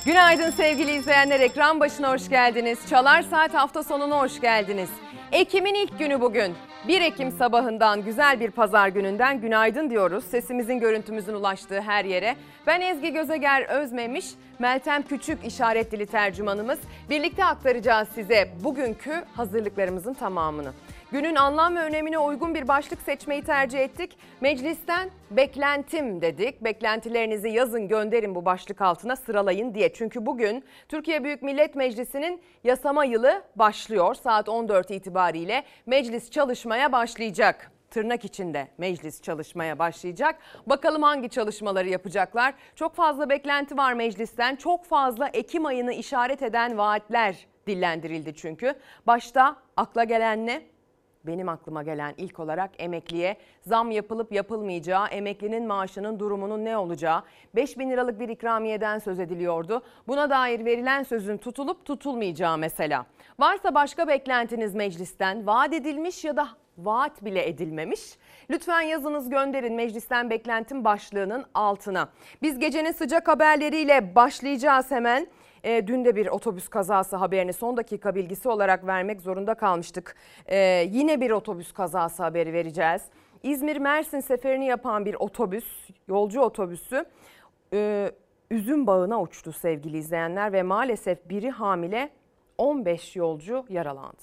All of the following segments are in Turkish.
Günaydın sevgili izleyenler, ekran başına hoş geldiniz. Çalar Saat hafta sonuna hoş geldiniz. Ekim'in ilk günü bugün. 1 Ekim sabahından, güzel bir pazar gününden günaydın diyoruz. Sesimizin, görüntümüzün ulaştığı her yere. Ben Ezgi Gözeger Özmemiş, Meltem Küçük işaret dili tercümanımız. Birlikte aktaracağız size bugünkü hazırlıklarımızın tamamını. Günün anlam ve önemine uygun bir başlık seçmeyi tercih ettik. Meclisten beklentim dedik. Beklentilerinizi yazın, gönderin, bu başlık altına sıralayın diye. Çünkü bugün Türkiye Büyük Millet Meclisi'nin yasama yılı başlıyor. Saat 14 itibariyle meclis çalışmaya başlayacak. Tırnak içinde meclis çalışmaya başlayacak. Bakalım hangi çalışmaları yapacaklar? Çok fazla beklenti var meclisten. Çok fazla Ekim ayını işaret eden vaatler dillendirildi çünkü. Başta akla gelen ne? Benim aklıma gelen ilk olarak emekliye zam yapılıp yapılmayacağı, emeklinin maaşının durumunun ne olacağı, 5.000 liralık bir ikramiyeden söz ediliyordu. Buna dair verilen sözün tutulup tutulmayacağı mesela. Varsa başka beklentiniz meclisten, vaat edilmiş ya da vaat bile edilmemiş, lütfen yazınız, gönderin meclisten beklentim başlığının altına. Biz gecenin sıcak haberleriyle başlayacağız hemen. Dün de bir otobüs kazası haberini son dakika bilgisi olarak vermek zorunda kalmıştık. Yine bir otobüs kazası haberi vereceğiz. İzmir-Mersin seferini yapan bir otobüs, yolcu otobüsü üzüm bağına uçtu sevgili izleyenler ve maalesef biri hamile, 15 yolcu yaralandı.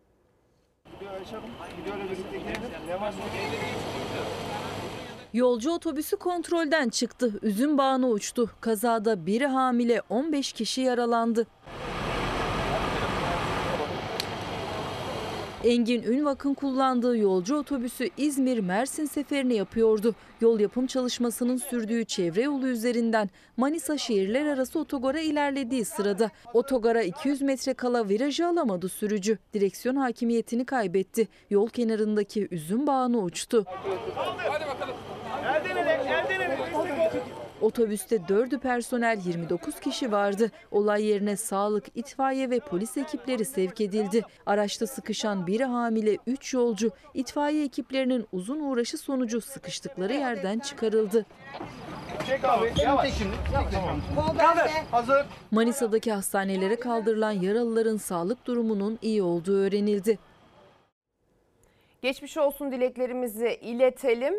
Yolcu otobüsü kontrolden çıktı. Üzüm bağına uçtu. Kazada biri hamile, 15 kişi yaralandı. Engin Ünvak'ın kullandığı yolcu otobüsü İzmir-Mersin seferini yapıyordu. Yol yapım çalışmasının sürdüğü çevre yolu üzerinden Manisa şehirler arası otogara ilerlediği sırada otogara 200 metre kala virajı alamadı sürücü. Direksiyon hakimiyetini kaybetti. Yol kenarındaki üzüm bağına uçtu. Hadi bakalım. Otobüste 4'ü personel, 29 kişi vardı. Olay yerine sağlık, itfaiye ve polis ekipleri sevk edildi. Araçta sıkışan biri hamile, 3 yolcu itfaiye ekiplerinin uzun uğraşı sonucu sıkıştıkları yerden çıkarıldı. Manisa'daki hastanelere kaldırılan yaralıların sağlık durumunun iyi olduğu öğrenildi. Geçmiş olsun dileklerimizi iletelim.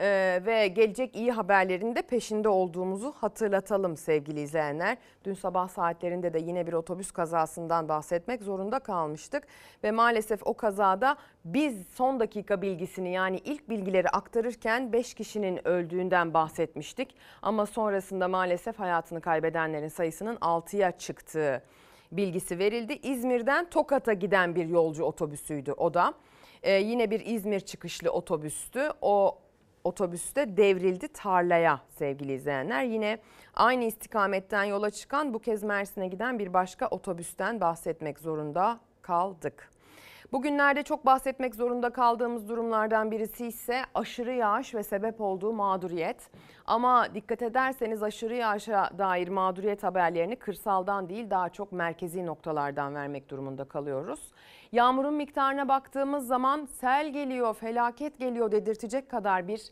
Ve gelecek iyi haberlerin de peşinde olduğumuzu hatırlatalım sevgili izleyenler. Dün sabah saatlerinde de yine bir otobüs kazasından bahsetmek zorunda kalmıştık. Ve maalesef o kazada biz son dakika bilgisini, yani ilk bilgileri aktarırken 5 kişinin öldüğünden bahsetmiştik. Ama sonrasında maalesef hayatını kaybedenlerin sayısının 6'ya çıktığı bilgisi verildi. İzmir'den Tokat'a giden bir yolcu otobüsüydü o da. Yine bir İzmir çıkışlı otobüstü. O otobüste devrildi tarlaya sevgili izleyenler. Yine aynı istikametten yola çıkan, bu kez Mersin'e giden bir başka otobüsten bahsetmek zorunda kaldık. Bugünlerde çok bahsetmek zorunda kaldığımız durumlardan birisi ise aşırı yağış ve sebep olduğu mağduriyet. Ama dikkat ederseniz aşırı yağışa dair mağduriyet haberlerini kırsaldan değil, daha çok merkezi noktalardan vermek durumunda kalıyoruz. Yağmurun miktarına baktığımız zaman sel geliyor, felaket geliyor dedirtecek kadar bir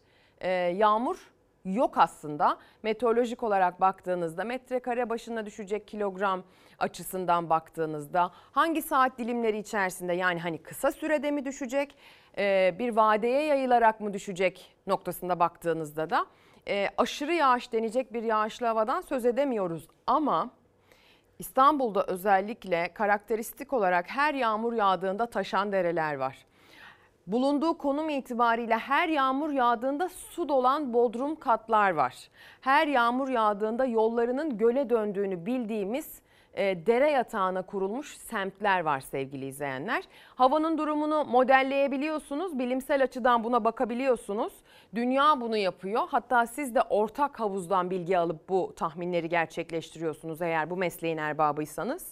yağmur yok aslında. Meteorolojik olarak baktığınızda, metrekare başına düşecek kilogram açısından baktığınızda, hangi saat dilimleri içerisinde, yani hani kısa sürede mi düşecek, bir vadeye yayılarak mı düşecek noktasında baktığınızda da aşırı yağış denecek bir yağışlı havadan söz edemiyoruz. Ama İstanbul'da özellikle karakteristik olarak her yağmur yağdığında taşan dereler var. Bulunduğu konum itibariyle her yağmur yağdığında su dolan bodrum katlar var. Her yağmur yağdığında yollarının göle döndüğünü bildiğimiz dere yatağına kurulmuş semtler var sevgili izleyenler. Havanın durumunu modelleyebiliyorsunuz, bilimsel açıdan buna bakabiliyorsunuz. Dünya bunu yapıyor. Hatta siz de ortak havuzdan bilgi alıp bu tahminleri gerçekleştiriyorsunuz eğer bu mesleğin erbabıysanız.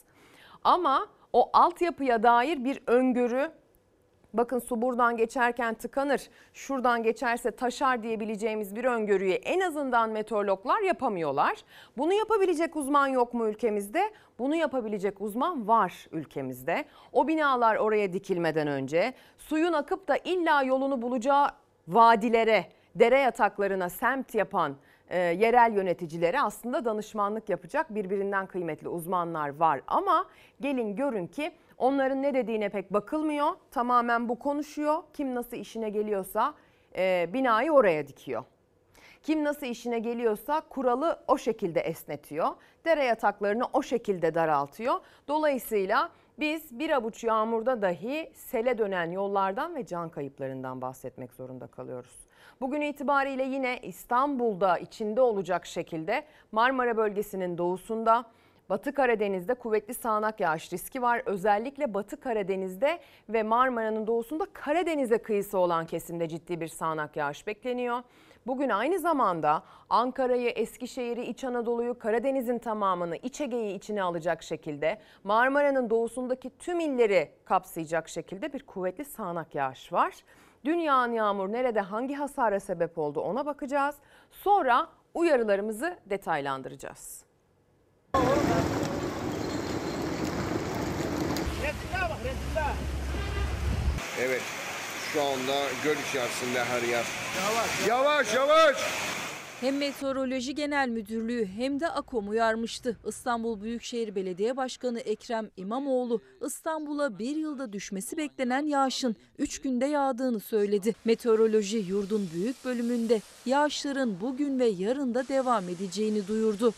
Ama o altyapıya dair bir öngörü, bakın su buradan geçerken tıkanır, şuradan geçerse taşar diyebileceğimiz bir öngörüyü en azından meteorologlar yapamıyorlar. Bunu yapabilecek uzman yok mu ülkemizde? Bunu yapabilecek uzman var ülkemizde. O binalar oraya dikilmeden önce suyun akıp da illa yolunu bulacağı vadilere, dere yataklarına semt yapan yerel yöneticilere aslında danışmanlık yapacak birbirinden kıymetli uzmanlar var. Ama gelin görün ki onların ne dediğine pek bakılmıyor. Tamamen bu konuşuyor. Kim nasıl işine geliyorsa binayı oraya dikiyor. Kim nasıl işine geliyorsa kuralı o şekilde esnetiyor. Dere yataklarını o şekilde daraltıyor. Dolayısıyla biz bir avuç yağmurda dahi sele dönen yollardan ve can kayıplarından bahsetmek zorunda kalıyoruz. Bugün itibariyle yine İstanbul'da içinde olacak şekilde Marmara bölgesinin doğusunda, Batı Karadeniz'de kuvvetli sağanak yağış riski var. Özellikle Batı Karadeniz'de ve Marmara'nın doğusunda Karadeniz'e kıyısı olan kesimde ciddi bir sağanak yağış bekleniyor. Bugün aynı zamanda Ankara'yı, Eskişehir'i, İç Anadolu'yu, Karadeniz'in tamamını, İç Ege'yi içine alacak şekilde Marmara'nın doğusundaki tüm illeri kapsayacak şekilde bir kuvvetli sağanak yağış var. Dün yağan yağmur nerede hangi hasara sebep oldu ona bakacağız. Sonra uyarılarımızı detaylandıracağız. Evet, şu anda göl içerisinde her yer. Yavaş, yavaş. Hem Meteoroloji Genel Müdürlüğü hem de AKOM uyarmıştı. İstanbul Büyükşehir Belediye Başkanı Ekrem İmamoğlu İstanbul'a bir yılda düşmesi beklenen yağışın 3 günde yağdığını söyledi. Meteoroloji yurdun büyük bölümünde yağışların bugün ve yarın da devam edeceğini duyurdu.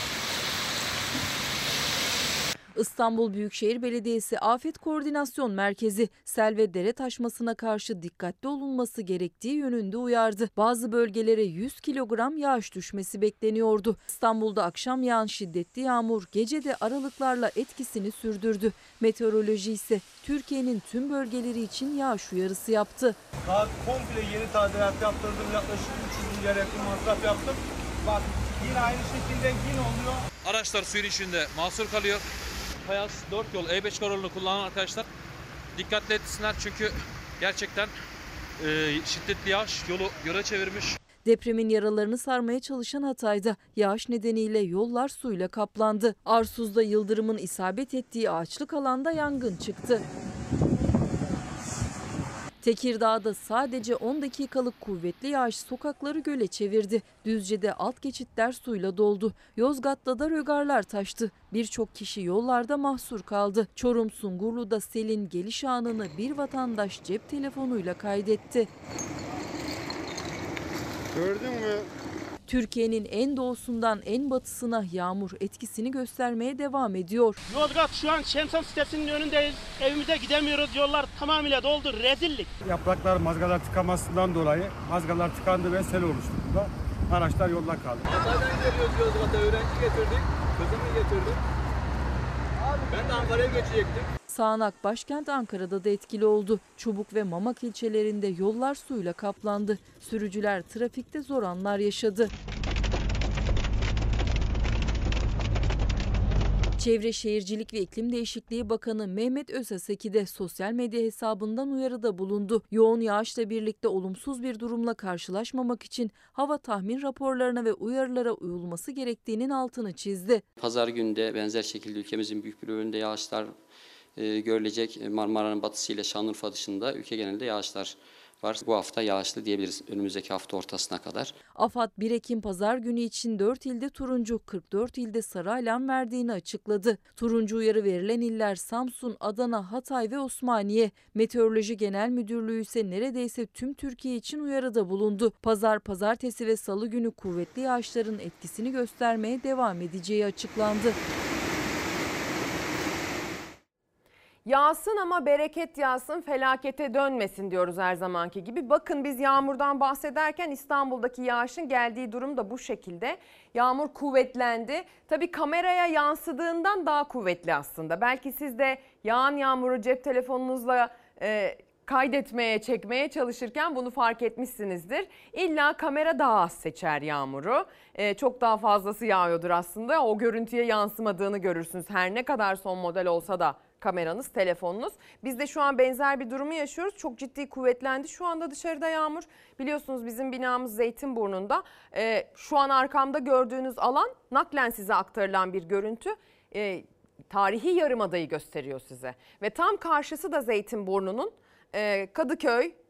İstanbul Büyükşehir Belediyesi Afet Koordinasyon Merkezi sel ve dere taşmasına karşı dikkatli olunması gerektiği yönünde uyardı. Bazı bölgelere 100 kilogram yağış düşmesi bekleniyordu. İstanbul'da akşam yağan şiddetli yağmur gece de aralıklarla etkisini sürdürdü. Meteoroloji ise Türkiye'nin tüm bölgeleri için yağış uyarısı yaptı. Daha komple yeni tadilat yaptırdım. Yaklaşık 300 milyar yakın masraf yaptım. Bak yine aynı şekilde yine oluyor. Araçlar suyun içinde mahsur kalıyor. Fayaz 4 yol E5 karayolunu kullanan arkadaşlar dikkatli etsinler çünkü gerçekten şiddetli yağış yolu göle çevirmiş. Depremin yaralarını sarmaya çalışan Hatay'da yağış nedeniyle yollar suyla kaplandı. Arsuz'da yıldırımın isabet ettiği ağaçlık alanda yangın çıktı. Tekirdağ'da sadece 10 dakikalık kuvvetli yağış sokakları göle çevirdi. Düzce'de alt geçitler suyla doldu. Yozgat'ta da rögarlar taştı. Birçok kişi yollarda mahsur kaldı. Çorum Sungurlu'da selin geliş anını bir vatandaş cep telefonuyla kaydetti. Gördün mü? Türkiye'nin en doğusundan en batısına yağmur etkisini göstermeye devam ediyor. Yozgat şu an Şemsan sitesinin önündeyiz. Evimize gidemiyoruz. Yollar tamamıyla doldu. Rezillik. Yapraklar mazgalar tıkamasından dolayı mazgalar tıkandı ve sel oluştu burada. Araçlar yolda kaldı. Hatay'dan geliyoruz Yozgat'a. Öğrenci getirdik. Kızımı getirdik. Ben de Ankara'ya geçecektim. Sağanak başkent Ankara'da da etkili oldu. Çubuk ve Mamak ilçelerinde yollar suyla kaplandı. Sürücüler trafikte zor anlar yaşadı. Çevre Şehircilik ve İklim Değişikliği Bakanı Mehmet Özaseki de sosyal medya hesabından uyarıda bulundu. Yoğun yağışla birlikte olumsuz bir durumla karşılaşmamak için hava tahmin raporlarına ve uyarılara uyulması gerektiğinin altını çizdi. Pazar günü de benzer şekilde ülkemizin büyük bir bölümünde yağışlar görülecek. Marmara'nın batısı ile Şanlıurfa dışında ülke genelinde yağışlar var. Bu hafta yağışlı diyebiliriz önümüzdeki hafta ortasına kadar. AFAD 1 Ekim Pazar günü için 4 ilde turuncu, 44 ilde sarı alarm verdiğini açıkladı. Turuncu uyarı verilen iller Samsun, Adana, Hatay ve Osmaniye. Meteoroloji Genel Müdürlüğü ise neredeyse tüm Türkiye için uyarıda bulundu. Pazar, pazartesi ve salı günü kuvvetli yağışların etkisini göstermeye devam edeceği açıklandı. Yağsın ama bereket yağsın, felakete dönmesin diyoruz her zamanki gibi. Bakın biz yağmurdan bahsederken İstanbul'daki yağışın geldiği durum da bu şekilde. Yağmur kuvvetlendi. Tabii kameraya yansıdığından daha kuvvetli aslında. Belki siz de yağan yağmuru cep telefonunuzla kaydetmeye, çekmeye çalışırken bunu fark etmişsinizdir. İlla kamera daha az seçer yağmuru. Çok daha fazlası yağıyordur aslında. O görüntüye yansımadığını görürsünüz. Her ne kadar son model olsa da kameranız, telefonunuz. Biz de şu an benzer bir durumu yaşıyoruz. Çok ciddi kuvvetlendi. Şu anda dışarıda yağmur. Biliyorsunuz bizim binamız Zeytinburnu'nda. Şu an arkamda gördüğünüz alan naklen size aktarılan bir görüntü. Tarihi Yarımada'yı gösteriyor size. Ve tam karşısı da Zeytinburnu'nun Kadıköy,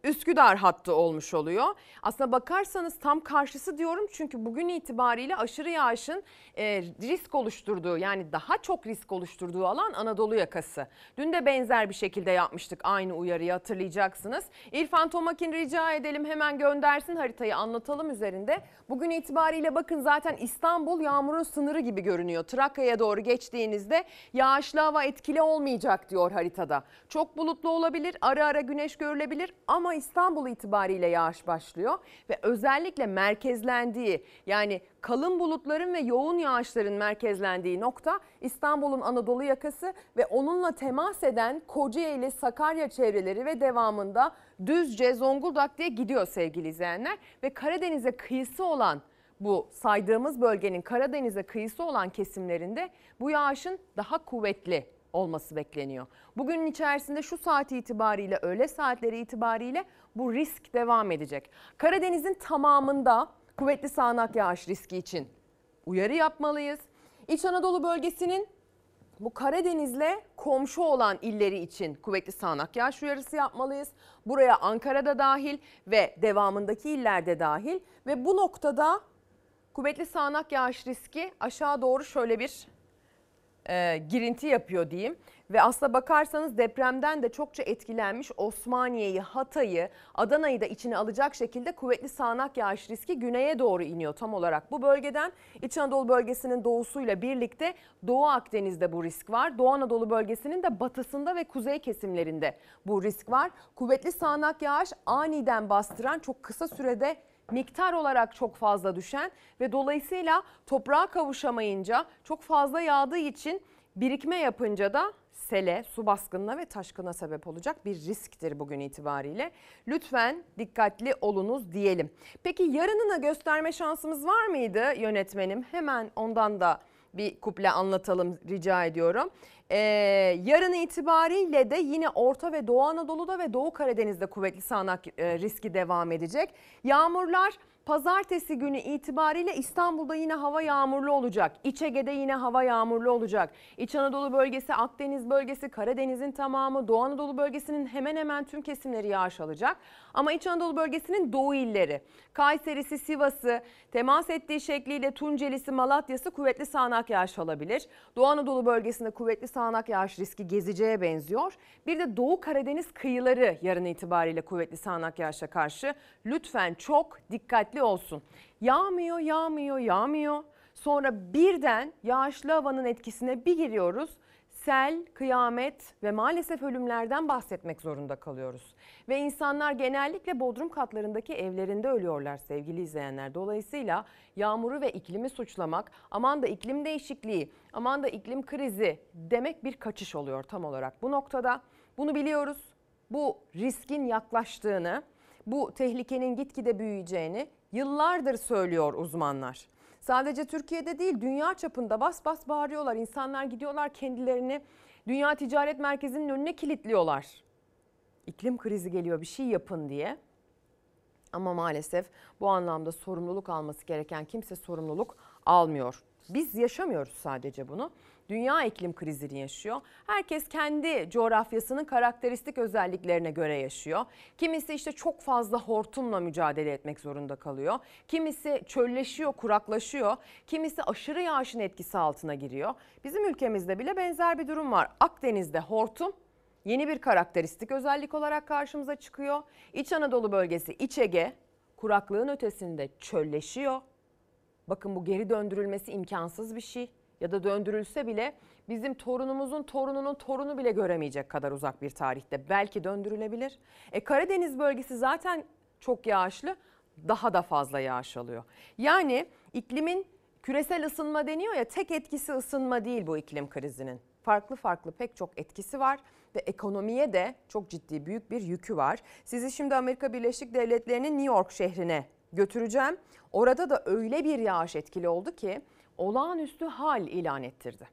Üsküdar hattı olmuş oluyor. Aslına bakarsanız tam karşısı diyorum çünkü bugün itibariyle aşırı yağışın risk oluşturduğu, yani daha çok risk oluşturduğu alan Anadolu yakası. Dün de benzer bir şekilde yapmıştık aynı uyarıyı, hatırlayacaksınız. İrfan Tomakin rica edelim hemen göndersin haritayı, anlatalım üzerinde. Bugün itibariyle bakın zaten İstanbul yağmurun sınırı gibi görünüyor. Trakya'ya doğru geçtiğinizde yağışlı hava etkili olmayacak diyor haritada. Çok bulutlu olabilir, ara ara güneş görülebilir ama İstanbul itibariyle yağış başlıyor ve özellikle merkezlendiği, yani kalın bulutların ve yoğun yağışların merkezlendiği nokta İstanbul'un Anadolu yakası ve onunla temas eden Kocaeli, Sakarya çevreleri ve devamında Düzce, Zonguldak diye gidiyor sevgili izleyenler. Ve Karadeniz'e kıyısı olan, bu saydığımız bölgenin Karadeniz'e kıyısı olan kesimlerinde bu yağışın daha kuvvetli olması bekleniyor. Bugünün içerisinde şu saat itibariyle, öğle saatleri itibariyle bu risk devam edecek. Karadeniz'in tamamında kuvvetli sağanak yağış riski için uyarı yapmalıyız. İç Anadolu bölgesinin bu Karadeniz'le komşu olan illeri için kuvvetli sağanak yağış uyarısı yapmalıyız. Buraya Ankara'da dahil ve devamındaki illerde dahil ve bu noktada kuvvetli sağanak yağış riski aşağı doğru şöyle bir girinti yapıyor diyeyim. Ve aslına bakarsanız depremden de çokça etkilenmiş Osmaniye'yi, Hatay'ı, Adana'yı da içine alacak şekilde kuvvetli sağanak yağış riski güneye doğru iniyor tam olarak bu bölgeden. İç Anadolu bölgesinin doğusuyla birlikte Doğu Akdeniz'de bu risk var. Doğu Anadolu bölgesinin de batısında ve kuzey kesimlerinde bu risk var. Kuvvetli sağanak yağış aniden bastıran, çok kısa sürede miktar olarak çok fazla düşen ve dolayısıyla toprağa kavuşamayınca, çok fazla yağdığı için birikme yapınca da sele, su baskınına ve taşkına sebep olacak bir risktir bugün itibariyle. Lütfen dikkatli olunuz diyelim. Peki yarınına gösterme şansımız var mıydı yönetmenim? Hemen ondan da bir kuple anlatalım rica ediyorum. Yarın itibariyle de yine Orta ve Doğu Anadolu'da ve Doğu Karadeniz'de kuvvetli sağanak riski devam edecek. Yağmurlar pazartesi günü itibariyle İstanbul'da yine hava yağmurlu olacak. İç Ege'de yine hava yağmurlu olacak. İç Anadolu bölgesi, Akdeniz bölgesi, Karadeniz'in tamamı, Doğu Anadolu bölgesinin hemen hemen tüm kesimleri yağış alacak. Ama İç Anadolu bölgesinin doğu illeri, Kayseri'si, Sivas'ı, temas ettiği şekliyle Tunceli'si, Malatya'sı kuvvetli sağanak yağış alabilir. Doğu Anadolu bölgesinde kuvvetli sağanak yağış riski gezeceğe benziyor. Bir de Doğu Karadeniz kıyıları yarın itibariyle kuvvetli sağanak yağışa karşı lütfen çok dikkatli olsun. Yağmıyor, yağmıyor, yağmıyor. Sonra birden yağışlı havanın etkisine bir giriyoruz. Sel, kıyamet ve maalesef ölümlerden bahsetmek zorunda kalıyoruz. Ve insanlar genellikle bodrum katlarındaki evlerinde ölüyorlar sevgili izleyenler. Dolayısıyla yağmuru ve iklimi suçlamak, aman da iklim değişikliği, aman da iklim krizi demek bir kaçış oluyor tam olarak. Bu noktada bunu biliyoruz. Bu riskin yaklaştığını, bu tehlikenin gitgide büyüyeceğini yıllardır söylüyor uzmanlar. Sadece Türkiye'de değil, dünya çapında bas bas bağırıyorlar. İnsanlar gidiyorlar kendilerini Dünya Ticaret Merkezi'nin önüne kilitliyorlar. İklim krizi geliyor, bir şey yapın diye. Ama maalesef bu anlamda sorumluluk alması gereken kimse sorumluluk almıyor. Biz yaşamıyoruz sadece bunu. Dünya iklim krizini yaşıyor. Herkes kendi coğrafyasının karakteristik özelliklerine göre yaşıyor. Kimisi işte çok fazla hortumla mücadele etmek zorunda kalıyor. Kimisi çölleşiyor, kuraklaşıyor. Kimisi aşırı yağışın etkisi altına giriyor. Bizim ülkemizde bile benzer bir durum var. Akdeniz'de hortum yeni bir karakteristik özellik olarak karşımıza çıkıyor. İç Anadolu bölgesi, İç Ege kuraklığın ötesinde çölleşiyor. Bakın bu geri döndürülmesi imkansız bir şey. Ya da döndürülse bile bizim torunumuzun torununun torunu bile göremeyecek kadar uzak bir tarihte belki döndürülebilir. Karadeniz bölgesi zaten çok yağışlı, daha da fazla yağış alıyor. Yani iklimin küresel ısınma deniyor ya, tek etkisi ısınma değil bu iklim krizinin. Farklı farklı pek çok etkisi var ve ekonomiye de çok ciddi büyük bir yükü var. Sizi şimdi Amerika Birleşik Devletleri'nin New York şehrine götüreceğim. Orada da öyle bir yağış etkili oldu ki olağanüstü hal ilan ettirdi.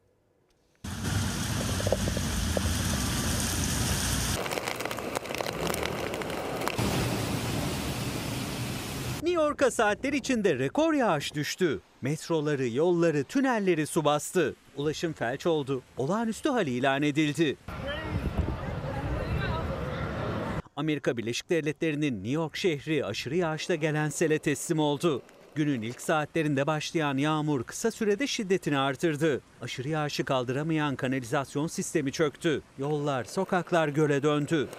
New York'a saatler içinde rekor yağış düştü. Metroları, yolları, tünelleri su bastı. Ulaşım felç oldu. Olağanüstü hal ilan edildi. Amerika Birleşik Devletleri'nin New York şehri aşırı yağışla gelen sele teslim oldu. Günün ilk saatlerinde başlayan yağmur kısa sürede şiddetini artırdı. Aşırı yağışı kaldıramayan kanalizasyon sistemi çöktü. Yollar, sokaklar göle döndü.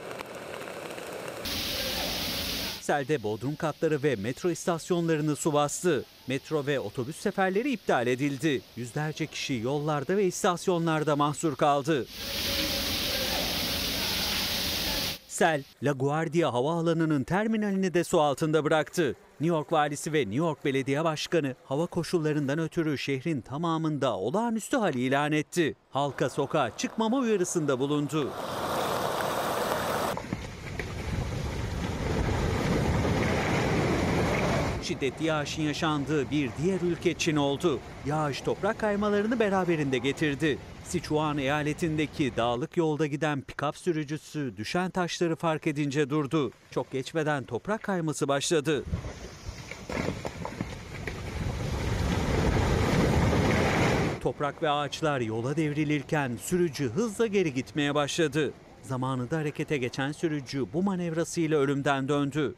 Selde bodrum katları ve metro istasyonlarını su bastı. Metro ve otobüs seferleri iptal edildi. Yüzlerce kişi yollarda ve istasyonlarda mahsur kaldı. Sel, LaGuardia Havaalanı'nın terminalini de su altında bıraktı. New York Valisi ve New York Belediye Başkanı hava koşullarından ötürü şehrin tamamında olağanüstü hal ilan etti. Halka sokağa çıkmama uyarısında bulundu. Şiddetli yağışın yaşandığı bir diğer ülke Çin oldu. Yağış toprak kaymalarını beraberinde getirdi. Sichuan eyaletindeki dağlık yolda giden pikap sürücüsü düşen taşları fark edince durdu. Çok geçmeden toprak kayması başladı. Toprak ve ağaçlar yola devrilirken sürücü hızla geri gitmeye başladı. Zamanında harekete geçen sürücü bu manevrasıyla ölümden döndü.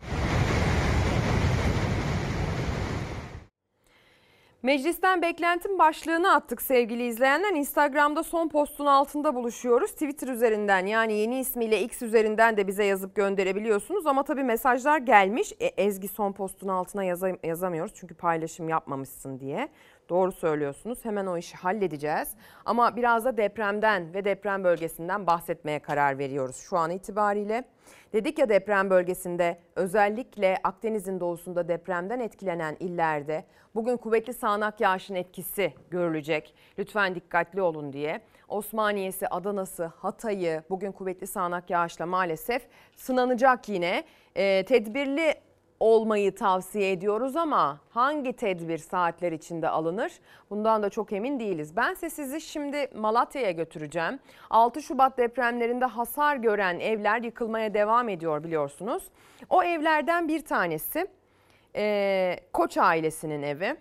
Meclisten beklentim başlığını attık sevgili izleyenler. Instagram'da son postun altında buluşuyoruz. Twitter üzerinden, yani yeni ismiyle X üzerinden de bize yazıp gönderebiliyorsunuz. Ama tabii mesajlar gelmiş. Ezgi, son postun altına yazamıyoruz çünkü paylaşım yapmamışsın diye. Doğru söylüyorsunuz. Hemen o işi halledeceğiz. Ama biraz da depremden ve deprem bölgesinden bahsetmeye karar veriyoruz şu an itibariyle. Dedik ya, deprem bölgesinde, özellikle Akdeniz'in doğusunda depremden etkilenen illerde bugün kuvvetli sağanak yağışın etkisi görülecek. Lütfen dikkatli olun diye. Osmaniye'si, Adana'sı, Hatay'ı bugün kuvvetli sağanak yağışla maalesef sınanacak yine. Tedbirli olmayı tavsiye ediyoruz ama hangi tedbir saatler içinde alınır? Bundan da çok emin değiliz. Ben sizi şimdi Malatya'ya götüreceğim. 6 Şubat depremlerinde hasar gören evler yıkılmaya devam ediyor biliyorsunuz. O evlerden bir tanesi Koç ailesinin evi.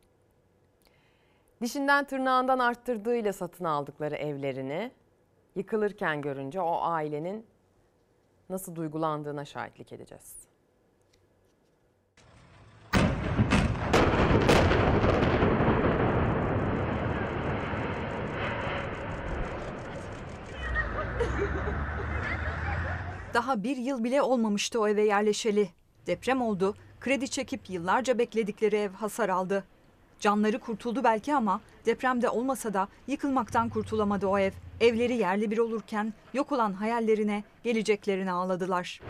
Dişinden tırnağından arttırdığıyla satın aldıkları evlerini yıkılırken görünce o ailenin nasıl duygulandığına şahitlik edeceğiz. Daha bir yıl bile olmamıştı o eve yerleşeli. Deprem oldu, kredi çekip yıllarca bekledikleri ev hasar aldı. Canları kurtuldu belki ama depremde olmasa da yıkılmaktan kurtulamadı o ev. Evleri yerli bir olurken yok olan hayallerine, geleceklerine ağladılar.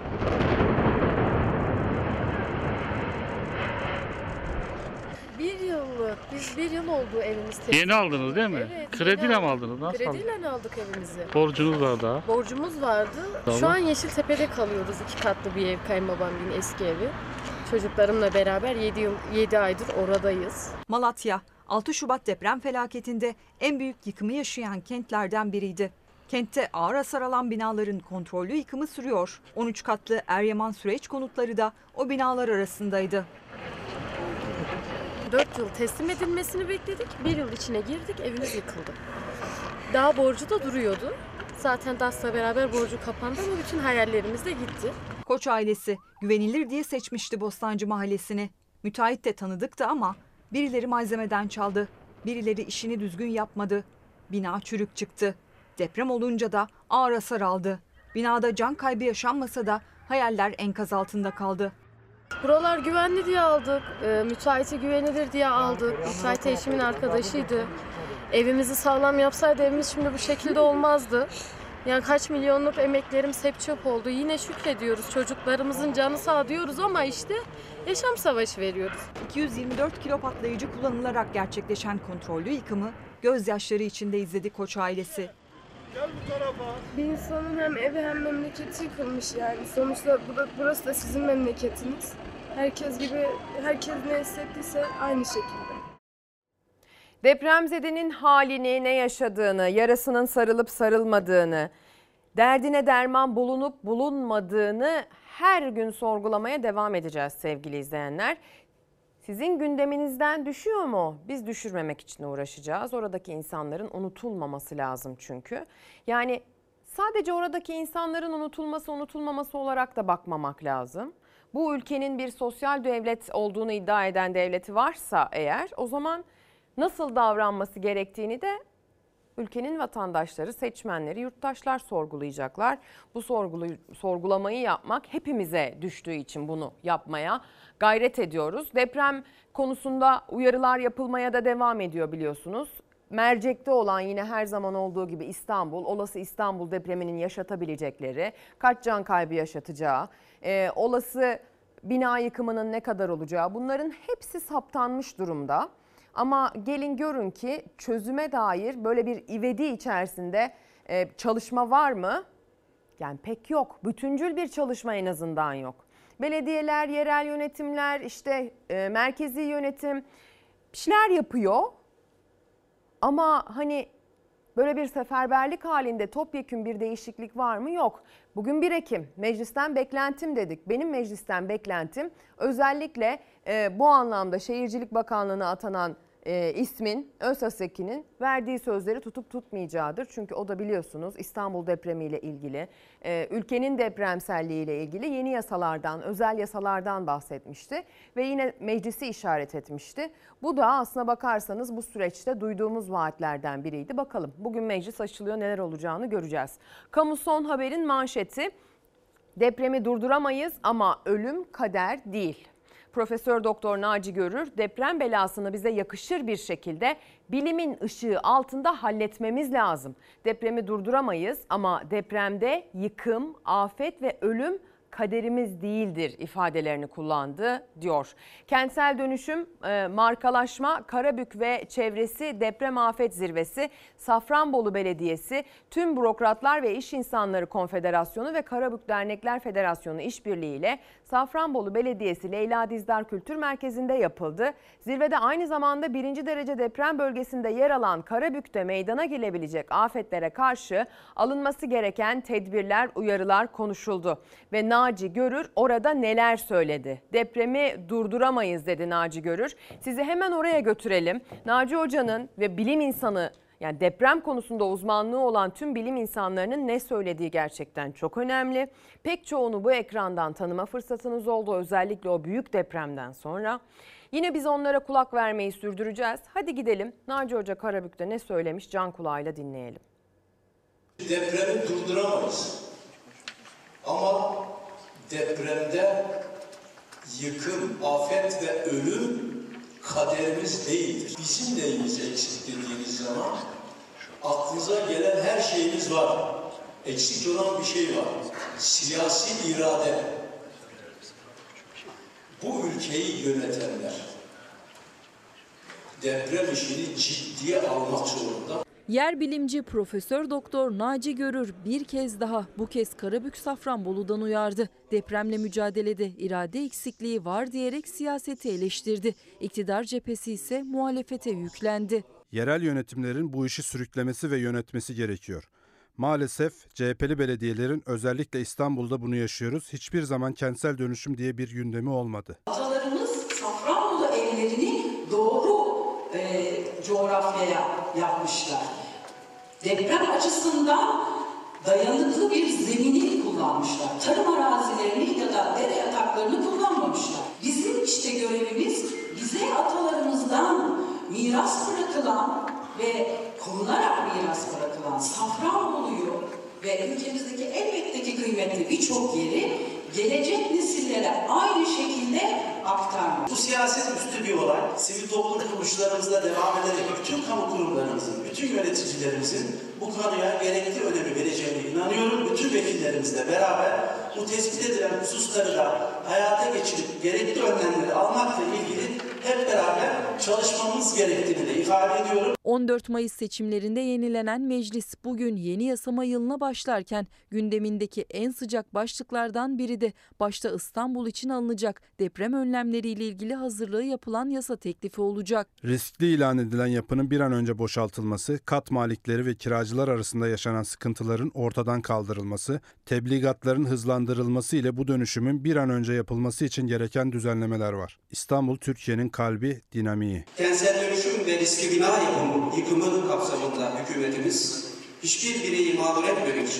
Biz bir yıl oldu evimiz teslim. Yeni aldınız değil mi? Evet. Krediyle mi aldınız? Nasıl aldınız? Krediyle aldık evimizi. Borcunuz var daha. Borcumuz vardı. Tamam. Şu an Yeşiltepe'de kalıyoruz. 2 katlı bir ev, kayınbabamın eski evi. Çocuklarımla beraber 7 aydır oradayız. Malatya, 6 Şubat deprem felaketinde en büyük yıkımı yaşayan kentlerden biriydi. Kentte ağır hasar alan binaların kontrollü yıkımı sürüyor. 13 katlı Eryaman Süreç konutları da o binalar arasındaydı. 4 yıl teslim edilmesini bekledik. 1 yıl içine girdik, evimiz yıkıldı. Daha borcu da duruyordu. Zaten DAS'la beraber borcu kapandı ama bütün hayallerimiz de gitti. Koç ailesi güvenilir diye seçmişti Bostancı Mahallesi'ni. Müteahhit de tanıdıktı ama birileri malzemeden çaldı. Birileri işini düzgün yapmadı. Bina çürük çıktı. Deprem olunca da ağır hasar aldı. Binada can kaybı yaşanmasa da hayaller enkaz altında kaldı. Buralar güvenli diye aldık. Müteahhiti güvenilir diye aldık. Müteahhit eşimin arkadaşıydı. Evimizi sağlam yapsaydı evimiz şimdi bu şekilde olmazdı. Yani kaç milyonluk emeklerimiz hep çöp oldu. Yine şükrediyoruz. Çocuklarımızın canı sağ diyoruz ama işte yaşam savaşı veriyoruz. 224 kilo patlayıcı kullanılarak gerçekleşen kontrollü yıkımı gözyaşları içinde izledi Koç ailesi. Gel bu tarafa. Bir insanın hem evi hem memleketi yıkılmış yani. Sonuçta burası da sizin memleketiniz. Herkes ne hissettiyse aynı şekilde. Depremzedenin halini, ne yaşadığını, yarasının sarılıp sarılmadığını, derdine derman bulunup bulunmadığını her gün sorgulamaya devam edeceğiz sevgili izleyenler. Sizin gündeminizden düşüyor mu? Biz düşürmemek için uğraşacağız. Oradaki insanların unutulmaması lazım çünkü. Yani sadece oradaki insanların unutulması unutulmaması olarak da bakmamak lazım. Bu ülkenin bir sosyal devlet olduğunu iddia eden devleti varsa eğer, o zaman nasıl davranması gerektiğini de ülkenin vatandaşları, seçmenleri, yurttaşlar sorgulayacaklar. Bu sorgulamayı yapmak hepimize düştüğü için bunu yapmaya gayret ediyoruz. Deprem konusunda uyarılar yapılmaya da devam ediyor biliyorsunuz. Mercekte olan yine her zaman olduğu gibi İstanbul, olası İstanbul depreminin yaşatabilecekleri, kaç can kaybı yaşatacağı, olası bina yıkımının ne kadar olacağı, bunların hepsi saptanmış durumda. Ama gelin görün ki çözüme dair böyle bir ivedi içerisinde çalışma var mı? Yani pek yok. Bütüncül bir çalışma en azından yok. Belediyeler, yerel yönetimler, işte merkezi yönetim bir şeyler yapıyor. Ama hani böyle bir seferberlik halinde topyekün bir değişiklik var mı? Yok. Bugün 1 Ekim meclisten beklentim dedik. Benim meclisten beklentim özellikle bu anlamda Şehircilik Bakanlığı'na atanan ismin, Özhaseki'nin verdiği sözleri tutup tutmayacağıdır. Çünkü o da biliyorsunuz İstanbul depremiyle ilgili, ülkenin depremselliğiyle ilgili yeni yasalardan, özel yasalardan bahsetmişti. Ve yine meclisi işaret etmişti. Bu da aslına bakarsanız bu süreçte duyduğumuz vaatlerden biriydi. Bakalım bugün meclis açılıyor, neler olacağını göreceğiz. Kamu Son Haber'in manşeti: depremi durduramayız ama ölüm kader değil. Profesör Doktor Naci Görür, deprem belasını bize yakışır bir şekilde bilimin ışığı altında halletmemiz lazım. Depremi durduramayız ama depremde yıkım, afet ve ölüm kaderimiz değildir ifadelerini kullandı diyor. Kentsel dönüşüm, markalaşma, Karabük ve çevresi deprem afet zirvesi, Safranbolu Belediyesi, tüm Bürokratlar ve İş İnsanları Konfederasyonu ve Karabük Dernekler Federasyonu işbirliğiyle Safranbolu Belediyesi Leyla Dizdar Kültür Merkezi'nde yapıldı. Zirvede aynı zamanda 1. derece deprem bölgesinde yer alan Karabük'te meydana gelebilecek afetlere karşı alınması gereken tedbirler, uyarılar konuşuldu. Ve Naci Görür orada neler söyledi? Depremi durduramayız dedi Naci Görür. Sizi hemen oraya götürelim. Naci Hoca'nın ve bilim insanı, yani deprem konusunda uzmanlığı olan tüm bilim insanlarının ne söylediği gerçekten çok önemli. Pek çoğunu bu ekrandan tanıma fırsatınız oldu, özellikle o büyük depremden sonra. Yine biz onlara kulak vermeyi sürdüreceğiz. Hadi gidelim. Naci Hoca Karabük'te ne söylemiş, can kulağıyla dinleyelim. Depremi durduramayız. Ama depremde yıkım, afet ve ölüm kaderimiz değildir. Bizim neyimiz eksik dediğiniz zaman aklınıza gelen her şeyimiz var. Eksik olan bir şey var. Siyasi irade. Bu ülkeyi yönetenler deprem işini ciddiye almak zorunda. Yer bilimci Profesör Doktor Naci Görür bir kez daha, bu kez Karabük Safranbolu'dan uyardı. Depremle mücadelede irade eksikliği var diyerek siyaseti eleştirdi. İktidar cephesi ise muhalefete yüklendi. Yerel yönetimlerin bu işi sürüklemesi ve yönetmesi gerekiyor. Maalesef CHP'li belediyelerin, özellikle İstanbul'da bunu yaşıyoruz, hiçbir zaman kentsel dönüşüm diye bir gündemi olmadı. Atalarımız Safranbolu evlerini doğru coğrafyaya yapmışlar. Deprem açısından dayanıklı bir zemini kullanmışlar. Tarım arazilerini ya da dere yataklarını kullanmamışlar. Bizim işte görevimiz bize atalarımızdan miras bırakılan ve korunarak miras bırakılan Safranbolu'yu ve ülkemizdeki elbette ki kıymetli birçok yeri gelecek nesillere aynı şekilde aktarmak. Bu siyaset üstü bir olay. Sivil toplum kuruluşlarımızla devam ederek bütün kamu kurumlarımızın, bütün yöneticilerimizin bu konuya gerekli önemi vereceğine inanıyorum. Bütün vekillerimizle beraber bu tespit edilen hususları da hayata geçirip gerekli önlemleri almakla ilgili hep beraber çalışmamız gerektiğini de ifade ediyorum. 14 Mayıs seçimlerinde yenilenen meclis bugün yeni yasama yılına başlarken gündemindeki en sıcak başlıklardan biri de başta İstanbul için alınacak deprem önlemleriyle ilgili hazırlığı yapılan yasa teklifi olacak. Riskli ilan edilen yapının bir an önce boşaltılması, kat malikleri ve kiracılar arasında yaşanan sıkıntıların ortadan kaldırılması, tebligatların hızlandırılması ile bu dönüşümün bir an önce yapılması için gereken düzenlemeler var. İstanbul, Türkiye'nin kalbi, dinamiği. Kentsel dönüşüm ve riskli bina yıkımı kapsamında hükümetimiz hiçbir bireyi mağdur etmemek için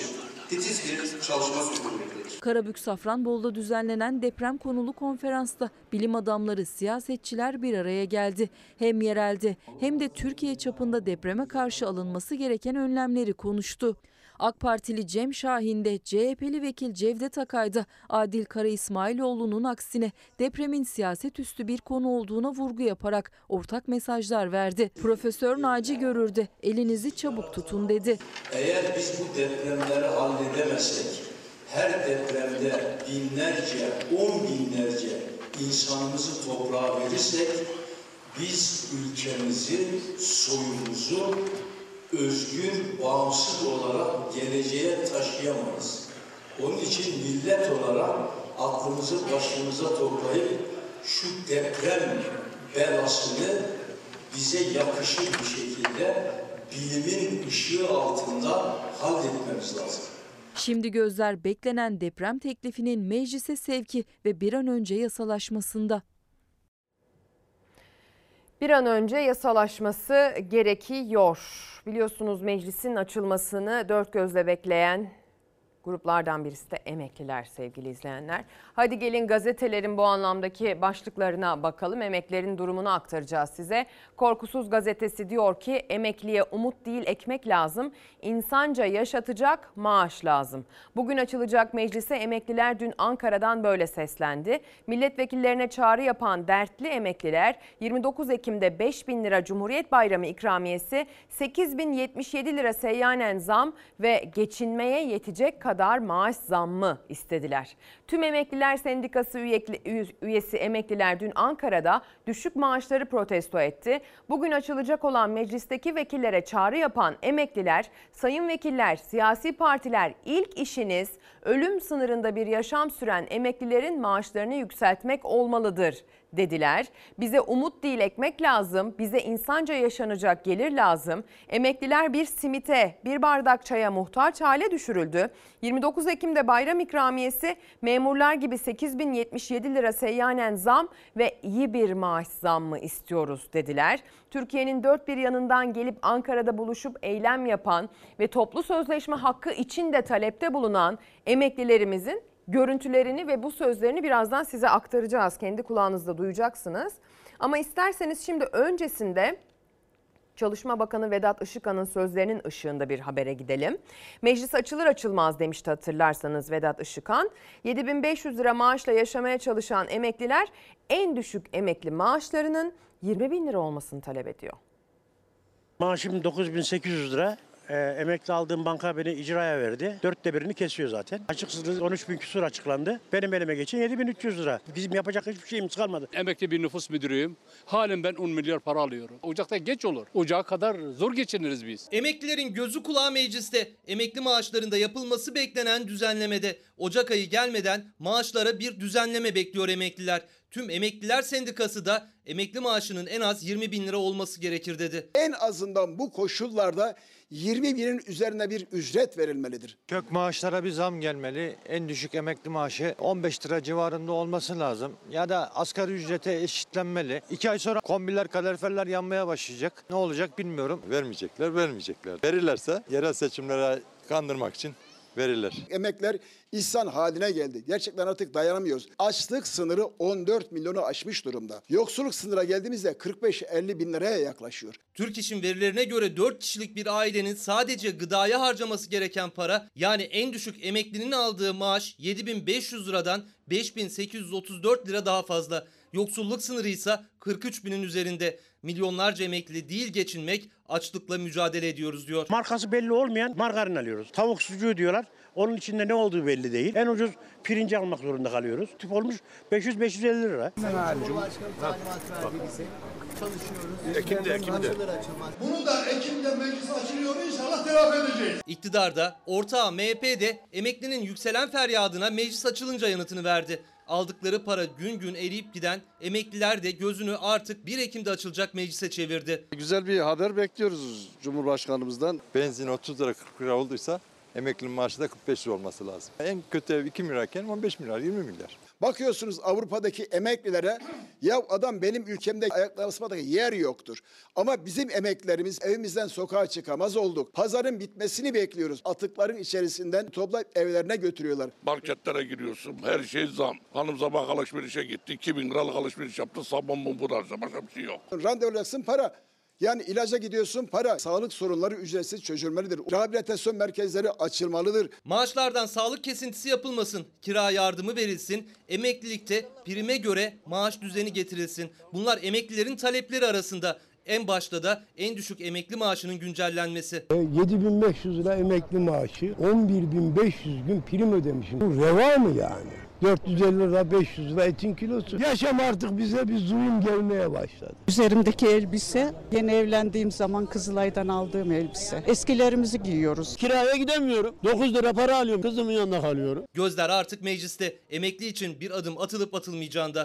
titiz bir çalışma sürdürmektedir. Karabük Safranbolu'da düzenlenen deprem konulu konferansta bilim adamları, siyasetçiler bir araya geldi. Hem yerelde hem de Türkiye çapında depreme karşı alınması gereken önlemleri konuştu. AK Partili Cem Şahin de CHP'li vekil Cevdet Akay da Adil Kara İsmailoğlu'nun aksine depremin siyaset üstü bir konu olduğuna vurgu yaparak ortak mesajlar verdi. Profesör Naci Görür de elinizi çabuk tutun dedi. Eğer biz bu depremleri halledemezsek, her depremde binlerce, 10 binlerce insanımızı toprağa verirsek, biz ülkemizi, soyumuzu özgür, bağımsız olarak geleceğe taşıyamayız. Onun için millet olarak aklımızı başımıza toplayıp şu deprem belasını bize yakışır bir şekilde bilimin ışığı altında halletmemiz lazım. Şimdi gözler beklenen deprem teklifinin meclise sevki ve bir an önce yasalaşmasında. Bir an önce yasalaşması gerekiyor. Biliyorsunuz meclisin açılmasını dört gözle bekleyen gruplardan birisi de emekliler sevgili izleyenler. Hadi gelin gazetelerin bu anlamdaki başlıklarına bakalım. Emeklilerin durumunu aktaracağız size. Korkusuz gazetesi diyor ki emekliye umut değil ekmek lazım. İnsanca yaşatacak maaş lazım. Bugün açılacak meclise emekliler dün Ankara'dan böyle seslendi. Milletvekillerine çağrı yapan dertli emekliler 29 Ekim'de 5.000 lira Cumhuriyet Bayramı ikramiyesi, 8.077 lira seyyanen zam ve geçinmeye yetecek kadar maaş zammı istediler. Tüm Emekliler Sendikası üyesi emekliler dün Ankara'da düşük maaşları protesto etti. Bugün açılacak olan meclisteki vekillere çağrı yapan emekliler, sayın vekiller, siyasi partiler ilk işiniz ölüm sınırında bir yaşam süren emeklilerin maaşlarını yükseltmek olmalıdır dediler. Bize umut değil ekmek lazım, bize insanca yaşanacak gelir lazım. Emekliler bir simite, bir bardak çaya muhtaç hale düşürüldü. 29 Ekim'de bayram ikramiyesi, memurlar gibi 8.077 lira seyyanen zam ve iyi bir maaş zammı istiyoruz dediler. Türkiye'nin dört bir yanından gelip Ankara'da buluşup eylem yapan ve toplu sözleşme hakkı için de talepte bulunan emeklilerimizin görüntülerini ve bu sözlerini birazdan size aktaracağız. Kendi kulağınızda duyacaksınız. Ama isterseniz şimdi öncesinde Çalışma Bakanı Vedat Işıkhan'ın sözlerinin ışığında bir habere gidelim. Meclis açılır açılmaz demişti hatırlarsanız Vedat Işıkhan. 7.500 lira maaşla yaşamaya çalışan emekliler en düşük emekli maaşlarının 20.000 lira olmasını talep ediyor. Maaşım 9.800 lira. Emekli aldığım banka beni icraya verdi. 1/4'ünü kesiyor zaten. Açıksızlığı 13.000 küsur açıklandı. Benim elime geçen 7.300 lira. Bizim yapacak hiçbir şeyimiz kalmadı. Emekli bir nüfus müdürüyüm. Halen ben 10 milyar para alıyorum. Ocakta geç olur. Ocağa kadar zor geçiniriz biz. Emeklilerin gözü kulağı mecliste. Emekli maaşlarında yapılması beklenen düzenlemede. Ocak ayı gelmeden maaşlara bir düzenleme bekliyor emekliler. Tüm Emekliler Sendikası da emekli maaşının en az 20.000 lira olması gerekir dedi. En azından bu koşullarda 20.000'in üzerine bir ücret verilmelidir. Kök maaşlara bir zam gelmeli. En düşük emekli maaşı 15 lira civarında olması lazım. Ya da asgari ücrete eşitlenmeli. 2 ay sonra kombiler, kaloriferler yanmaya başlayacak. Ne olacak bilmiyorum. Vermeyecekler. Verirlerse yerel seçimlere kandırmak için verirler. Emekliler ihsan haline geldi. Gerçekten artık dayanamıyoruz. Açlık sınırı 14 milyonu aşmış durumda. Yoksulluk sınıra geldiğimizde 45-50 bin liraya yaklaşıyor. Türk İş'in verilerine göre 4 kişilik bir ailenin sadece gıdaya harcaması gereken para, yani en düşük emeklinin aldığı maaş 7.500 liradan 5.834 lira daha fazla. Yoksulluk sınırı ise 43.000'in üzerinde. Milyonlarca emekli değil geçinmek, açlıkla mücadele ediyoruz diyor. Markası belli olmayan margarin alıyoruz. Tavuk sucuğu diyorlar. Onun içinde ne olduğu belli değil. En ucuz pirinci almak zorunda kalıyoruz. Tüp olmuş 500-550 lira. Ekim'de. Bunu da Ekim'de meclis açılıyor, inşallah telafi edeceğiz. İktidarda, ortağı MHP de emeklinin yükselen feryadına meclis açılınca yanıtını verdi. Aldıkları para gün gün eriyip giden emekliler de gözünü artık 1 Ekim'de açılacak meclise çevirdi. Güzel bir haber bekliyoruz Cumhurbaşkanımızdan. Benzin 30 lira 40 lira olduysa emeklinin maaşı da 45 lira olması lazım. En kötü ev 2 milyarken 15 milyar 20 milyar. Bakıyorsunuz Avrupa'daki emeklilere, ya adam benim ülkemde ayaklar arasındaki yer yoktur. Ama bizim emeklilerimiz evimizden sokağa çıkamaz olduk. Pazarın bitmesini bekliyoruz. Atıkların içerisinden toplayıp evlerine götürüyorlar. Marketlere giriyorsun, her şey zam. Hanım sabah alışverişe gitti, 2000 liralık alışveriş yaptı, sabun bu harca, başka bir şey yok. Randevu alacaksın, para. Yani ilaca gidiyorsun, para. Sağlık sorunları ücretsiz çözülmelidir. Rehabilitasyon merkezleri açılmalıdır. Maaşlardan sağlık kesintisi yapılmasın, kira yardımı verilsin, emeklilikte prime göre maaş düzeni getirilsin. Bunlar emeklilerin talepleri arasında. En başta da en düşük emekli maaşının güncellenmesi. 7.500 lira emekli maaşı, 11.500 gün prim ödemişim. Bu reva mı yani? 450 lira, 500 lira etin kilosu. Yaşam artık bize bir zulüm gelmeye başladı. Üzerimdeki elbise, yeni evlendiğim zaman Kızılay'dan aldığım elbise. Eskilerimizi giyiyoruz. Kiraya gidemiyorum. 9 lira para alıyorum. Kızımın yanında kalıyorum. Gözler artık mecliste. Emekli için bir adım atılıp atılmayacağında.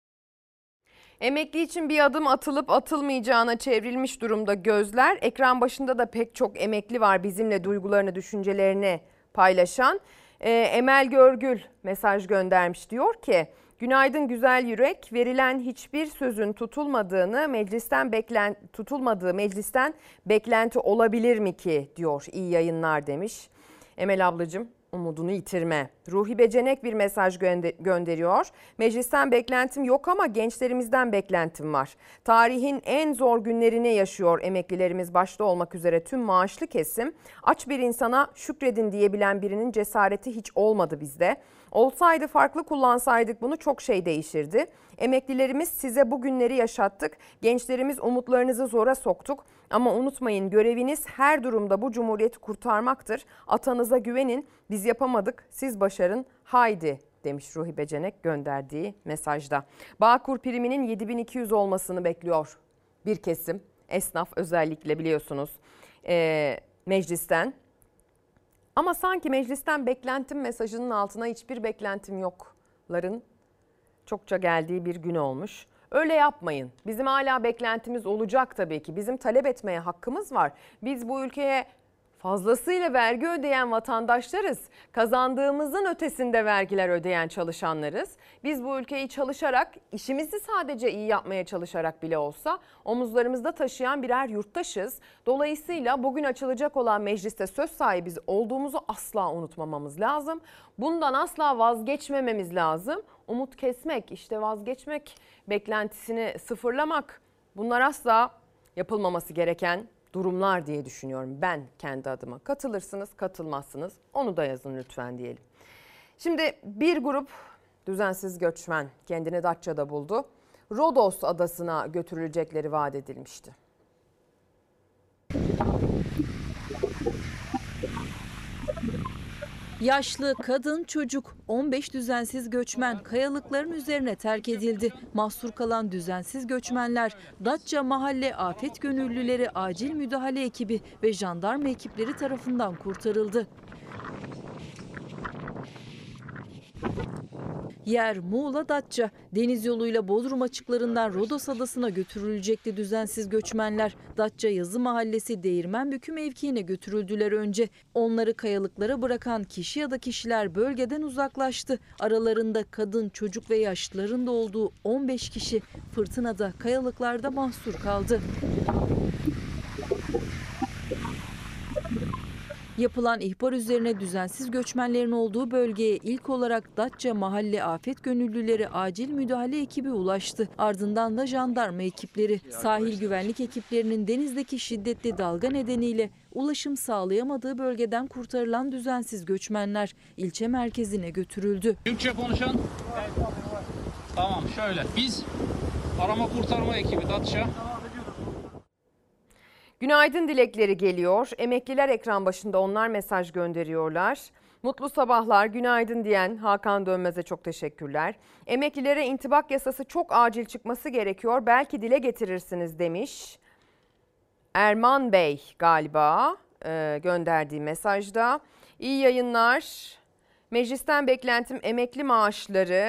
Emekli için bir adım atılıp atılmayacağına çevrilmiş durumda gözler. Ekran başında da pek çok emekli var bizimle duygularını, düşüncelerini paylaşan. Emel Görgül mesaj göndermiş, diyor ki günaydın güzel yürek, verilen hiçbir sözün tutulmadığı meclisten beklenti olabilir mi ki diyor. İyi yayınlar demiş. Emel ablacığım, umudunu yitirme. Ruhi Becenek bir mesaj gönderiyor. Meclisten beklentim yok ama gençlerimizden beklentim var. Tarihin en zor günlerini yaşıyor emeklilerimiz başta olmak üzere tüm maaşlı kesim. Aç bir insana şükredin diyebilen birinin cesareti hiç olmadı bizde. Olsaydı, farklı kullansaydık bunu, çok şey değişirdi. Emeklilerimiz, size bu günleri yaşattık. Gençlerimiz, umutlarınızı zora soktuk. Ama unutmayın, göreviniz her durumda bu cumhuriyeti kurtarmaktır. Atanıza güvenin, biz yapamadık, siz başarın, haydi demiş Ruhi Becenek gönderdiği mesajda. Bağkur priminin 7.200 olmasını bekliyor bir kesim. Esnaf özellikle, biliyorsunuz, meclisten. Ama sanki meclisten beklentim mesajının altına hiçbir beklentim yokların çokça geldiği bir gün olmuş. Öyle yapmayın. Bizim hala beklentimiz olacak tabii ki. Bizim talep etmeye hakkımız var. Biz bu ülkeye fazlasıyla vergi ödeyen vatandaşlarız. Kazandığımızın ötesinde vergiler ödeyen çalışanlarız. Biz bu ülkeyi çalışarak, işimizi sadece iyi yapmaya çalışarak bile olsa omuzlarımızda taşıyan birer yurttaşız. Dolayısıyla bugün açılacak olan mecliste söz sahibi olduğumuzu asla unutmamamız lazım. Bundan asla vazgeçmememiz lazım. Umut kesmek, işte vazgeçmek, beklentisini sıfırlamak, bunlar asla yapılmaması gereken durumlar diye düşünüyorum ben kendi adıma. Katılırsınız, katılmazsınız, onu da yazın lütfen diyelim. Şimdi bir grup düzensiz göçmen kendini Datça'da buldu. Rodos adasına götürülecekleri vaat edilmişti. Yaşlı, kadın, çocuk, 15 düzensiz göçmen kayalıkların üzerine terk edildi. Mahsur kalan düzensiz göçmenler Datça Mahalle Afet Gönüllüleri Acil Müdahale Ekibi ve jandarma ekipleri tarafından kurtarıldı. Yer Muğla Datça. Deniz yoluyla Bodrum açıklarından Rodos Adası'na götürülecekti düzensiz göçmenler. Datça Yazı Mahallesi Değirmenbükü mevkiine götürüldüler önce. Onları kayalıklara bırakan kişi ya da kişiler bölgeden uzaklaştı. Aralarında kadın, çocuk ve yaşlıların da olduğu 15 kişi fırtınada kayalıklarda mahsur kaldı. Yapılan ihbar üzerine düzensiz göçmenlerin olduğu bölgeye ilk olarak Datça Mahalle Afet Gönüllüleri Acil Müdahale Ekibi ulaştı. Ardından da jandarma ekipleri. Sahil güvenlik ekiplerinin denizdeki şiddetli dalga nedeniyle ulaşım sağlayamadığı bölgeden kurtarılan düzensiz göçmenler ilçe merkezine götürüldü. Türkçe konuşan. Tamam, şöyle. Biz arama kurtarma ekibi Datça. Günaydın dilekleri geliyor. Emekliler ekran başında, onlar mesaj gönderiyorlar. Mutlu sabahlar, günaydın diyen Hakan Dönmez'e çok teşekkürler. Emeklilere intibak yasası çok acil çıkması gerekiyor. Belki dile getirirsiniz demiş. Erman Bey galiba gönderdiği mesajda. İyi yayınlar. Meclisten beklentim emekli maaşları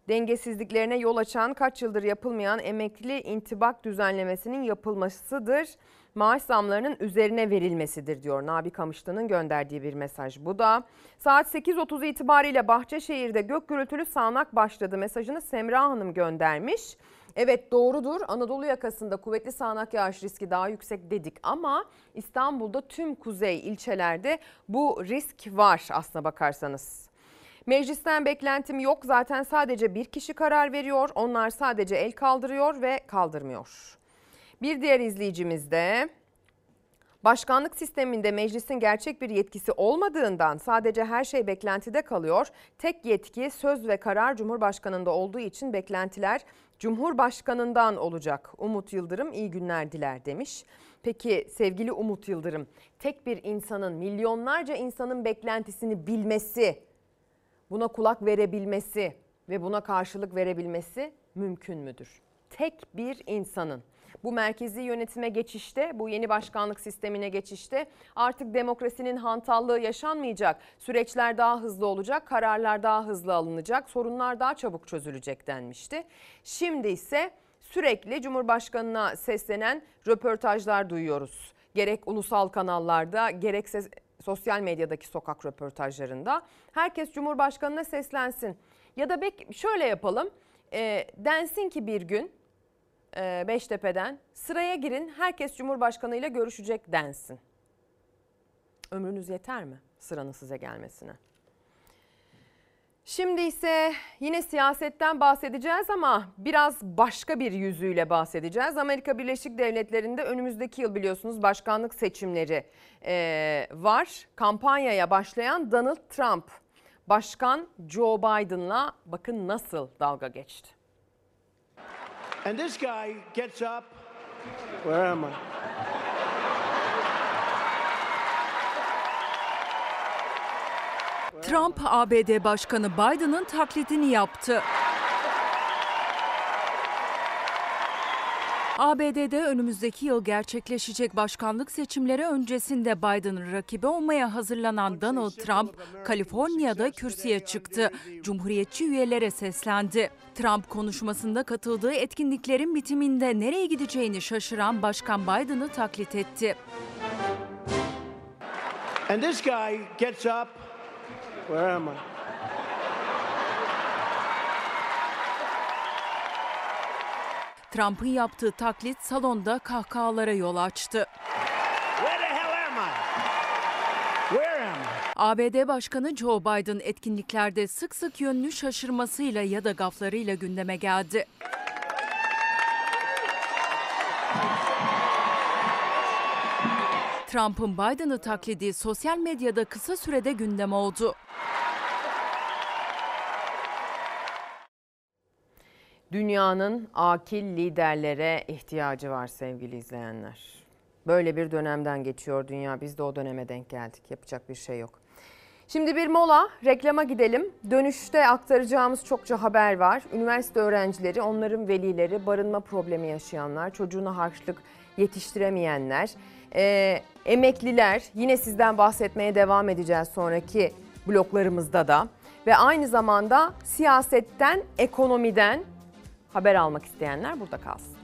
dengesizliklerine yol açan, kaç yıldır yapılmayan emekli intibak düzenlemesinin yapılmasıdır. Maaş zamlarının üzerine verilmesidir diyor Nabi Kamışlı'nın gönderdiği bir mesaj bu da. Saat 8.30 itibariyle Bahçeşehir'de gök gürültülü sağanak başladı mesajını Semra Hanım göndermiş. Evet, doğrudur, Anadolu yakasında kuvvetli sağanak yağış riski daha yüksek dedik ama İstanbul'da tüm kuzey ilçelerde bu risk var aslına bakarsanız. Meclisten beklentim yok, zaten sadece bir kişi karar veriyor, onlar sadece el kaldırıyor ve kaldırmıyor. Bir diğer izleyicimiz de başkanlık sisteminde meclisin gerçek bir yetkisi olmadığından sadece her şey beklentide kalıyor. Tek yetki, söz ve karar Cumhurbaşkanı'nda olduğu için beklentiler Cumhurbaşkanı'ndan olacak. Umut Yıldırım iyi günler diler demiş. Peki sevgili Umut Yıldırım, tek bir insanın milyonlarca insanın beklentisini bilmesi, buna kulak verebilmesi ve buna karşılık verebilmesi mümkün müdür? Tek bir insanın. Bu merkezi yönetime geçişte, bu yeni başkanlık sistemine geçişte artık demokrasinin hantallığı yaşanmayacak. Süreçler daha hızlı olacak, kararlar daha hızlı alınacak, sorunlar daha çabuk çözülecek denmişti. Şimdi ise sürekli Cumhurbaşkanı'na seslenen röportajlar duyuyoruz. Gerek ulusal kanallarda, gerekse sosyal medyadaki sokak röportajlarında. Herkes Cumhurbaşkanı'na seslensin. Ya da şöyle yapalım, densin ki bir gün Beştepe'den sıraya girin, herkes Cumhurbaşkanı ile görüşecek densin. Ömrünüz yeter mi sıranın size gelmesine? Şimdi ise yine siyasetten bahsedeceğiz ama biraz başka bir yüzüyle bahsedeceğiz. Amerika Birleşik Devletleri'nde önümüzdeki yıl biliyorsunuz başkanlık seçimleri var. Kampanyaya başlayan Donald Trump, Başkan Joe Biden'la bakın nasıl dalga geçti. And this guy gets up. Where am I? Trump, ABD Başkanı Biden'ın taklidini yaptı. ABD'de önümüzdeki yıl gerçekleşecek başkanlık seçimleri öncesinde Biden'ın rakibi olmaya hazırlanan Donald Trump, Kaliforniya'da kürsüye çıktı. Cumhuriyetçi üyelere seslendi. Trump konuşmasında katıldığı etkinliklerin bitiminde nereye gideceğini şaşıran Başkan Biden'ı taklit etti. And this guy gets up. Where am I? Trump'ın yaptığı taklit salonda kahkahalara yol açtı. ABD Başkanı Joe Biden etkinliklerde sık sık yönünü şaşırmasıyla ya da gaflarıyla gündeme geldi. Trump'ın Biden'ı taklidi sosyal medyada kısa sürede gündem oldu. Dünyanın akil liderlere ihtiyacı var sevgili izleyenler. Böyle bir dönemden geçiyor dünya. Biz de o döneme denk geldik. Yapacak bir şey yok. Şimdi bir mola, reklama gidelim. Dönüşte aktaracağımız çokça haber var. Üniversite öğrencileri, onların velileri, barınma problemi yaşayanlar, çocuğuna harçlık yetiştiremeyenler, emekliler, yine sizden bahsetmeye devam edeceğiz sonraki bloklarımızda da. Ve aynı zamanda siyasetten, ekonomiden haber almak isteyenler burada kalsın.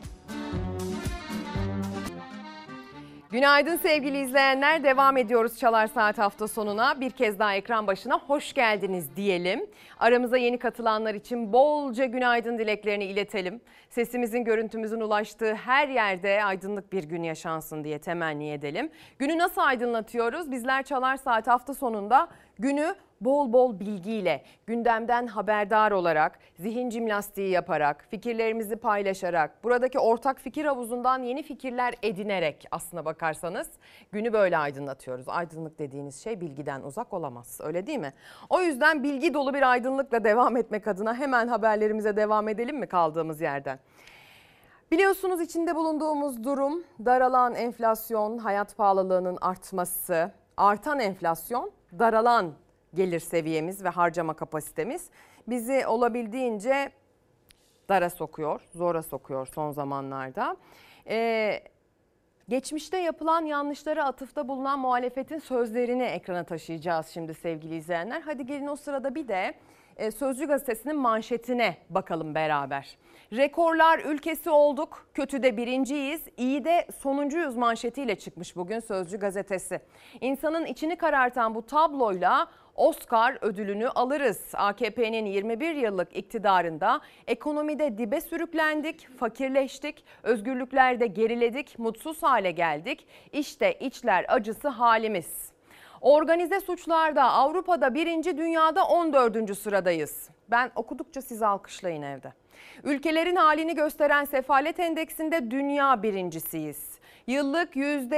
Günaydın sevgili izleyenler. Devam ediyoruz Çalar Saat hafta sonuna. Bir kez daha ekran başına hoş geldiniz diyelim. Aramıza yeni katılanlar için bolca günaydın dileklerini iletelim. Sesimizin, görüntümüzün ulaştığı her yerde aydınlık bir gün yaşansın diye temenni edelim. Günü nasıl aydınlatıyoruz? Bizler Çalar Saat hafta sonunda günü bol bol bilgiyle, gündemden haberdar olarak, zihin jimnastiği yaparak, fikirlerimizi paylaşarak, buradaki ortak fikir havuzundan yeni fikirler edinerek aslına bakarsanız günü böyle aydınlatıyoruz. Aydınlık dediğiniz şey bilgiden uzak olamaz, öyle değil mi? O yüzden bilgi dolu bir aydınlıkla devam etmek adına hemen haberlerimize devam edelim mi kaldığımız yerden? Biliyorsunuz içinde bulunduğumuz durum, daralan enflasyon, hayat pahalılığının artması, artan enflasyon, daralan gelir seviyemiz ve harcama kapasitemiz bizi olabildiğince dara sokuyor, zora sokuyor son zamanlarda. Geçmişte yapılan yanlışlara atıfta bulunan muhalefetin sözlerini ekrana taşıyacağız şimdi sevgili izleyenler. Hadi gelin o sırada bir de Sözcü gazetesinin manşetine bakalım beraber. Rekorlar ülkesi olduk, kötüde birinciyiz, iyi de sonuncuyuz manşetiyle çıkmış bugün Sözcü gazetesi. İnsanın içini karartan bu tabloyla Oscar ödülünü alırız. AKP'nin 21 yıllık iktidarında ekonomide dibe sürüklendik, fakirleştik, özgürlüklerde geriledik, mutsuz hale geldik. İşte içler acısı halimiz. Organize suçlarda Avrupa'da 1. dünyada 14. sıradayız. Ben okudukça siz alkışlayın evde. Ülkelerin halini gösteren sefalet endeksinde dünya birincisiyiz. Yıllık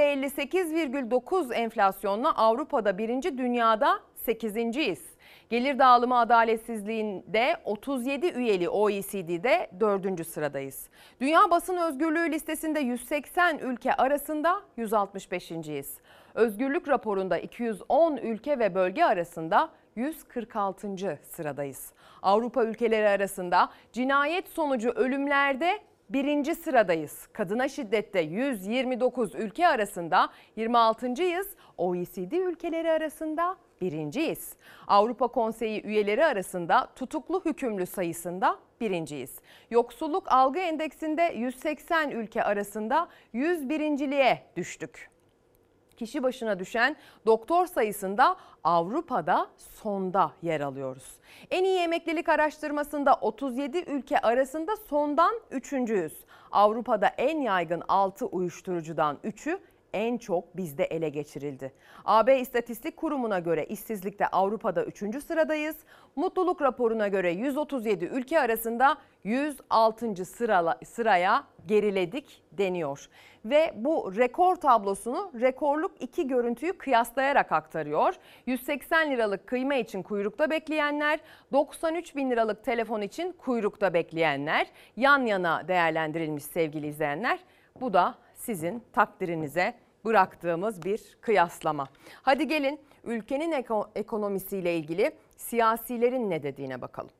%58,9 enflasyonla Avrupa'da 1. dünyada 8.'yiz. Gelir dağılımı adaletsizliğinde 37 üyeli OECD'de 4. sıradayız. Dünya basın özgürlüğü listesinde 180 ülke arasında 165.'yiz. Özgürlük raporunda 210 ülke ve bölge arasında 146. sıradayız. Avrupa ülkeleri arasında cinayet sonucu ölümlerde 1. sıradayız. Kadına şiddette 129 ülke arasında 26.'yiz. OECD ülkeleri arasında 1.'yiz. Avrupa Konseyi üyeleri arasında tutuklu hükümlü sayısında 1.'yiz. Yoksulluk algı endeksinde 180 ülke arasında 101.'liğe düştük. Kişi başına düşen doktor sayısında Avrupa'da sonda yer alıyoruz. En iyi emeklilik araştırmasında 37 ülke arasında sondan 3.'yüz. Avrupa'da en yaygın 6 uyuşturucudan 3'ü en çok bizde ele geçirildi. AB İstatistik Kurumu'na göre işsizlikte Avrupa'da 3. sıradayız. Mutluluk raporuna göre 137 ülke arasında 106. sıraya geriledik deniyor. Ve bu rekor tablosunu rekorluk iki görüntüyü kıyaslayarak aktarıyor. 180 liralık kıyma için kuyrukta bekleyenler, 93 bin liralık telefon için kuyrukta bekleyenler yan yana değerlendirilmiş sevgili izleyenler. Bu da sizin takdirinize bıraktığımız bir kıyaslama. Hadi gelin ülkenin ekonomisiyle ilgili siyasilerin ne dediğine bakalım.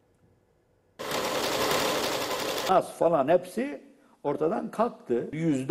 Az falan hepsi ortadan kalktı.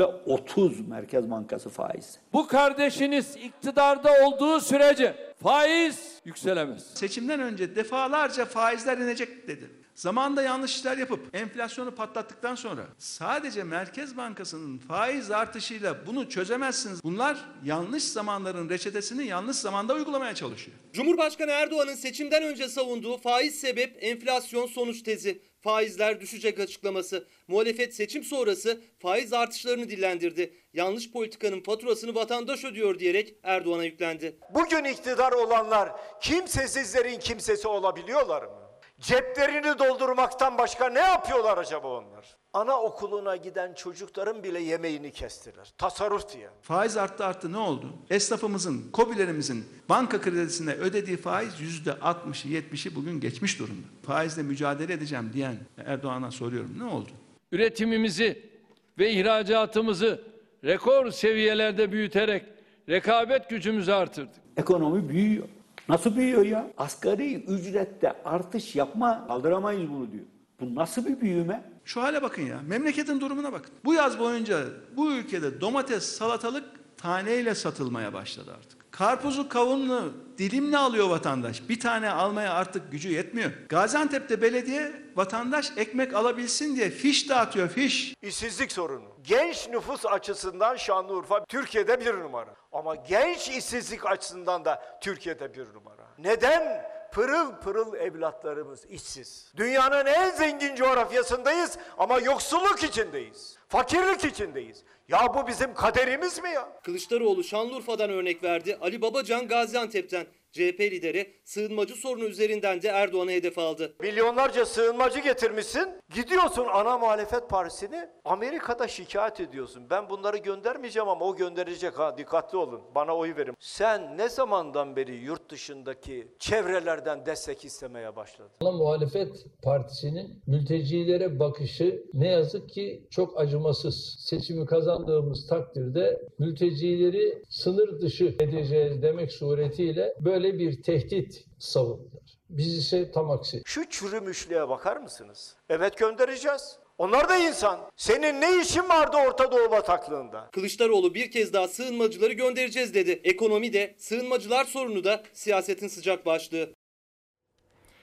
%30 Merkez Bankası faiz. Bu kardeşiniz iktidarda olduğu sürece faiz yükselemez. Seçimden önce defalarca faizler inecek dedi. Zamanında yanlış işler yapıp enflasyonu patlattıktan sonra sadece Merkez Bankası'nın faiz artışıyla bunu çözemezsiniz. Bunlar yanlış zamanların reçetesini yanlış zamanda uygulamaya çalışıyor. Cumhurbaşkanı Erdoğan'ın seçimden önce savunduğu faiz sebep enflasyon sonuç tezi. Faizler düşecek açıklaması. Muhalefet seçim sonrası faiz artışlarını dillendirdi. Yanlış politikanın faturasını vatandaş ödüyor diyerek Erdoğan'a yüklendi. Bugün iktidar olanlar kimsesizlerin kimsesi olabiliyorlar mı? Ceplerini doldurmaktan başka ne yapıyorlar acaba onlar? Anaokuluna giden çocukların bile yemeğini kestiler. Tasarruf diye. Faiz arttı ne oldu? Esnafımızın, KOBİ'lerimizin banka kredisine ödediği faiz %60'ı 70'i bugün geçmiş durumda. Faizle mücadele edeceğim diyen Erdoğan'a soruyorum, ne oldu? Üretimimizi ve ihracatımızı rekor seviyelerde büyüterek rekabet gücümüzü artırdık. Ekonomi büyüyor. Nasıl büyüyor ya? Asgari ücrette artış yapma, kaldıramayız bunu diyor. Bu nasıl bir büyüme? Şu hale bakın ya, memleketin durumuna bakın. Bu yaz boyunca bu ülkede domates, salatalık taneyle satılmaya başladı artık. Karpuzu, kavunlu dilimle alıyor vatandaş. Bir tane almaya artık gücü yetmiyor. Gaziantep'te belediye vatandaş ekmek alabilsin diye fiş dağıtıyor, fiş. İşsizlik sorunu. Genç nüfus açısından Şanlıurfa Türkiye'de bir numara. Ama genç işsizlik açısından da Türkiye'de bir numara. Neden? Pırıl pırıl evlatlarımız işsiz. Dünyanın en zengin coğrafyasındayız ama yoksulluk içindeyiz. Fakirlik içindeyiz. Ya bu bizim kaderimiz mi ya? Kılıçdaroğlu Şanlıurfa'dan örnek verdi. Ali Babacan Gaziantep'ten. CHP lideri sığınmacı sorunu üzerinden de Erdoğan'a hedef aldı. Milyonlarca sığınmacı getirmişsin. Gidiyorsun ana muhalefet partisini Amerika'da şikayet ediyorsun. Ben bunları göndermeyeceğim ama o gönderecek, ha dikkatli olun. Bana oy verin. Sen ne zamandan beri yurt dışındaki çevrelerden destek istemeye başladın? Ana muhalefet partisinin mültecilere bakışı ne yazık ki çok acımasız. Seçimi kazandığımız takdirde mültecileri sınır dışı edeceğiz demek suretiyle böyle bir tehdit savundular. Biz ise tam aksi. Şu çürümüşlüğe bakar mısınız? Evet, göndereceğiz. Onlar da insan. Senin ne işin vardı Orta Doğu bataklığında? Kılıçdaroğlu bir kez daha sığınmacıları göndereceğiz dedi. Ekonomi de, sığınmacılar sorunu da siyasetin sıcak başlığı.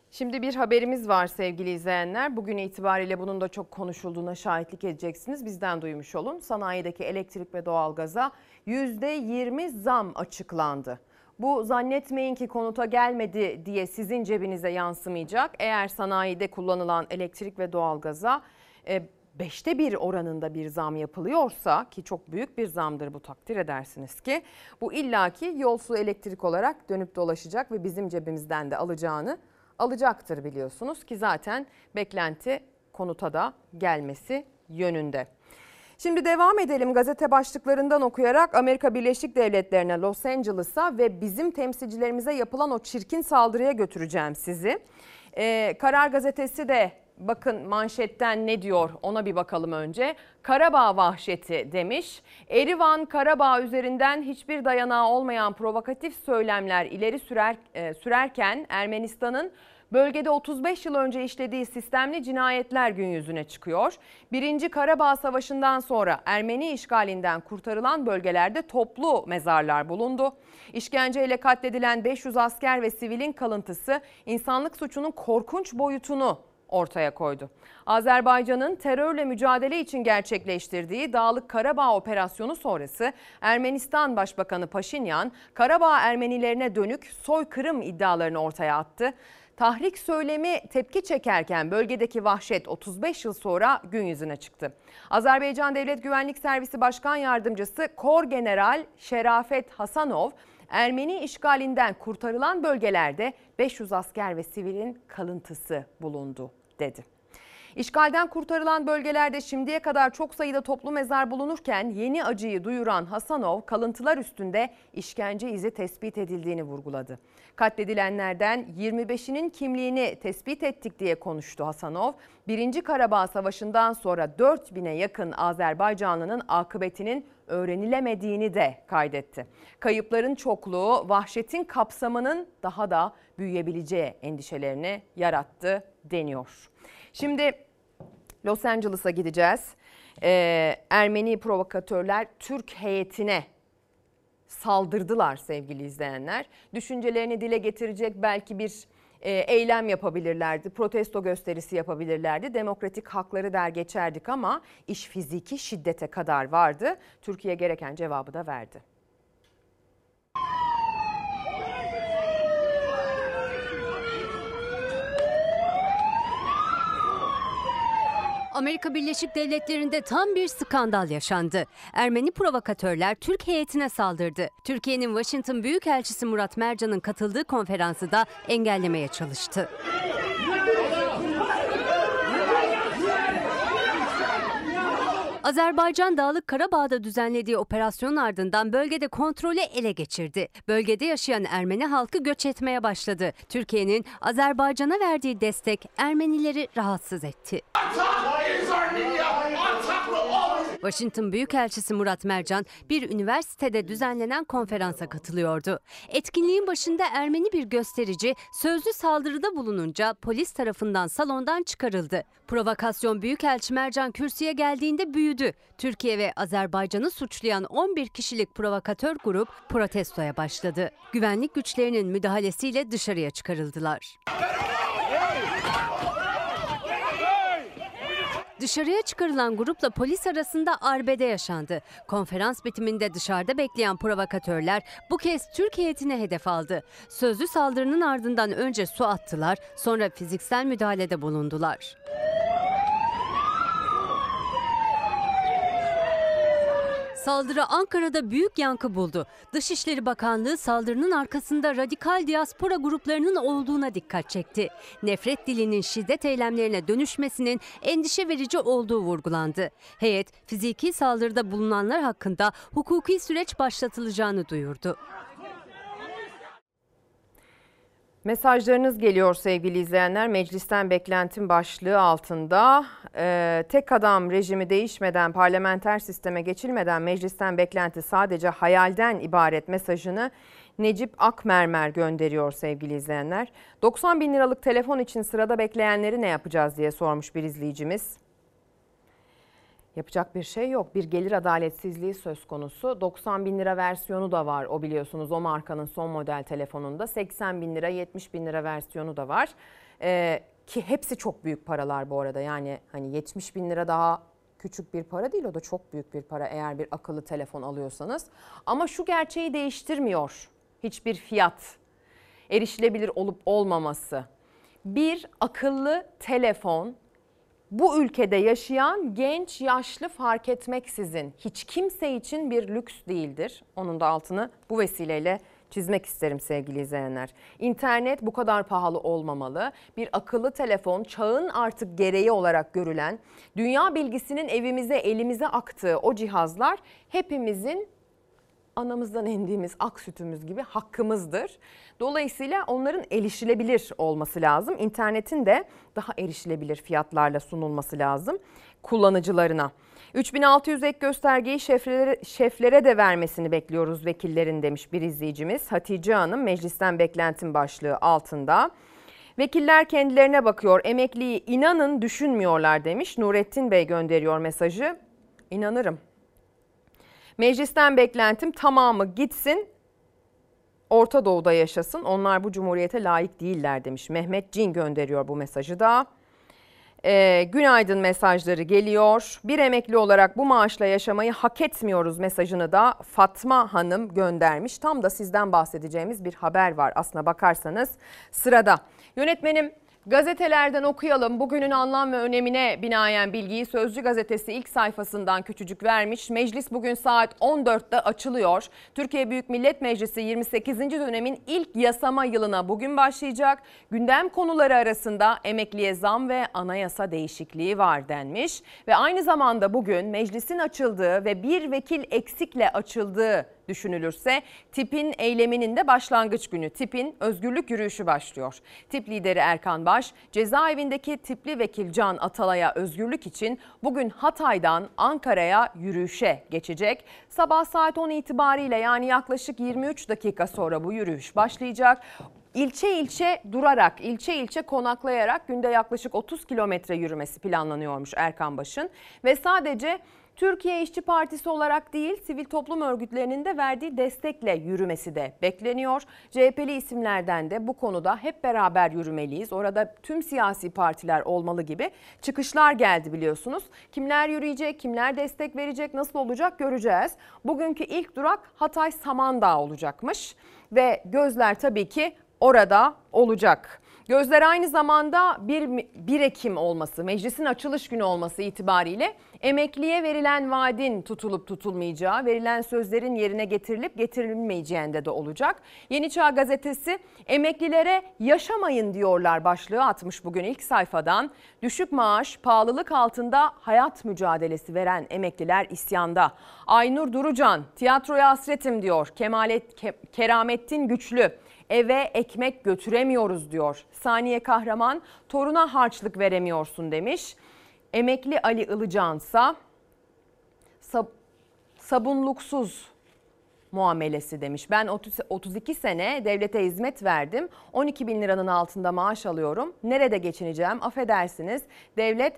Şimdi bir haberimiz var sevgili izleyenler. Bugün itibariyle bunun da çok konuşulduğuna şahitlik edeceksiniz. Bizden duymuş olun. Sanayideki elektrik ve doğalgaza %20 zam açıklandı. Bu zannetmeyin ki konuta gelmedi diye sizin cebinize yansımayacak. Eğer sanayide kullanılan elektrik ve doğalgaza 5'te 1 oranında bir zam yapılıyorsa, ki çok büyük bir zamdır bu, takdir edersiniz ki, bu illaki yol su elektrik olarak dönüp dolaşacak ve bizim cebimizden de alacaktır biliyorsunuz ki zaten beklenti konuta da gelmesi yönünde. Şimdi devam edelim gazete başlıklarından okuyarak. Amerika Birleşik Devletleri'ne, Los Angeles'a ve bizim temsilcilerimize yapılan o çirkin saldırıya götüreceğim sizi. Karar Gazetesi de bakın manşetten ne diyor, ona bir bakalım önce. Karabağ vahşeti demiş. Erivan Karabağ üzerinden hiçbir dayanağı olmayan provokatif söylemler ileri sürerken Ermenistan'ın bölgede 35 yıl önce işlediği sistemli cinayetler gün yüzüne çıkıyor. 1. Karabağ Savaşı'ndan sonra Ermeni işgalinden kurtarılan bölgelerde toplu mezarlar bulundu. İşkenceyle katledilen 500 asker ve sivilin kalıntısı insanlık suçunun korkunç boyutunu ortaya koydu. Azerbaycan'ın terörle mücadele için gerçekleştirdiği Dağlık Karabağ operasyonu sonrası Ermenistan Başbakanı Paşinyan, Karabağ Ermenilerine dönük soykırım iddialarını ortaya attı. Tahrik söylemi tepki çekerken bölgedeki vahşet 35 yıl sonra gün yüzüne çıktı. Azerbaycan Devlet Güvenlik Servisi Başkan Yardımcısı Kor General Şerafet Hasanov, Ermeni işgalinden kurtarılan bölgelerde 500 asker ve sivilin kalıntısı bulundu dedi. İşgalden kurtarılan bölgelerde şimdiye kadar çok sayıda toplu mezar bulunurken yeni acıyı duyuran Hasanov, kalıntılar üstünde işkence izi tespit edildiğini vurguladı. Katledilenlerden 25'inin kimliğini tespit ettik diye konuştu Hasanov. 1. Karabağ Savaşı'ndan sonra 4000'e yakın Azerbaycanlı'nın akıbetinin öğrenilemediğini de kaydetti. Kayıpların çokluğu vahşetin kapsamının daha da büyüyebileceği endişelerini yarattı deniyor. Şimdi Los Angeles'a gideceğiz. Ermeni provokatörler Türk heyetine saldırdılar sevgili izleyenler. Düşüncelerini dile getirecek belki bir eylem yapabilirlerdi, protesto gösterisi yapabilirlerdi. Demokratik hakları der geçerdik ama iş fiziki şiddete kadar vardı. Türkiye gereken cevabı da verdi. Amerika Birleşik Devletleri'nde tam bir skandal yaşandı. Ermeni provokatörler Türk heyetine saldırdı. Türkiye'nin Washington Büyükelçisi Murat Mercan'ın katıldığı konferansı da engellemeye çalıştı. Azerbaycan Dağlık Karabağ'da düzenlediği operasyon ardından bölgede kontrolü ele geçirdi. Bölgede yaşayan Ermeni halkı göç etmeye başladı. Türkiye'nin Azerbaycan'a verdiği destek Ermenileri rahatsız etti. Washington Büyükelçisi Murat Mercan bir üniversitede düzenlenen konferansa katılıyordu. Etkinliğin başında Ermeni bir gösterici sözlü saldırıda bulununca polis tarafından salondan çıkarıldı. Provokasyon Büyükelçi Mercan kürsüye geldiğinde büyüdü. Türkiye ve Azerbaycan'ı suçlayan 11 kişilik provokatör grup protestoya başladı. Güvenlik güçlerinin müdahalesiyle dışarıya çıkarıldılar. Dışarıya çıkarılan grupla polis arasında arbede yaşandı. Konferans bitiminde dışarıda bekleyen provokatörler bu kez Türk heyetine hedef aldı. Sözlü saldırının ardından önce su attılar, sonra fiziksel müdahalede bulundular. Saldırı Ankara'da büyük yankı buldu. Dışişleri Bakanlığı saldırının arkasında radikal diaspora gruplarının olduğuna dikkat çekti. Nefret dilinin şiddet eylemlerine dönüşmesinin endişe verici olduğu vurgulandı. Heyet, fiziki saldırıda bulunanlar hakkında hukuki süreç başlatılacağını duyurdu. Mesajlarınız geliyor sevgili izleyenler. Meclisten beklentim başlığı altında tek adam rejimi değişmeden, parlamenter sisteme geçilmeden meclisten beklenti sadece hayalden ibaret mesajını Necip Akmermer gönderiyor sevgili izleyenler. 90 bin liralık telefon için sırada bekleyenleri ne yapacağız diye sormuş bir izleyicimiz. Yapacak bir şey yok. Bir gelir adaletsizliği söz konusu. 90 bin lira versiyonu da var, o biliyorsunuz, o markanın son model telefonunda. 80 bin lira, 70 bin lira versiyonu da var. Ki hepsi çok büyük paralar bu arada. Yani hani 70 bin lira daha küçük bir para değil, o da çok büyük bir para eğer bir akıllı telefon alıyorsanız. Ama şu gerçeği değiştirmiyor hiçbir fiyat, erişilebilir olup olmaması. Bir akıllı telefon bu ülkede yaşayan genç, yaşlı fark etmeksizin hiç kimse için bir lüks değildir. Onun da altını bu vesileyle çizmek isterim sevgili izleyenler. İnternet bu kadar pahalı olmamalı. Bir akıllı telefon çağın artık gereği olarak görülen, dünya bilgisinin evimize, elimize aktığı o cihazlar hepimizin anamızdan emdiğimiz ak sütümüz gibi hakkımızdır. Dolayısıyla onların erişilebilir olması lazım. İnternetin de daha erişilebilir fiyatlarla sunulması lazım kullanıcılarına. 3600 ek göstergeyi şeflere de vermesini bekliyoruz vekillerin demiş bir izleyicimiz. Hatice Hanım meclisten beklentim başlığı altında. Vekiller kendilerine bakıyor, emekliyi inanın düşünmüyorlar demiş. Nurettin Bey gönderiyor mesajı. İnanırım. Meclisten beklentim tamamı gitsin, Orta Doğu'da yaşasın. Onlar bu cumhuriyete layık değiller demiş. Mehmet Cin gönderiyor bu mesajı da. Günaydın mesajları geliyor. Bir emekli olarak bu maaşla yaşamayı hak etmiyoruz mesajını da Fatma Hanım göndermiş. Tam da sizden bahsedeceğimiz bir haber var aslına bakarsanız sırada. Yönetmenim, gazetelerden okuyalım. Bugünün anlam ve önemine binaen bilgiyi Sözcü gazetesi ilk sayfasından küçücük vermiş. Meclis bugün saat 14'te açılıyor. Türkiye Büyük Millet Meclisi 28. dönemin ilk yasama yılına bugün başlayacak. Gündem konuları arasında emekliye zam ve anayasa değişikliği var denmiş. Ve aynı zamanda bugün meclisin açıldığı ve bir vekil eksikle açıldığı düşünülürse TİP'in eyleminin de başlangıç günü. TİP'in özgürlük yürüyüşü başlıyor. TİP lideri Erkan Baş, cezaevindeki TİP'li vekil Can Atalay'a özgürlük için bugün Hatay'dan Ankara'ya yürüyüşe geçecek. Sabah saat 10 itibariyle yani yaklaşık 23 dakika sonra bu yürüyüş başlayacak. İlçe ilçe durarak, ilçe ilçe konaklayarak günde yaklaşık 30 kilometre yürümesi planlanıyormuş Erkan Baş'ın. Ve sadece Türkiye İşçi Partisi olarak değil, sivil toplum örgütlerinin de verdiği destekle yürümesi de bekleniyor. CHP'li isimlerden de bu konuda hep beraber yürümeliyiz, orada tüm siyasi partiler olmalı gibi çıkışlar geldi biliyorsunuz. Kimler yürüyecek, kimler destek verecek, nasıl olacak göreceğiz. Bugünkü ilk durak Hatay Samandağ olacakmış ve gözler tabii ki orada olacak. Gözler aynı zamanda 1 Ekim olması, meclisin açılış günü olması itibariyle emekliye verilen vaadin tutulup tutulmayacağı, verilen sözlerin yerine getirilip getirilmeyeceğinde de olacak. Yeni Çağ gazetesi emeklilere yaşamayın diyorlar başlığı atmış bugün ilk sayfadan. Düşük maaş, pahalılık altında hayat mücadelesi veren emekliler isyanda. Aynur Durucan, tiyatroya hasretim diyor. Keramettin Güçlü. Eve ekmek götüremiyoruz diyor. Saniye Kahraman, toruna harçlık veremiyorsun demiş. Emekli Ali Ilıcansa sabunluksuz muamelesi demiş. Ben 32 sene devlete hizmet verdim. 12 bin liranın altında maaş alıyorum. Nerede geçineceğim? Affedersiniz, devlet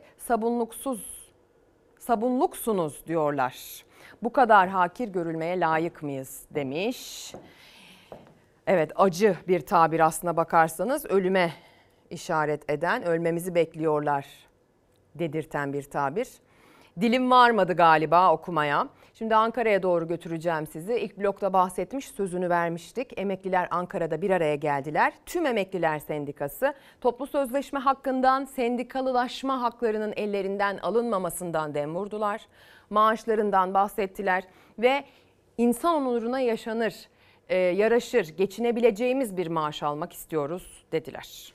sabunluksunuz diyorlar. Bu kadar hakir görülmeye layık mıyız demiş. Evet, acı bir tabir aslına bakarsanız, ölüme işaret eden, ölmemizi bekliyorlar dedirten bir tabir. Dilim varmadı galiba okumaya. Şimdi Ankara'ya doğru götüreceğim sizi. İlk blokta bahsetmiş, sözünü vermiştik. Emekliler Ankara'da bir araya geldiler. Tüm Emekliler Sendikası toplu sözleşme hakkından, sendikalılaşma haklarının ellerinden alınmamasından dem vurdular. Maaşlarından bahsettiler ve insan onuruna yaraşır, geçinebileceğimiz bir maaş almak istiyoruz dediler.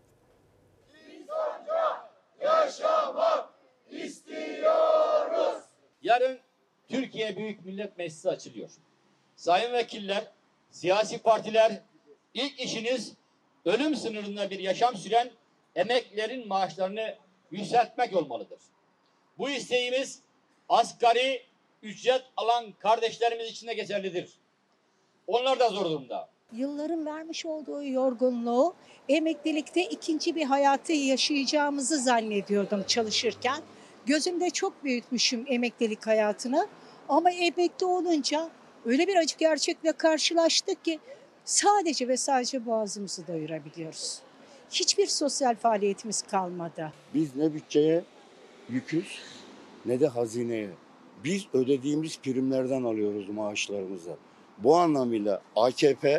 İnsanca yaşamak istiyoruz. Yarın Türkiye Büyük Millet Meclisi açılıyor. Sayın vekiller, siyasi partiler, ilk işiniz ölüm sınırında bir yaşam süren emeklilerin maaşlarını yükseltmek olmalıdır. Bu isteğimiz asgari ücret alan kardeşlerimiz için de geçerlidir. Onlar da zor durumda. Yılların vermiş olduğu yorgunluğu, emeklilikte ikinci bir hayatı yaşayacağımızı zannediyordum çalışırken. Gözümde çok büyütmüşüm emeklilik hayatını ama emekli olunca öyle bir acı gerçekle karşılaştık ki sadece ve sadece boğazımızı doyurabiliyoruz. hiçbir sosyal faaliyetimiz kalmadı. Biz ne bütçeye yüküz ne de hazineye. Biz ödediğimiz primlerden alıyoruz maaşlarımızı. Bu anlamıyla AKP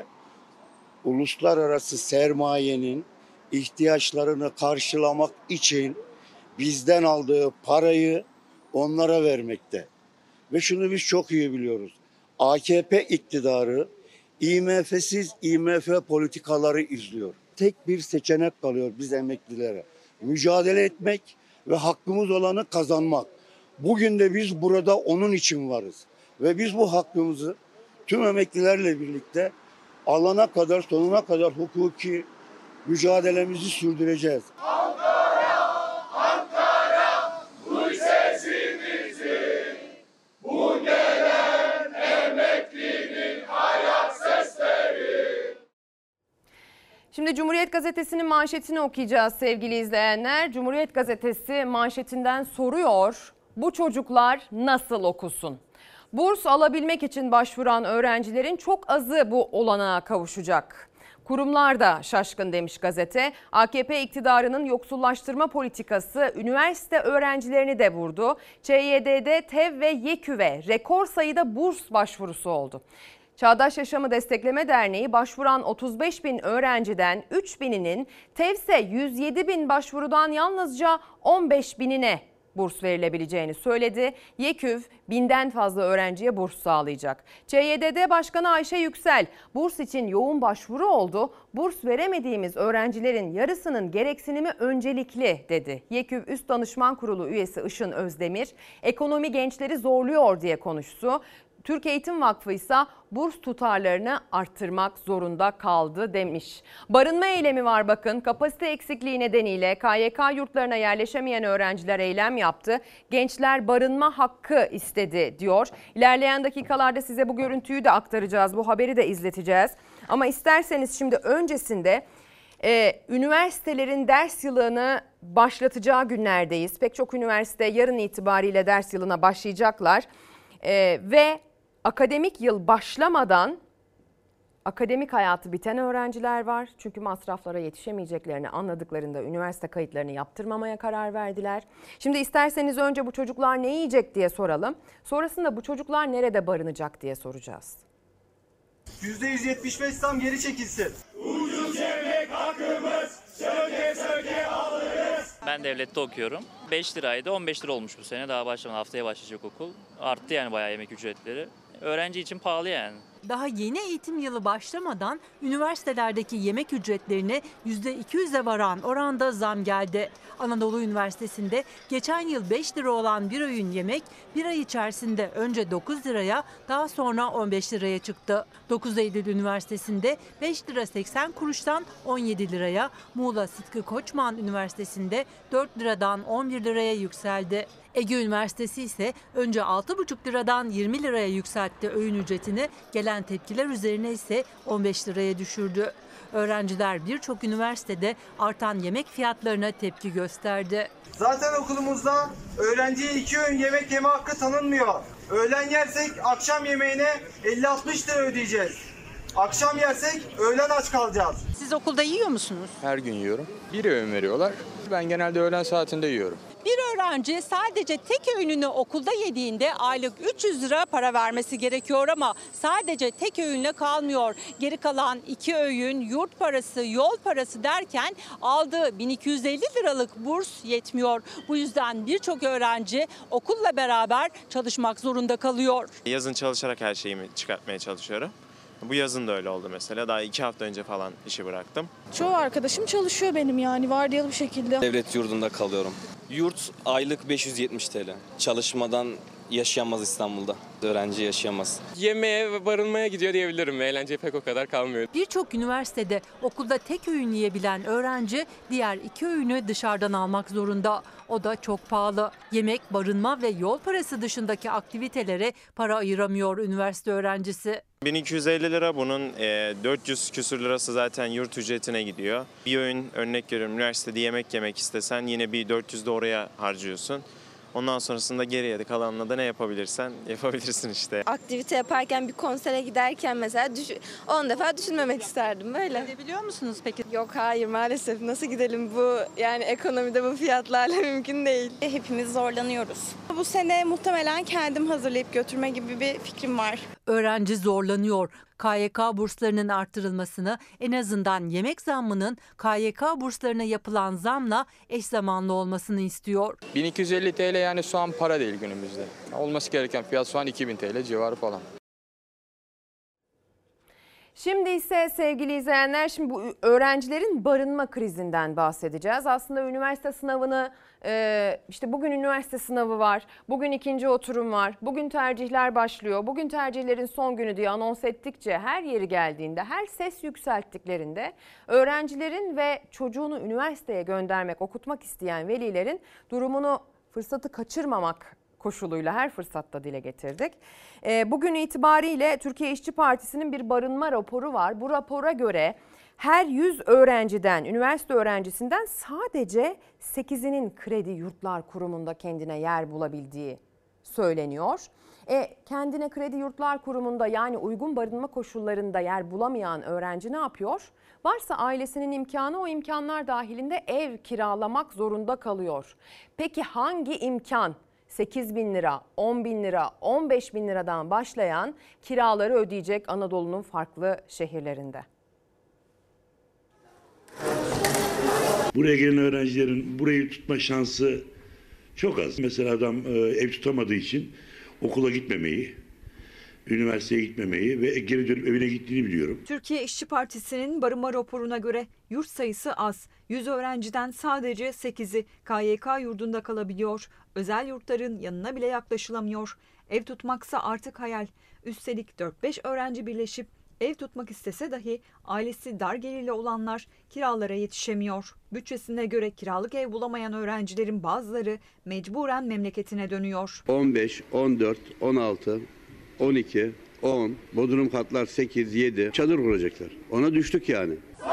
uluslararası sermayenin ihtiyaçlarını karşılamak için bizden aldığı parayı onlara vermekte. Ve şunu biz çok iyi biliyoruz. AKP iktidarı IMF'siz IMF politikaları izliyor. Tek bir seçenek kalıyor biz emeklilere. Mücadele etmek ve hakkımız olanı kazanmak. Bugün de biz burada onun için varız. Ve biz bu hakkımızı tüm emeklilerle birlikte alana kadar, sonuna kadar hukuki mücadelemizi sürdüreceğiz. Ankara, Ankara, duy sesimizi, bu gelen emeklinin hayat sesleri. Şimdi Cumhuriyet Gazetesi'nin manşetini okuyacağız sevgili izleyenler. Cumhuriyet Gazetesi manşetinden soruyor, bu çocuklar nasıl okusun? Burs alabilmek için başvuran öğrencilerin çok azı bu olanağa kavuşacak. Kurumlar da şaşkın demiş gazete. AKP iktidarının yoksullaştırma politikası üniversite öğrencilerini de vurdu. ÇYD'de TEV ve YEKÜV'e rekor sayıda burs başvurusu oldu. Çağdaş Yaşamı Destekleme Derneği başvuran 35 bin öğrenciden 3 bininin, TEV'se 107 bin başvurudan yalnızca 15 binine burs verilebileceğini söyledi. YEKÜV 1000'den fazla öğrenciye burs sağlayacak. ÇYDD Başkanı Ayşe Yüksel, burs için yoğun başvuru oldu. Burs veremediğimiz öğrencilerin yarısının gereksinimi öncelikli dedi. YEKÜV Üst Danışman Kurulu üyesi Işın Özdemir, ekonomi gençleri zorluyor diye konuştu. Türk Eğitim Vakfı ise burs tutarlarını arttırmak zorunda kaldı demiş. Barınma eylemi var bakın. Kapasite eksikliği nedeniyle KYK yurtlarına yerleşemeyen öğrenciler eylem yaptı. Gençler barınma hakkı istedi diyor. İlerleyen dakikalarda size bu görüntüyü de aktaracağız. Bu haberi de izleteceğiz. Ama isterseniz şimdi öncesinde üniversitelerin ders yılını başlatacağı günlerdeyiz. Pek çok üniversite yarın itibariyle ders yılına başlayacaklar. Ve akademik yıl başlamadan akademik hayatı biten öğrenciler var. Çünkü masraflara yetişemeyeceklerini anladıklarında üniversite kayıtlarını yaptırmamaya karar verdiler. Şimdi isterseniz önce bu çocuklar ne yiyecek diye soralım. Sonrasında bu çocuklar nerede barınacak diye soracağız. %175 zam geri çekilsin. Ucuz yemek hakkımız, söke söke alırız. Ben devlette okuyorum. 5 liraydı, 15 lira olmuş bu sene. Daha başlamadı, haftaya başlayacak okul. Arttı yani bayağı yemek ücretleri. Öğrenci için pahalı yani. Daha yeni eğitim yılı başlamadan üniversitelerdeki yemek ücretlerine %200'e varan oranda zam geldi. Anadolu Üniversitesi'nde geçen yıl 5 lira olan bir öğün yemek bir ay içerisinde önce 9 liraya daha sonra 15 liraya çıktı. 9 Eylül Üniversitesi'nde 5 lira 80 kuruştan 17 liraya, Muğla Sıtkı Koçman Üniversitesi'nde 4 liradan 11 liraya yükseldi. Ege Üniversitesi ise önce 6,5 liradan 20 liraya yükseltti öğün ücretini, gelen tepkiler üzerine ise 15 liraya düşürdü. Öğrenciler birçok üniversitede artan yemek fiyatlarına tepki gösterdi. Zaten okulumuzda öğrenciye 2 öğün yemek yeme hakkı tanınmıyor. Öğlen yersek akşam yemeğine 50-60 lira ödeyeceğiz. Akşam yersek öğlen aç kalacağız. Siz okulda yiyor musunuz? Her gün yiyorum. Bir öğün veriyorlar. Ben genelde öğlen saatinde yiyorum. Bir öğrenci sadece tek öğününü okulda yediğinde aylık 300 lira para vermesi gerekiyor ama sadece tek öğünle kalmıyor. Geri kalan 2 öğün, yurt parası, yol parası derken aldığı 1250 liralık burs yetmiyor. Bu yüzden birçok öğrenci okulla beraber çalışmak zorunda kalıyor. Yazın çalışarak her şeyimi çıkartmaya çalışıyorum. Bu yazın da öyle oldu mesela. Daha 2 hafta önce falan işi bıraktım. Çoğu arkadaşım çalışıyor benim yani vardiyalı bir şekilde. Devlet yurdunda kalıyorum. Yurt aylık 570 TL. Çalışmadan yaşayamaz İstanbul'da. Öğrenci yaşayamaz. Yemeğe ve barınmaya gidiyor diyebilirim. Eğlence pek o kadar kalmıyor. Birçok üniversitede okulda tek öğün yiyebilen öğrenci diğer 2 öğünü dışarıdan almak zorunda. O da çok pahalı. Yemek, barınma ve yol parası dışındaki aktivitelere para ayıramıyor üniversite öğrencisi. 1250 lira, bunun 400 küsür lirası zaten yurt ücretine gidiyor. Bir öğün, örnek veriyorum, üniversitede yemek yemek istesen yine bir 400 de oraya harcıyorsun. Ondan sonrasında geriye de kalanla da ne yapabilirsen yapabilirsin işte. Aktivite yaparken bir konsere giderken mesela 10 defa düşünmemek isterdim böyle. Gidebiliyor musunuz peki? Yok hayır maalesef nasıl gidelim bu yani ekonomide bu fiyatlarla mümkün değil. Hepimiz zorlanıyoruz. Bu sene muhtemelen kendim hazırlayıp götürme gibi bir fikrim var. Öğrenci zorlanıyor. KYK burslarının artırılmasını, en azından yemek zammının KYK burslarına yapılan zamla eş zamanlı olmasını istiyor. 1250 TL yani şu an para değil günümüzde. Olması gereken fiyat şu an 2000 TL civarı falan. Şimdi ise sevgili izleyenler, şimdi bu öğrencilerin barınma krizinden bahsedeceğiz. Aslında üniversite sınavını işte bugün üniversite sınavı var, bugün ikinci oturum var, bugün tercihler başlıyor. Bugün tercihlerin son günü diye anons ettikçe her yeri geldiğinde, her ses yükselttiklerinde öğrencilerin ve çocuğunu üniversiteye göndermek, okutmak isteyen velilerin durumunu, fırsatı kaçırmamak koşuluyla her fırsatta dile getirdik. Bugün itibariyle Türkiye İşçi Partisi'nin bir barınma raporu var. Bu rapora göre her 100 öğrenciden, üniversite öğrencisinden sadece 8'inin Kredi Yurtlar Kurumu'nda kendine yer bulabildiği söyleniyor. Kendine Kredi Yurtlar Kurumu'nda, yani uygun barınma koşullarında yer bulamayan öğrenci ne yapıyor? Varsa ailesinin imkanı, o imkanlar dahilinde ev kiralamak zorunda kalıyor. Peki hangi imkan 8 bin lira, 10 bin lira, 15 bin liradan başlayan kiraları ödeyecek Anadolu'nun farklı şehirlerinde? Buraya gelen öğrencilerin burayı tutma şansı çok az. Mesela adam ev tutamadığı için okula gitmemeyi, üniversiteye gitmemeyi ve geri dönüp evine gittiğini biliyorum. Türkiye İşçi Partisi'nin barınma raporuna göre yurt sayısı az. 100 öğrenciden sadece 8'i KYK yurdunda kalabiliyor. Özel yurtların yanına bile yaklaşılamıyor. Ev tutmaksa artık hayal. Üstelik 4-5 öğrenci birleşip ev tutmak istese dahi ailesi dar gelirli olanlar kiralara yetişemiyor. Bütçesine göre kiralık ev bulamayan öğrencilerin bazıları mecburen memleketine dönüyor. 15, 14, 16, 12, 10, bodrum katlar 8, 7 çadır kuracaklar. Ona düştük yani.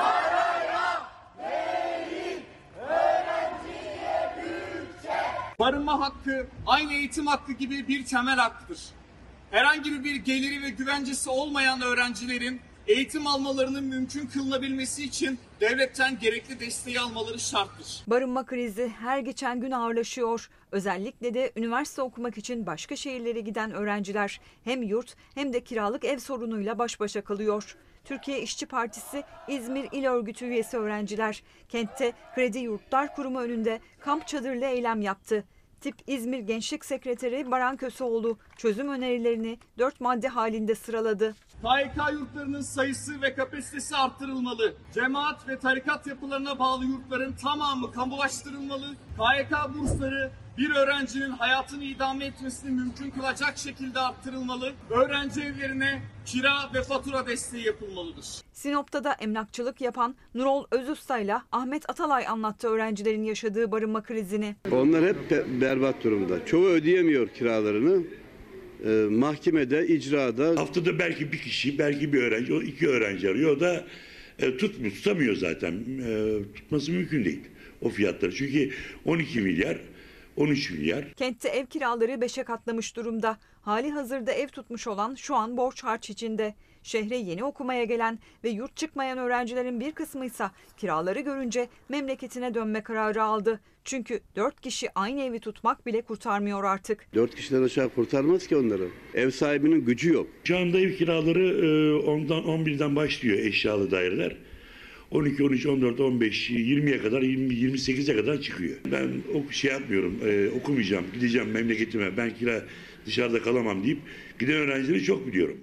Barınma hakkı aynı eğitim hakkı gibi bir temel hakkıdır. Herhangi bir geliri ve güvencesi olmayan öğrencilerin eğitim almalarının mümkün kılınabilmesi için devletten gerekli desteği almaları şarttır. Barınma krizi her geçen gün ağırlaşıyor. Özellikle de üniversite okumak için başka şehirlere giden öğrenciler hem yurt hem de kiralık ev sorunuyla baş başa kalıyor. Türkiye İşçi Partisi İzmir İl Örgütü üyesi öğrenciler kentte Kredi Yurtlar Kurumu önünde kamp çadırlı eylem yaptı. Tip İzmir Gençlik Sekreteri Baran Köseoğlu çözüm önerilerini 4 madde halinde sıraladı. KYK yurtlarının sayısı ve kapasitesi arttırılmalı. Cemaat ve tarikat yapılarına bağlı yurtların tamamı kamulaştırılmalı. KYK bursları bir öğrencinin hayatını idame etmesini mümkün kılacak şekilde arttırılmalı. Öğrenci evlerine kira ve fatura desteği yapılmalıdır. Sinop'ta da emlakçılık yapan Nurol Özusta ile Ahmet Atalay anlattı öğrencilerin yaşadığı barınma krizini. Onlar hep berbat durumda. Çoğu ödeyemiyor kiralarını. Mahkemede, icrada. Haftada belki bir kişi, belki bir öğrenci, o 2 öğrenci arıyor. O da tutamıyor zaten. Tutması mümkün değil o fiyatları. Çünkü 12 milyar, 13 milyar. Kentte ev kiraları 5'e katlamış durumda. Hali hazırda ev tutmuş olan şu an borç harç içinde. Şehre yeni okumaya gelen ve yurt çıkmayan öğrencilerin bir kısmı ise kiraları görünce memleketine dönme kararı aldı. Çünkü 4 kişi aynı evi tutmak bile kurtarmıyor artık. 4 kişiden aşağı kurtarmaz ki onları. Ev sahibinin gücü yok. Şu anda ev kiraları 10'dan 11'den başlıyor eşyalı daireler. 12, 13, 14, 15, 20'ye kadar, 28'e kadar çıkıyor. Ben yapmıyorum, okumayacağım, gideceğim memleketime, ben dışarıda kalamam deyip giden öğrencileri çok biliyorum.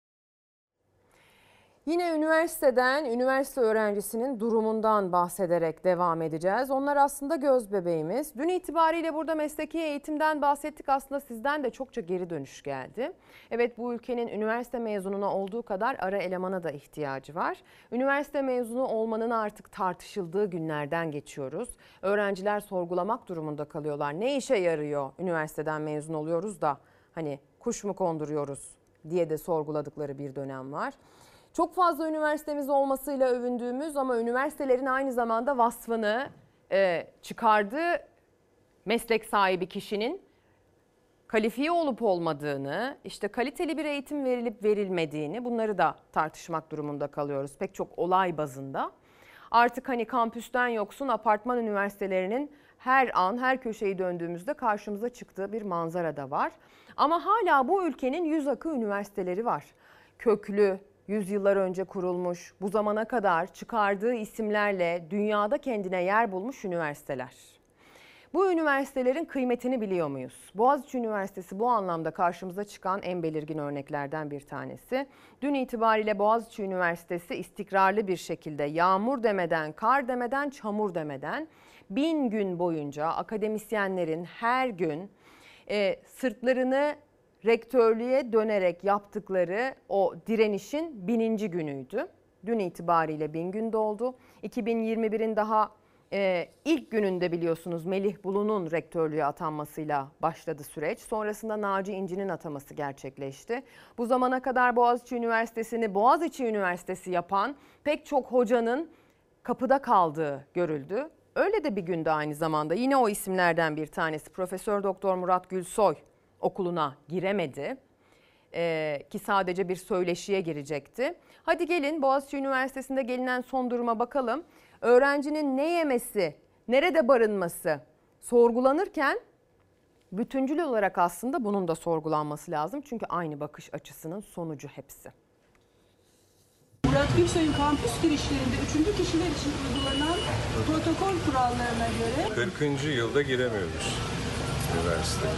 Yine üniversite öğrencisinin durumundan bahsederek devam edeceğiz. Onlar aslında göz bebeğimiz. Dün itibariyle burada mesleki eğitimden bahsettik. Aslında sizden de çokça geri dönüş geldi. Evet, bu ülkenin üniversite mezununa olduğu kadar ara elemana da ihtiyacı var. Üniversite mezunu olmanın artık tartışıldığı günlerden geçiyoruz. Öğrenciler sorgulamak durumunda kalıyorlar. Ne işe yarıyor üniversiteden mezun oluyoruz da hani kuş mu konduruyoruz diye de sorguladıkları bir dönem var. Çok fazla üniversitemiz olmasıyla övündüğümüz ama üniversitelerin aynı zamanda vasfını çıkardığı meslek sahibi kişinin kalifiye olup olmadığını, işte kaliteli bir eğitim verilip verilmediğini, bunları da tartışmak durumunda kalıyoruz pek çok olay bazında. Artık hani kampüsten yoksun apartman üniversitelerinin her an her köşeyi döndüğümüzde karşımıza çıktığı bir manzara da var. Ama hala bu ülkenin yüz akı üniversiteleri var. Köklü, yüzyıllar önce kurulmuş, bu zamana kadar çıkardığı isimlerle dünyada kendine yer bulmuş üniversiteler. Bu üniversitelerin kıymetini biliyor muyuz? Boğaziçi Üniversitesi bu anlamda karşımıza çıkan en belirgin örneklerden bir tanesi. Dün itibariyle Boğaziçi Üniversitesi istikrarlı bir şekilde yağmur demeden, kar demeden, çamur demeden 1000 gün boyunca akademisyenlerin her gün sırtlarını rektörlüğe dönerek yaptıkları o direnişin 1000. günüydü. Dün itibariyle 1000 gün doldu. 2021'in daha ilk gününde biliyorsunuz Melih Bulu'nun rektörlüğe atanmasıyla başladı süreç. Sonrasında Naci İnci'nin ataması gerçekleşti. Bu zamana kadar Boğaziçi Üniversitesi'ni Boğaziçi Üniversitesi yapan pek çok hocanın kapıda kaldığı görüldü. Öyle de bir günde aynı zamanda yine o isimlerden bir tanesi Profesör Doktor Murat Gülsoy okuluna giremedi. Ki sadece bir söyleşiye girecekti. Hadi gelin Boğaziçi Üniversitesi'nde gelinen son duruma bakalım. Öğrencinin ne yemesi, nerede barınması sorgulanırken bütüncül olarak aslında bunun da sorgulanması lazım. Çünkü aynı bakış açısının sonucu hepsi. Murat Gülsoy'un kampüs girişlerinde 3. kişiler için uygulanan protokol kurallarına göre 40. yılda giremiyoruz üniversiteye.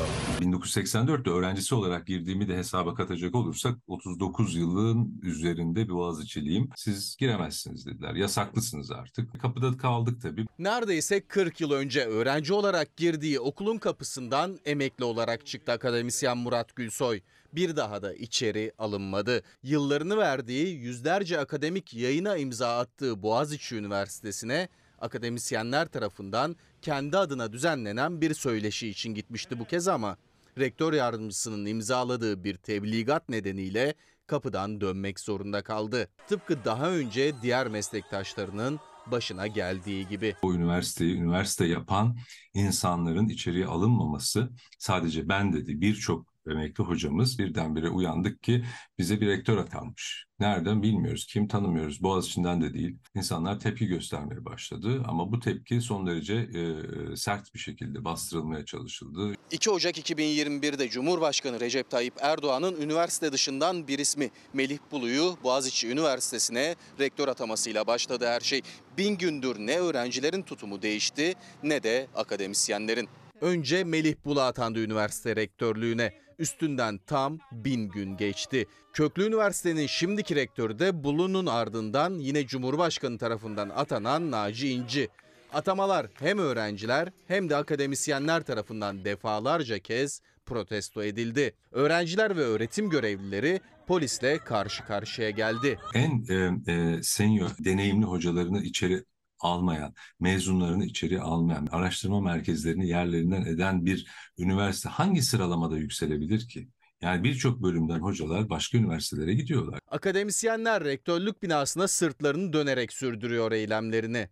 1984'te öğrencisi olarak girdiğimi de hesaba katacak olursak 39 yılın üzerinde bir Boğaziçi'liyim. Siz giremezsiniz dediler. Yasaklısınız artık. Kapıda kaldık tabii. Neredeyse 40 yıl önce öğrenci olarak girdiği okulun kapısından emekli olarak çıktı akademisyen Murat Gülsoy. Bir daha da içeri alınmadı. Yıllarını verdiği yüzlerce akademik yayına imza attığı Boğaziçi Üniversitesi'ne akademisyenler tarafından kendi adına düzenlenen bir söyleşi için gitmişti bu kez ama rektör yardımcısının imzaladığı bir tebligat nedeniyle kapıdan dönmek zorunda kaldı. Tıpkı daha önce diğer meslektaşlarının başına geldiği gibi. O üniversiteyi üniversite yapan insanların içeriye alınmaması sadece ben dedi birçok emekli hocamız birdenbire uyandık ki bize bir rektör atanmış. Nereden bilmiyoruz, kim tanımıyoruz, Boğaziçi'nden de değil. İnsanlar tepki göstermeye başladı ama bu tepki son derece sert bir şekilde bastırılmaya çalışıldı. 2 Ocak 2021'de Cumhurbaşkanı Recep Tayyip Erdoğan'ın üniversite dışından bir ismi Melih Bulu'yu Boğaziçi Üniversitesi'ne rektör atamasıyla başladı her şey. 1000 gündür ne öğrencilerin tutumu değişti ne de akademisyenlerin. Önce Melih Bulu atandı üniversite rektörlüğüne. Üstünden tam 1000 gün geçti. Köklü üniversitenin şimdiki rektörü de Bulu'nun ardından yine Cumhurbaşkanı tarafından atanan Naci İnci. Atamalar hem öğrenciler hem de akademisyenler tarafından defalarca kez protesto edildi. Öğrenciler ve öğretim görevlileri polisle karşı karşıya geldi. En senior, deneyimli hocalarını içeri almayan, mezunlarını içeri almayan, araştırma merkezlerini yerlerinden eden bir üniversite hangi sıralamada yükselebilir ki? Yani birçok bölümden hocalar başka üniversitelere gidiyorlar. Akademisyenler rektörlük binasına sırtlarını dönerek sürdürüyor eylemlerini.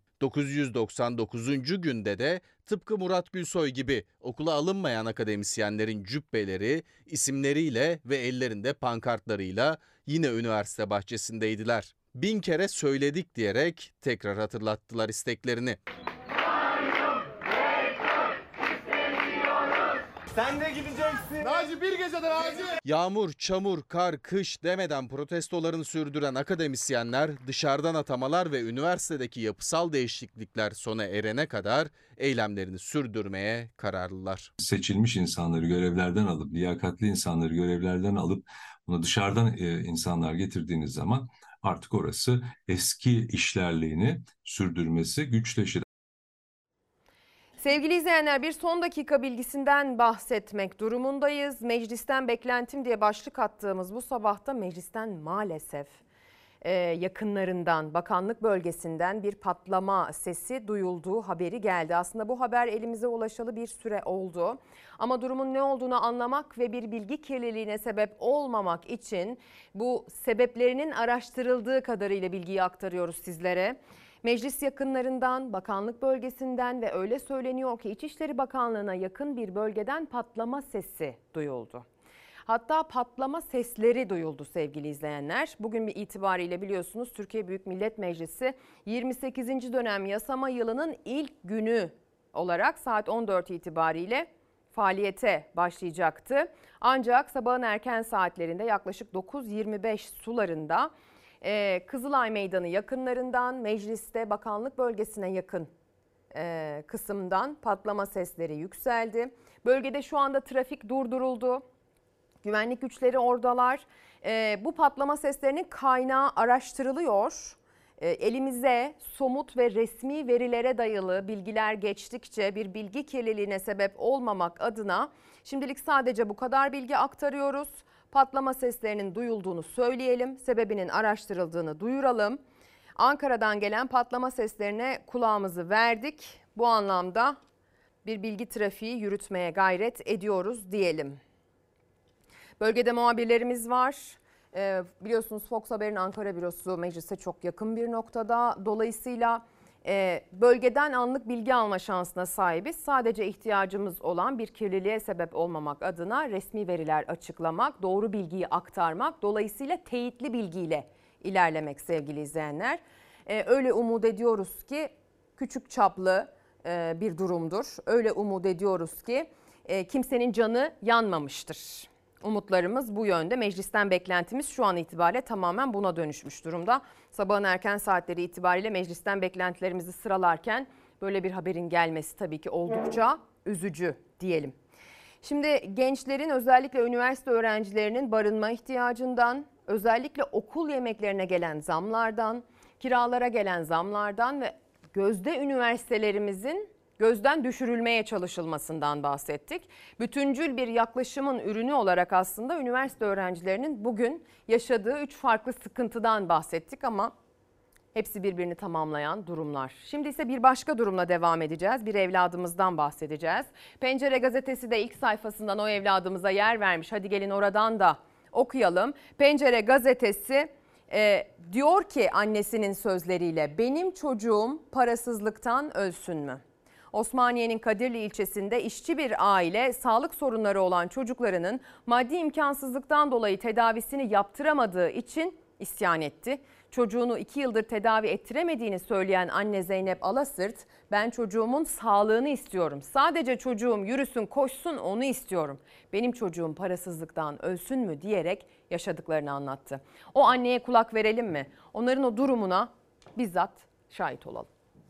999. günde de tıpkı Murat Gülsoy gibi okula alınmayan akademisyenlerin cübbeleri, isimleriyle ve ellerinde pankartlarıyla yine üniversite bahçesindeydiler. 1000 kere söyledik diyerek tekrar hatırlattılar isteklerini. Sen de gideceksin. Naci bir geceden Naci. Yağmur, çamur, kar, kış demeden protestolarını sürdüren akademisyenler dışarıdan atamalar ve üniversitedeki yapısal değişiklikler sona erene kadar eylemlerini sürdürmeye kararlılar. Seçilmiş insanları görevlerden alıp, liyakatli insanları görevlerden alıp bunu dışarıdan insanlar getirdiğiniz zaman artık orası eski işlerliğini sürdürmesi güçleşir. Sevgili izleyenler, bir son dakika bilgisinden bahsetmek durumundayız. Meclisten beklentim diye başlık attığımız bu sabahta meclisten maalesef yakınlarından, bakanlık bölgesinden bir patlama sesi duyulduğu haberi geldi. Aslında bu haber elimize ulaşalı bir süre oldu. Ama durumun ne olduğunu anlamak ve bir bilgi kirliliğine sebep olmamak için bu sebeplerinin araştırıldığı kadarıyla bilgiyi aktarıyoruz sizlere. Meclis yakınlarından, bakanlık bölgesinden ve öyle söyleniyor ki İçişleri Bakanlığı'na yakın bir bölgeden patlama sesi duyuldu. Hatta patlama sesleri duyuldu sevgili izleyenler. Bugün itibariyle biliyorsunuz Türkiye Büyük Millet Meclisi 28. dönem yasama yılının ilk günü olarak saat 14 itibariyle faaliyete başlayacaktı. Ancak sabahın erken saatlerinde yaklaşık 9.25 sularında Kızılay Meydanı yakınlarından mecliste bakanlık bölgesine yakın kısımdan patlama sesleri yükseldi. Bölgede şu anda trafik durduruldu. Güvenlik güçleri oradalar. Bu patlama seslerinin kaynağı araştırılıyor. Elimize somut ve resmi verilere dayalı bilgiler geçtikçe bir bilgi kirliliğine sebep olmamak adına şimdilik sadece bu kadar bilgi aktarıyoruz. Patlama seslerinin duyulduğunu söyleyelim, sebebinin araştırıldığını duyuralım. Ankara'dan gelen patlama seslerine kulağımızı verdik. Bu anlamda bir bilgi trafiği yürütmeye gayret ediyoruz diyelim. Bölgede muhabirlerimiz var. Biliyorsunuz Fox Haber'in Ankara bürosu meclise çok yakın bir noktada. Dolayısıyla bölgeden anlık bilgi alma şansına sahibiz. Sadece ihtiyacımız olan bir kirliliğe sebep olmamak adına resmi veriler açıklamak, doğru bilgiyi aktarmak, dolayısıyla teyitli bilgiyle ilerlemek sevgili izleyenler. Öyle umut ediyoruz ki küçük çaplı bir durumdur. Öyle umut ediyoruz ki kimsenin canı yanmamıştır. Umutlarımız bu yönde. Meclisten beklentimiz şu an itibariyle tamamen buna dönüşmüş durumda. Sabahın erken saatleri itibariyle meclisten beklentilerimizi sıralarken böyle bir haberin gelmesi tabii ki oldukça üzücü diyelim. Şimdi gençlerin, özellikle üniversite öğrencilerinin barınma ihtiyacından, özellikle okul yemeklerine gelen zamlardan, kiralara gelen zamlardan ve gözde üniversitelerimizin gözden düşürülmeye çalışılmasından bahsettik. Bütüncül bir yaklaşımın ürünü olarak aslında üniversite öğrencilerinin bugün yaşadığı 3 farklı sıkıntıdan bahsettik ama hepsi birbirini tamamlayan durumlar. Şimdi ise bir başka durumla devam edeceğiz. Bir evladımızdan bahsedeceğiz. Pencere gazetesi de ilk sayfasından o evladımıza yer vermiş. Hadi gelin oradan da okuyalım. Pencere gazetesi diyor ki annesinin sözleriyle, benim çocuğum parasızlıktan ölsün mü? Osmaniye'nin Kadirli ilçesinde işçi bir aile sağlık sorunları olan çocuklarının maddi imkansızlıktan dolayı tedavisini yaptıramadığı için isyan etti. Çocuğunu 2 yıldır tedavi ettiremediğini söyleyen anne Zeynep Alasırt, ben çocuğumun sağlığını istiyorum. Sadece çocuğum yürüsün, koşsun, onu istiyorum. Benim çocuğum parasızlıktan ölsün mü diyerek yaşadıklarını anlattı. O anneye kulak verelim mi? Onların o durumuna bizzat şahit olalım.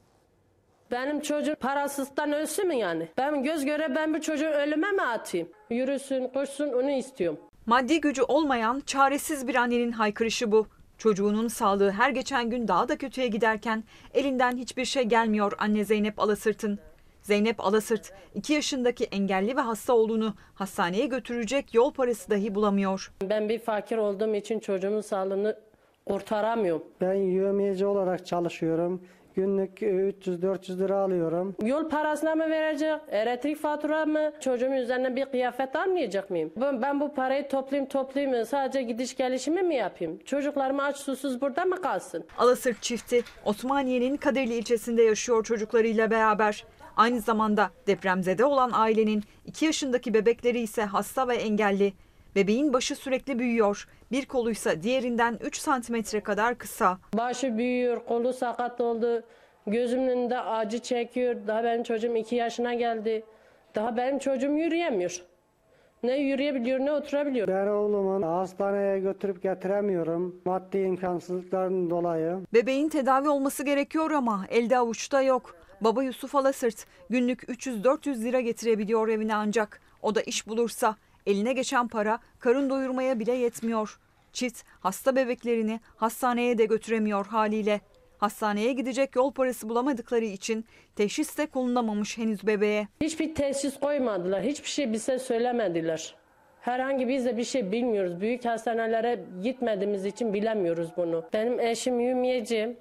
Benim çocuğum parasızlıktan ölsün mü yani? Ben göz göre ben bir çocuğu ölüme mi atayım? Yürüsün, koşsun, onu istiyorum. Maddi gücü olmayan çaresiz bir annenin haykırışı bu. Çocuğunun sağlığı her geçen gün daha da kötüye giderken elinden hiçbir şey gelmiyor anne Zeynep Alasırt'ın. Zeynep Alasırt 2 yaşındaki engelli ve hasta oğlunu hastaneye götürecek yol parası dahi bulamıyor. Ben bir fakir olduğum için çocuğumun sağlığını kurtaramıyorum. Ben yövmiyeci olarak çalışıyorum. Günlük 300-400 lira alıyorum. Yol parasına mı verecek? Elektrik fatura mı? Çocuğumun üzerine bir kıyafet almayacak mıyım? Ben bu parayı toplayayım sadece gidiş gelişimi mi yapayım? Çocuklarım aç susuz burada mı kalsın? Alasırt çifti Osmaniye'nin Kadirli ilçesinde yaşıyor çocuklarıyla beraber. Aynı zamanda depremzede olan ailenin 2 yaşındaki bebekleri ise hasta ve engelli. Bebeğin başı sürekli büyüyor. Bir koluysa diğerinden 3 santimetre kadar kısa. Başı büyüyor, kolu sakat oldu. Gözümün önünde acı çekiyor. Daha benim çocuğum 2 yaşına geldi. Daha benim çocuğum yürüyemiyor. Ne yürüyebiliyor ne oturabiliyor. Ben oğlumu hastaneye götürüp getiremiyorum maddi imkansızlıkların dolayı. Bebeğin tedavi olması gerekiyor ama elde avuçta yok. Baba Yusuf Alasırt günlük 300-400 lira getirebiliyor evine ancak. O da iş bulursa eline geçen para karın doyurmaya bile yetmiyor. Çift hasta bebeklerini hastaneye de götüremiyor haliyle. Hastaneye gidecek yol parası bulamadıkları için teşhis de konulamamış henüz bebeğe. Hiçbir teşhis koymadılar. Hiçbir şey bize söylemediler. Herhangi biz de bir şey bilmiyoruz. Büyük hastanelere gitmediğimiz için bilemiyoruz bunu. Benim eşim yümiyeci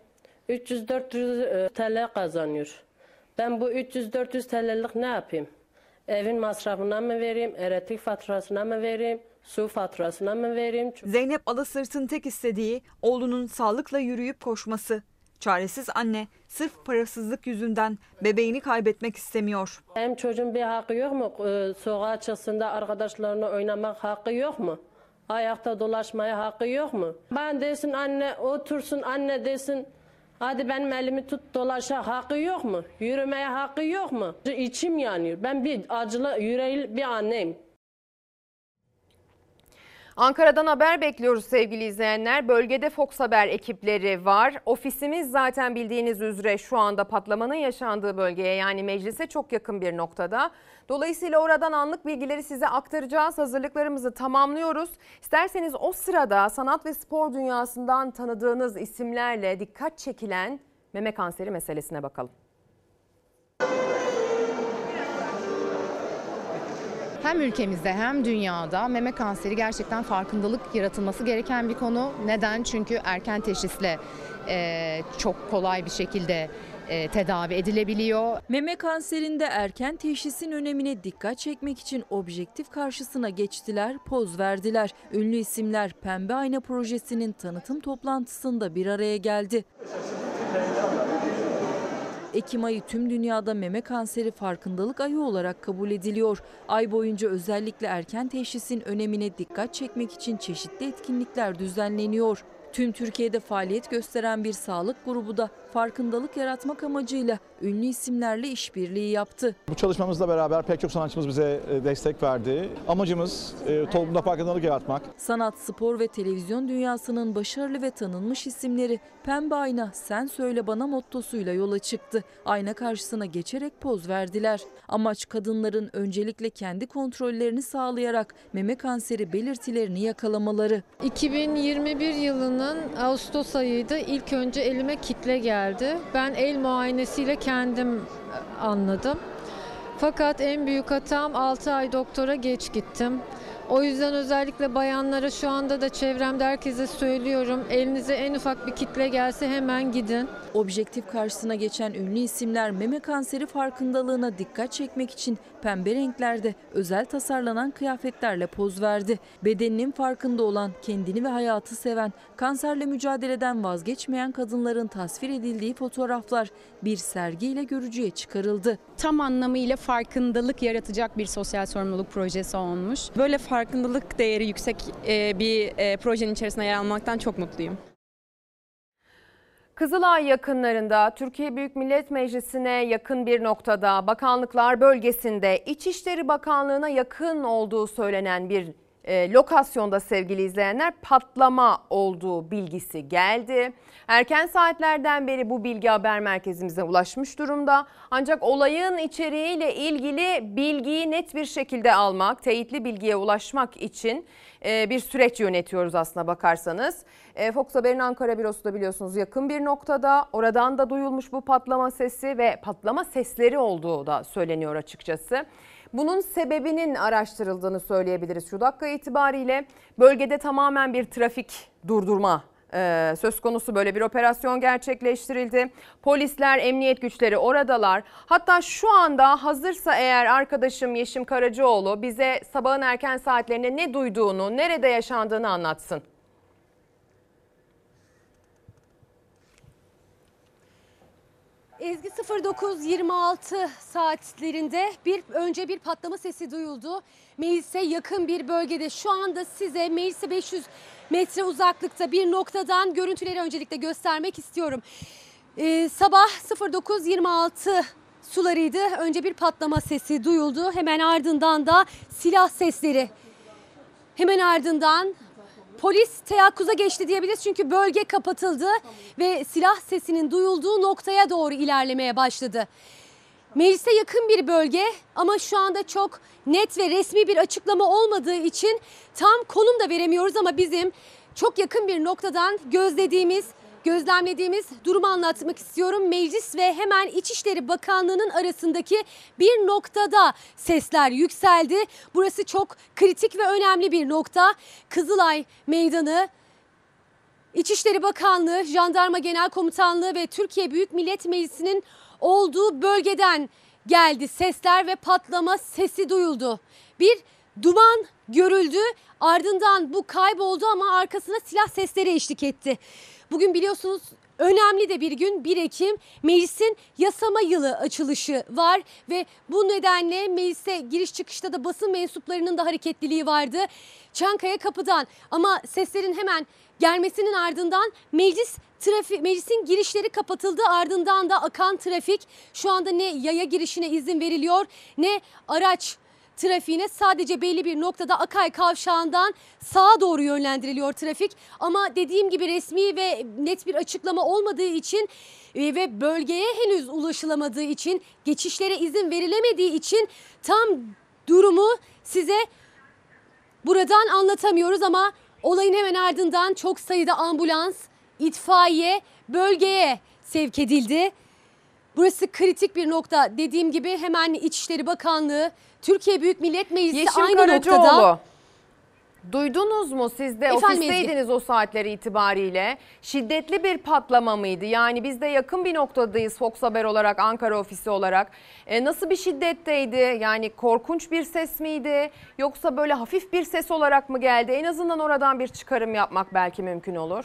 300-400 TL kazanıyor. Ben bu 300-400 TL'lik ne yapayım? Evin masrafına mı vereyim, elektrik faturasına mı vereyim, su faturasına mı vereyim? Zeynep Alasırt'ın tek istediği oğlunun sağlıkla yürüyüp koşması. Çaresiz anne sırf parasızlık yüzünden bebeğini kaybetmek istemiyor. Hem çocuğun bir hakkı yok mu? Sokağa çıksın da arkadaşlarına oynamak hakkı yok mu? Ayakta dolaşmaya hakkı yok mu? Ben desin anne otursun, anne desin hadi benim elimi tut dolaşa hakkı yok mu? Yürümeye hakkı yok mu? İçim yanıyor. Ben bir acılı yüreğli bir anneyim. Ankara'dan haber bekliyoruz sevgili izleyenler. Bölgede Fox Haber ekipleri var. Ofisimiz zaten bildiğiniz üzere şu anda patlamanın yaşandığı bölgeye, yani meclise çok yakın bir noktada. Dolayısıyla oradan anlık bilgileri size aktaracağız. Hazırlıklarımızı tamamlıyoruz. İsterseniz o sırada sanat ve spor dünyasından tanıdığınız isimlerle dikkat çekilen meme kanseri meselesine bakalım. Hem ülkemizde hem dünyada meme kanseri gerçekten farkındalık yaratılması gereken bir konu. Neden? Çünkü erken teşhisle çok kolay bir şekilde tedavi edilebiliyor. Meme kanserinde erken teşhisin önemine dikkat çekmek için objektif karşısına geçtiler, poz verdiler. Ünlü isimler Pembe Ayna projesinin tanıtım toplantısında bir araya geldi. Ekim ayı tüm dünyada meme kanseri farkındalık ayı olarak kabul ediliyor. Ay boyunca özellikle erken teşhisin önemine dikkat çekmek için çeşitli etkinlikler düzenleniyor. Tüm Türkiye'de faaliyet gösteren bir sağlık grubu da farkındalık yaratmak amacıyla ünlü isimlerle işbirliği yaptı. Bu çalışmamızla beraber pek çok sanatçımız bize destek verdi. Amacımız toplumda farkındalık yaratmak. Sanat, spor ve televizyon dünyasının başarılı ve tanınmış isimleri Pembe Ayna, Sen Söyle Bana mottosuyla yola çıktı. Ayna karşısına geçerek poz verdiler. Amaç kadınların öncelikle kendi kontrollerini sağlayarak meme kanseri belirtilerini yakalamaları. 2021 yılının Ağustos ayıydı. İlk önce elime kitle geldi. Ben el muayenesiyle kendim anladım. Fakat en büyük hatam 6 ay doktora geç gittim. O yüzden özellikle bayanlara şu anda da çevremde herkese söylüyorum. Elinize en ufak bir kitle gelse hemen gidin. Objektif karşısına geçen ünlü isimler meme kanseri farkındalığına dikkat çekmek için pembe renklerde özel tasarlanan kıyafetlerle poz verdi. Bedeninin farkında olan, kendini ve hayatı seven, kanserle mücadeleden vazgeçmeyen kadınların tasvir edildiği fotoğraflar bir sergiyle görücüye çıkarıldı. Tam anlamıyla farkındalık yaratacak bir sosyal sorumluluk projesi olmuş. Böyle farkındalık değeri yüksek bir projenin içerisinde yer almaktan çok mutluyum. Kızılay yakınlarında Türkiye Büyük Millet Meclisi'ne yakın bir noktada bakanlıklar bölgesinde İçişleri Bakanlığı'na yakın olduğu söylenen bir lokasyonda sevgili izleyenler patlama olduğu bilgisi geldi. Erken saatlerden beri bu bilgi haber merkezimize ulaşmış durumda. Ancak olayın içeriğiyle ilgili bilgiyi net bir şekilde almak, teyitli bilgiye ulaşmak için bir süreç yönetiyoruz aslına bakarsanız. Fox Haber'in Ankara bürosu da biliyorsunuz yakın bir noktada. Oradan da duyulmuş bu patlama sesi ve patlama sesleri olduğu da söyleniyor açıkçası. Bunun sebebinin araştırıldığını söyleyebiliriz şu dakika itibariyle. Bölgede tamamen bir trafik durdurma söz konusu, böyle bir operasyon gerçekleştirildi. Polisler, emniyet güçleri oradalar. Hatta şu anda hazırsa eğer arkadaşım Yeşim Karacaoğlu bize sabahın erken saatlerinde ne duyduğunu, nerede yaşandığını anlatsın. Ezgi 09.26 saatlerinde önce bir patlama sesi duyuldu. Meclise yakın bir bölgede, şu anda size meclise 500 metre uzaklıkta bir noktadan görüntüleri öncelikle göstermek istiyorum. Sabah 09.26 sularıydı. Önce bir patlama sesi duyuldu. Hemen ardından da silah sesleri. Hemen ardından polis teyakkuza geçti diyebiliriz çünkü bölge kapatıldı ve silah sesinin duyulduğu noktaya doğru ilerlemeye başladı. Meclise yakın bir bölge ama şu anda çok net ve resmi bir açıklama olmadığı için tam konum da veremiyoruz ama bizim çok yakın bir noktadan gözlemlediğimiz durumu anlatmak istiyorum. Meclis ve hemen İçişleri Bakanlığı'nın arasındaki bir noktada sesler yükseldi. Burası çok kritik ve önemli bir nokta. Kızılay Meydanı, İçişleri Bakanlığı, Jandarma Genel Komutanlığı ve Türkiye Büyük Millet Meclisi'nin olduğu bölgeden geldi sesler ve patlama sesi duyuldu. Bir duman görüldü, ardından bu kayboldu ama arkasına silah sesleri eşlik etti. Bugün biliyorsunuz önemli de bir gün 1 Ekim meclisin yasama yılı açılışı var ve bu nedenle meclise giriş çıkışta da basın mensuplarının da hareketliliği vardı. Çankaya Kapı'dan ama seslerin hemen gelmesinin ardından meclisin girişleri kapatıldı. Ardından da akan trafik, şu anda ne yaya girişine izin veriliyor ne araç trafiğine, sadece belli bir noktada Akay Kavşağı'ndan sağa doğru yönlendiriliyor trafik. Ama dediğim gibi resmi ve net bir açıklama olmadığı için ve bölgeye henüz ulaşılamadığı için, geçişlere izin verilemediği için tam durumu size buradan anlatamıyoruz ama olayın hemen ardından çok sayıda ambulans, itfaiye bölgeye sevk edildi. Burası kritik bir nokta. Dediğim gibi hemen İçişleri Bakanlığı, Türkiye Büyük Millet Meclisi Yeşim aynı Karacaoğlu, noktada. duydunuz mu siz de? Efendim Ofisteydiniz o saatler itibariyle. Şiddetli bir patlama mıydı? Yani biz de yakın bir noktadayız Fox Haber olarak, Ankara ofisi olarak. Nasıl bir şiddetteydi? Yani korkunç bir ses miydi? Yoksa böyle hafif bir ses olarak mı geldi? En azından oradan bir çıkarım yapmak belki mümkün olur.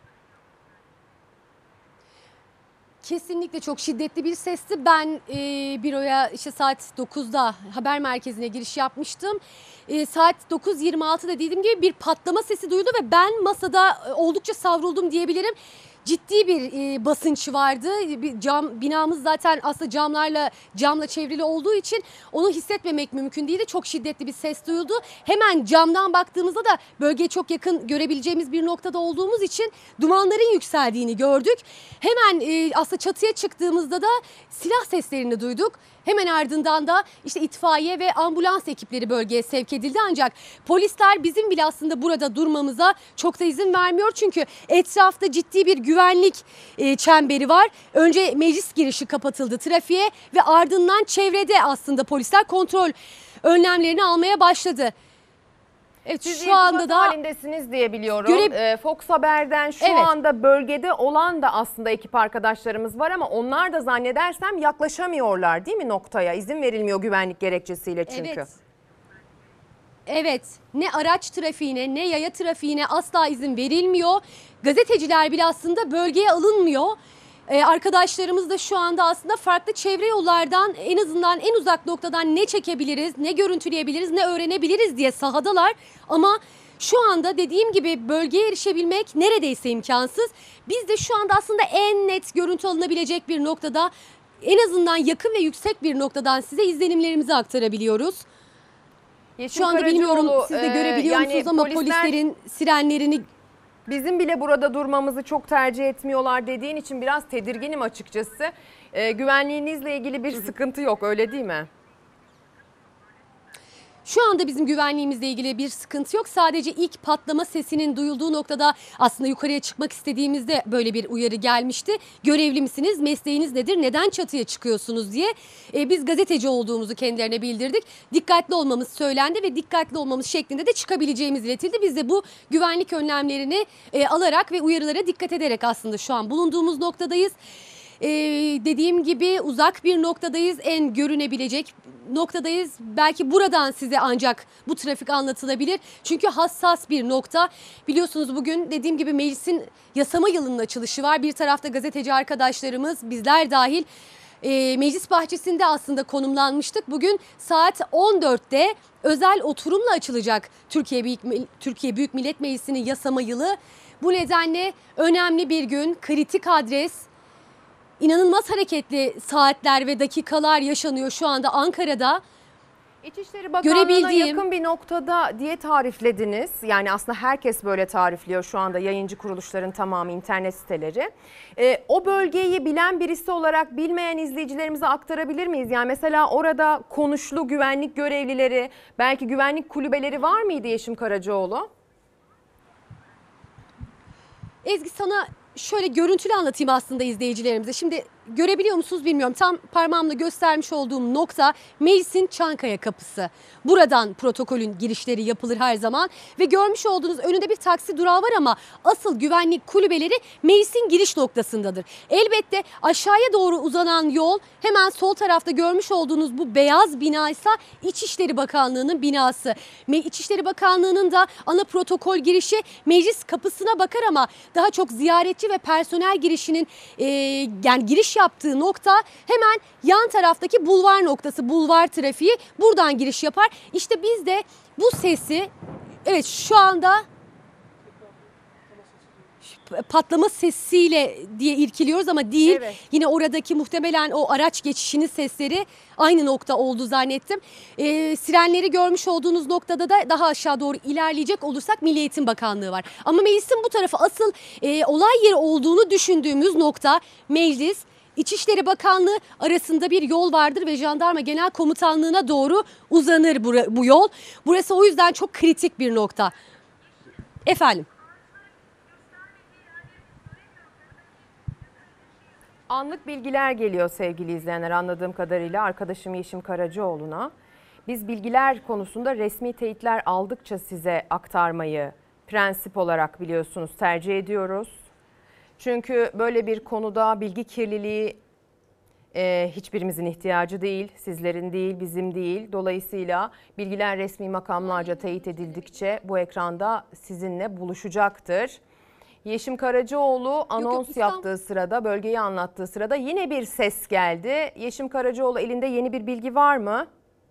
Kesinlikle çok şiddetli bir sesti. Ben büroya işte saat 9'da haber merkezine giriş yapmıştım. Saat 9.26'da dediğim gibi bir patlama sesi duyuldu ve ben masada oldukça savruldum diyebilirim. Ciddi bir basınç vardı. Binamız zaten aslında camla çevrili olduğu için onu hissetmemek mümkün değildi. Çok şiddetli bir ses duyuldu. Hemen camdan baktığımızda da bölgeye çok yakın görebileceğimiz bir noktada olduğumuz için dumanların yükseldiğini gördük. Hemen aslında çatıya çıktığımızda da silah seslerini duyduk. Hemen ardından da işte itfaiye ve ambulans ekipleri bölgeye sevk edildi, ancak polisler bizim bile aslında burada durmamıza çok da izin vermiyor. Çünkü etrafta ciddi bir güvenlik çemberi var. Önce meclis girişi kapatıldı trafiğe ve ardından çevrede aslında polisler kontrol önlemlerini almaya başladı. Evet, Siz şu anda da halindesiniz diye biliyorum. Fox Haber'den şu anda bölgede olan da aslında ekip arkadaşlarımız var ama onlar da zannedersem yaklaşamıyorlar değil mi noktaya? İzin verilmiyor güvenlik gerekçesiyle çünkü. Evet, ne araç trafiğine ne yaya trafiğine asla izin verilmiyor. Gazeteciler bile aslında bölgeye alınmıyor. Arkadaşlarımız da şu anda aslında farklı çevre yollardan, en azından en uzak noktadan ne çekebiliriz, ne görüntüleyebiliriz, ne öğrenebiliriz diye sahadalar. Ama şu anda dediğim gibi bölgeye erişebilmek neredeyse imkansız. Biz de şu anda aslında en net görüntü alınabilecek bir noktada, en azından yakın ve yüksek bir noktadan size izlenimlerimizi aktarabiliyoruz. Şu anda bilmiyorum siz de görebiliyor musunuz ama polislerin sirenlerini... Bizim bile burada durmamızı çok tercih etmiyorlar dediğin için biraz tedirginim açıkçası. Güvenliğinizle ilgili bir sıkıntı yok, öyle değil mi? Şu anda bizim güvenliğimizle ilgili bir sıkıntı yok. Sadece ilk patlama sesinin duyulduğu noktada aslında yukarıya çıkmak istediğimizde böyle bir uyarı gelmişti. Görevli misiniz? Mesleğiniz nedir? Neden çatıya çıkıyorsunuz diye biz gazeteci olduğumuzu kendilerine bildirdik. Dikkatli olmamız söylendi ve dikkatli olmamız şeklinde de çıkabileceğimiz iletildi. Biz de bu güvenlik önlemlerini alarak ve uyarılara dikkat ederek aslında şu an bulunduğumuz noktadayız. Dediğim gibi uzak bir noktadayız, en görünebilecek noktadayız. Belki buradan size ancak bu trafik anlatılabilir. Çünkü hassas bir nokta. Biliyorsunuz bugün dediğim gibi meclisin yasama yılının açılışı var. Bir tarafta gazeteci arkadaşlarımız, bizler dahil meclis bahçesinde aslında konumlanmıştık. Bugün saat 14'te özel oturumla açılacak Türkiye Büyük Millet Meclisi'nin yasama yılı. Bu nedenle önemli bir gün, kritik adres. İnanılmaz hareketli saatler ve dakikalar yaşanıyor şu anda Ankara'da. İçişleri Bakanlığı'na yakın bir noktada diye tariflediniz. Yani aslında herkes böyle tarifliyor şu anda, yayıncı kuruluşların tamamı, internet siteleri. O bölgeyi bilen birisi olarak bilmeyen izleyicilerimize aktarabilir miyiz? Yani mesela orada konuşlu güvenlik görevlileri, belki güvenlik kulübeleri var mıydı Yeşim Karacaoğlu? Ezgi, sana şöyle görüntülü anlatayım aslında izleyicilerimize. Şimdi görebiliyor musunuz bilmiyorum. Tam parmağımla göstermiş olduğum nokta meclisin Çankaya kapısı. Buradan protokolün girişleri yapılır her zaman ve görmüş olduğunuz önünde bir taksi durağı var ama asıl güvenlik kulübeleri meclisin giriş noktasındadır. Elbette aşağıya doğru uzanan yol hemen sol tarafta görmüş olduğunuz bu beyaz bina ise İçişleri Bakanlığı'nın binası. İçişleri Bakanlığı'nın da ana protokol girişi meclis kapısına bakar ama daha çok ziyaretçi ve personel girişinin yani giriş yaptığı nokta hemen yan taraftaki bulvar noktası, bulvar trafiği buradan giriş yapar. İşte biz de bu sesi evet şu anda patlama sesiyle diye irkiliyoruz ama değil. Evet. Yine oradaki muhtemelen o araç geçişinin sesleri aynı nokta oldu zannettim. Sirenleri görmüş olduğunuz noktada da daha aşağı doğru ilerleyecek olursak Milli Eğitim Bakanlığı var. Ama meclisin bu tarafı asıl olay yeri olduğunu düşündüğümüz nokta meclis, İçişleri Bakanlığı arasında bir yol vardır ve Jandarma Genel Komutanlığı'na doğru uzanır bu yol. Burası o yüzden çok kritik bir nokta. Efendim? Anlık bilgiler geliyor sevgili izleyenler anladığım kadarıyla arkadaşım Yeşim Karacaoğlu'na. Biz bilgiler konusunda resmi teyitler aldıkça size aktarmayı prensip olarak biliyorsunuz tercih ediyoruz. Çünkü böyle bir konuda bilgi kirliliği hiçbirimizin ihtiyacı değil, sizlerin değil, bizim değil. Dolayısıyla bilgiler resmi makamlarca teyit edildikçe bu ekranda sizinle buluşacaktır. Yeşim Karacaoğlu anons yaptığı sırada, bölgeyi anlattığı sırada yine bir ses geldi. Yeşim Karacaoğlu elinde yeni bir bilgi var mı?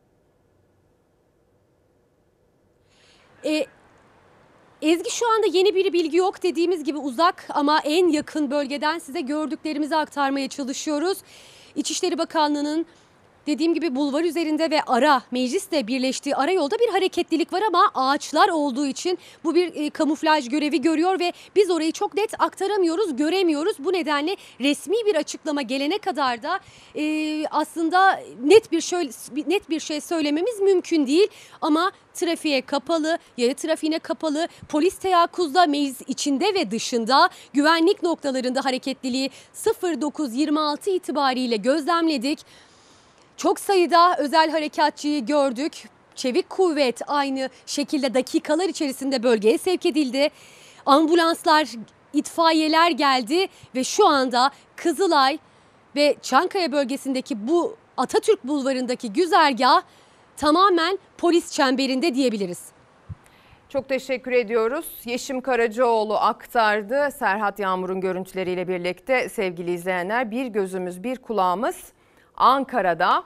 Ezgi şu anda yeni bir bilgi yok dediğimiz gibi uzak ama en yakın bölgeden size gördüklerimizi aktarmaya çalışıyoruz. İçişleri Bakanlığı'nın dediğim gibi bulvar üzerinde ve meclisle birleştiği ara yolda bir hareketlilik var ama ağaçlar olduğu için bu bir kamuflaj görevi görüyor ve biz orayı çok net aktaramıyoruz, göremiyoruz. Bu nedenle resmi bir açıklama gelene kadar da aslında net bir şey söylememiz mümkün değil. Ama trafiğe kapalı, yaya trafiğine kapalı, polis teyakkuzda meclis içinde ve dışında güvenlik noktalarında hareketliliği 09.26 itibariyle gözlemledik. Çok sayıda özel harekatçıyı gördük. Çevik kuvvet aynı şekilde dakikalar içerisinde bölgeye sevk edildi. Ambulanslar, itfaiyeler geldi ve şu anda Kızılay ve Çankaya bölgesindeki bu Atatürk Bulvarı'ndaki güzergah tamamen polis çemberinde diyebiliriz. Çok teşekkür ediyoruz. Yeşim Karacaoğlu aktardı. Serhat Yağmur'un görüntüleriyle birlikte sevgili izleyenler bir gözümüz bir kulağımız Ankara'da.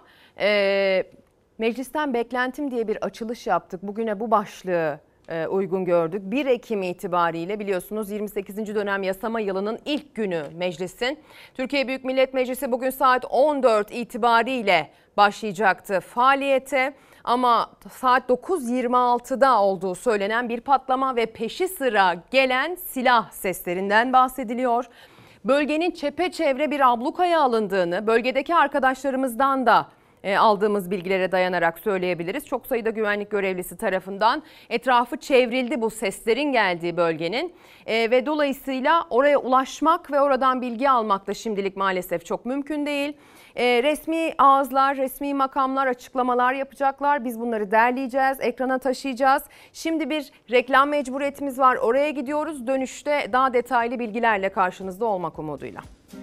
Meclisten beklentim diye bir açılış yaptık. Bugüne bu başlığı uygun gördük. 1 Ekim itibariyle biliyorsunuz 28. dönem yasama yılının ilk günü meclisin. Türkiye Büyük Millet Meclisi bugün saat 14 itibariyle başlayacaktı faaliyete. Ama saat 9.26'da olduğu söylenen bir patlama ve peşi sıra gelen silah seslerinden bahsediliyor. Bölgenin çepeçevre bir ablukaya alındığını, bölgedeki arkadaşlarımızdan da aldığımız bilgilere dayanarak söyleyebiliriz. Çok sayıda güvenlik görevlisi tarafından etrafı çevrildi bu seslerin geldiği bölgenin ve dolayısıyla oraya ulaşmak ve oradan bilgi almak da şimdilik maalesef çok mümkün değil. Resmi ağızlar, resmi makamlar açıklamalar yapacaklar. Biz bunları derleyeceğiz, ekrana taşıyacağız. Şimdi bir reklam mecburiyetimiz var. Oraya gidiyoruz. Dönüşte daha detaylı bilgilerle karşınızda olmak umuduyla.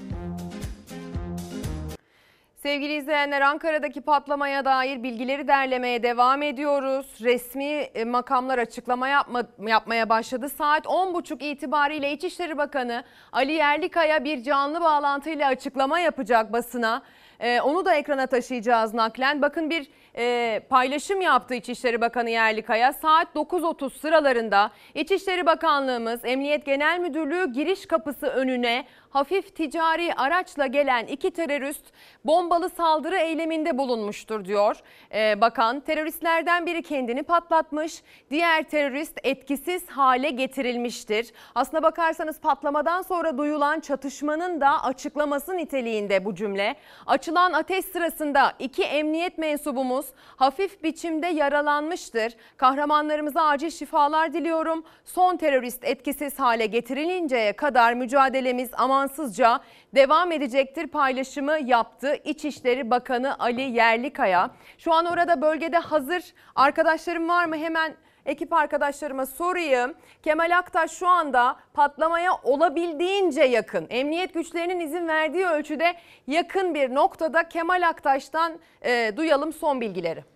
Sevgili izleyenler, Ankara'daki patlamaya dair bilgileri derlemeye devam ediyoruz. Resmi makamlar açıklama yapmaya başladı. Saat 10.30 itibariyle İçişleri Bakanı Ali Yerlikaya bir canlı bağlantıyla açıklama yapacak basına. Onu da ekrana taşıyacağız naklen. Bakın bir paylaşım yaptı İçişleri Bakanı Yerlikaya. Saat 9.30 sıralarında İçişleri Bakanlığımız Emniyet Genel Müdürlüğü giriş kapısı önüne hafif ticari araçla gelen 2 terörist bombalı saldırı eyleminde bulunmuştur diyor. Bakan, teröristlerden biri kendini patlatmış, diğer terörist etkisiz hale getirilmiştir. Aslına bakarsanız patlamadan sonra duyulan çatışmanın da açıklaması niteliğinde bu cümle. Açılan ateş sırasında 2 emniyet mensubumuz hafif biçimde yaralanmıştır. Kahramanlarımıza acil şifalar diliyorum. Son terörist etkisiz hale getirilinceye kadar mücadelemiz amansızca devam edecektir paylaşımı yaptı İçişleri Bakanı Ali Yerlikaya. Şu an orada bölgede hazır arkadaşlarım var mı? Hemen ekip arkadaşlarıma sorayım. Kemal Aktaş şu anda patlamaya olabildiğince yakın, emniyet güçlerinin izin verdiği ölçüde yakın bir noktada. Kemal Aktaş'tan duyalım son bilgileri.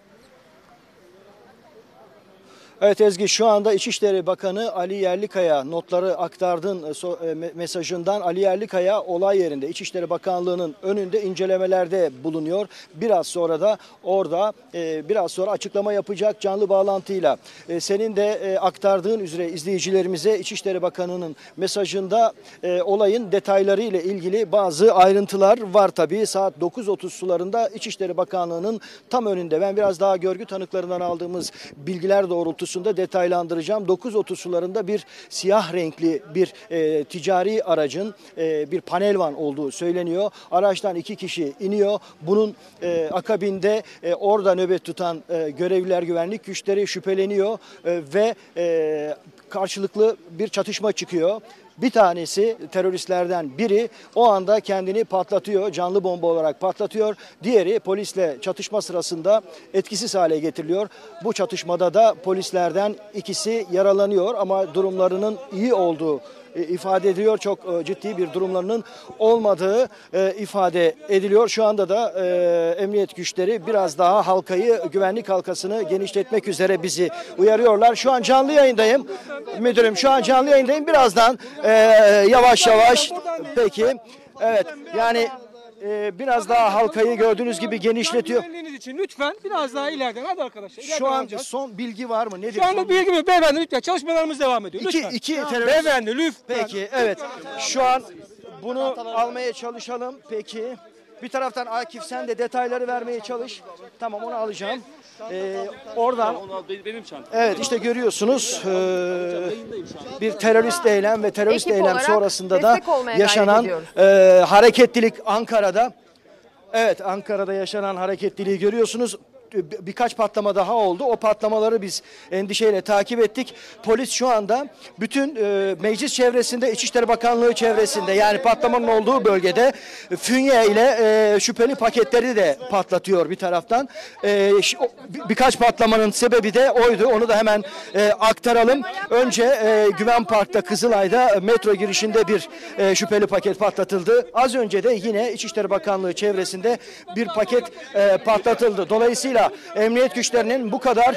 Evet Ezgi, şu anda İçişleri Bakanı Ali Yerlikaya, notları aktardığın mesajından Ali Yerlikaya olay yerinde, İçişleri Bakanlığı'nın önünde incelemelerde bulunuyor. Biraz sonra da orada biraz sonra açıklama yapacak canlı bağlantıyla. Senin de aktardığın üzere izleyicilerimize İçişleri Bakanı'nın mesajında olayın detayları ile ilgili bazı ayrıntılar var tabii. Saat 9.30 sularında İçişleri Bakanlığı'nın tam önünde, ben biraz daha görgü tanıklarından aldığımız bilgiler doğrultusunda detaylandıracağım. 9.30 sularında bir siyah renkli bir ticari aracın bir panel van olduğu söyleniyor. Araçtan 2 kişi iniyor. Bunun akabinde orada nöbet tutan görevliler, güvenlik güçleri şüpheleniyor ve karşılıklı bir çatışma çıkıyor. Bir tanesi, teröristlerden biri o anda kendini patlatıyor, canlı bomba olarak patlatıyor. Diğeri polisle çatışma sırasında etkisiz hale getiriliyor. Bu çatışmada da polislerden ikisi yaralanıyor ama durumlarının iyi olduğu ifade ediliyor. Çok ciddi bir durumlarının olmadığı ifade ediliyor. Şu anda da emniyet güçleri biraz daha halkayı, güvenlik halkasını genişletmek üzere bizi uyarıyorlar. Şu an canlı yayındayım. Müdürüm, şu an canlı yayındayım. Birazdan yavaş yavaş, peki, evet, yani biraz daha halkayı gördüğünüz gibi genişletiyor. Için lütfen biraz daha ileriden, hadi arkadaşlar. Şu an son bilgi var mı? Nedir? Şu anda bilgi mi? Beyefendi lütfen, çalışmalarımız devam ediyor. Lütfen. İki terörist. Beyefendi lütfen. Peki, evet. Şu an bunu almaya çalışalım. Peki. Bir taraftan Akif, sen de detayları vermeye çalış. Tamam, onu alacağım. Oradan. Evet, işte görüyorsunuz bir terörist eylem ve terörist eylem sonrasında da yaşanan hareketlilik Ankara'da. Evet, Ankara'da yaşanan hareketliliği görüyorsunuz. Birkaç patlama daha oldu. O patlamaları biz endişeyle takip ettik. Polis şu anda bütün meclis çevresinde, İçişleri Bakanlığı çevresinde, yani patlamanın olduğu bölgede fünye ile şüpheli paketleri de patlatıyor bir taraftan. Birkaç patlamanın sebebi de oydu. Onu da hemen aktaralım. Önce Güven Park'ta, Kızılay'da metro girişinde bir şüpheli paket patlatıldı. Az önce de yine İçişleri Bakanlığı çevresinde bir paket patlatıldı. Dolayısıyla emniyet güçlerinin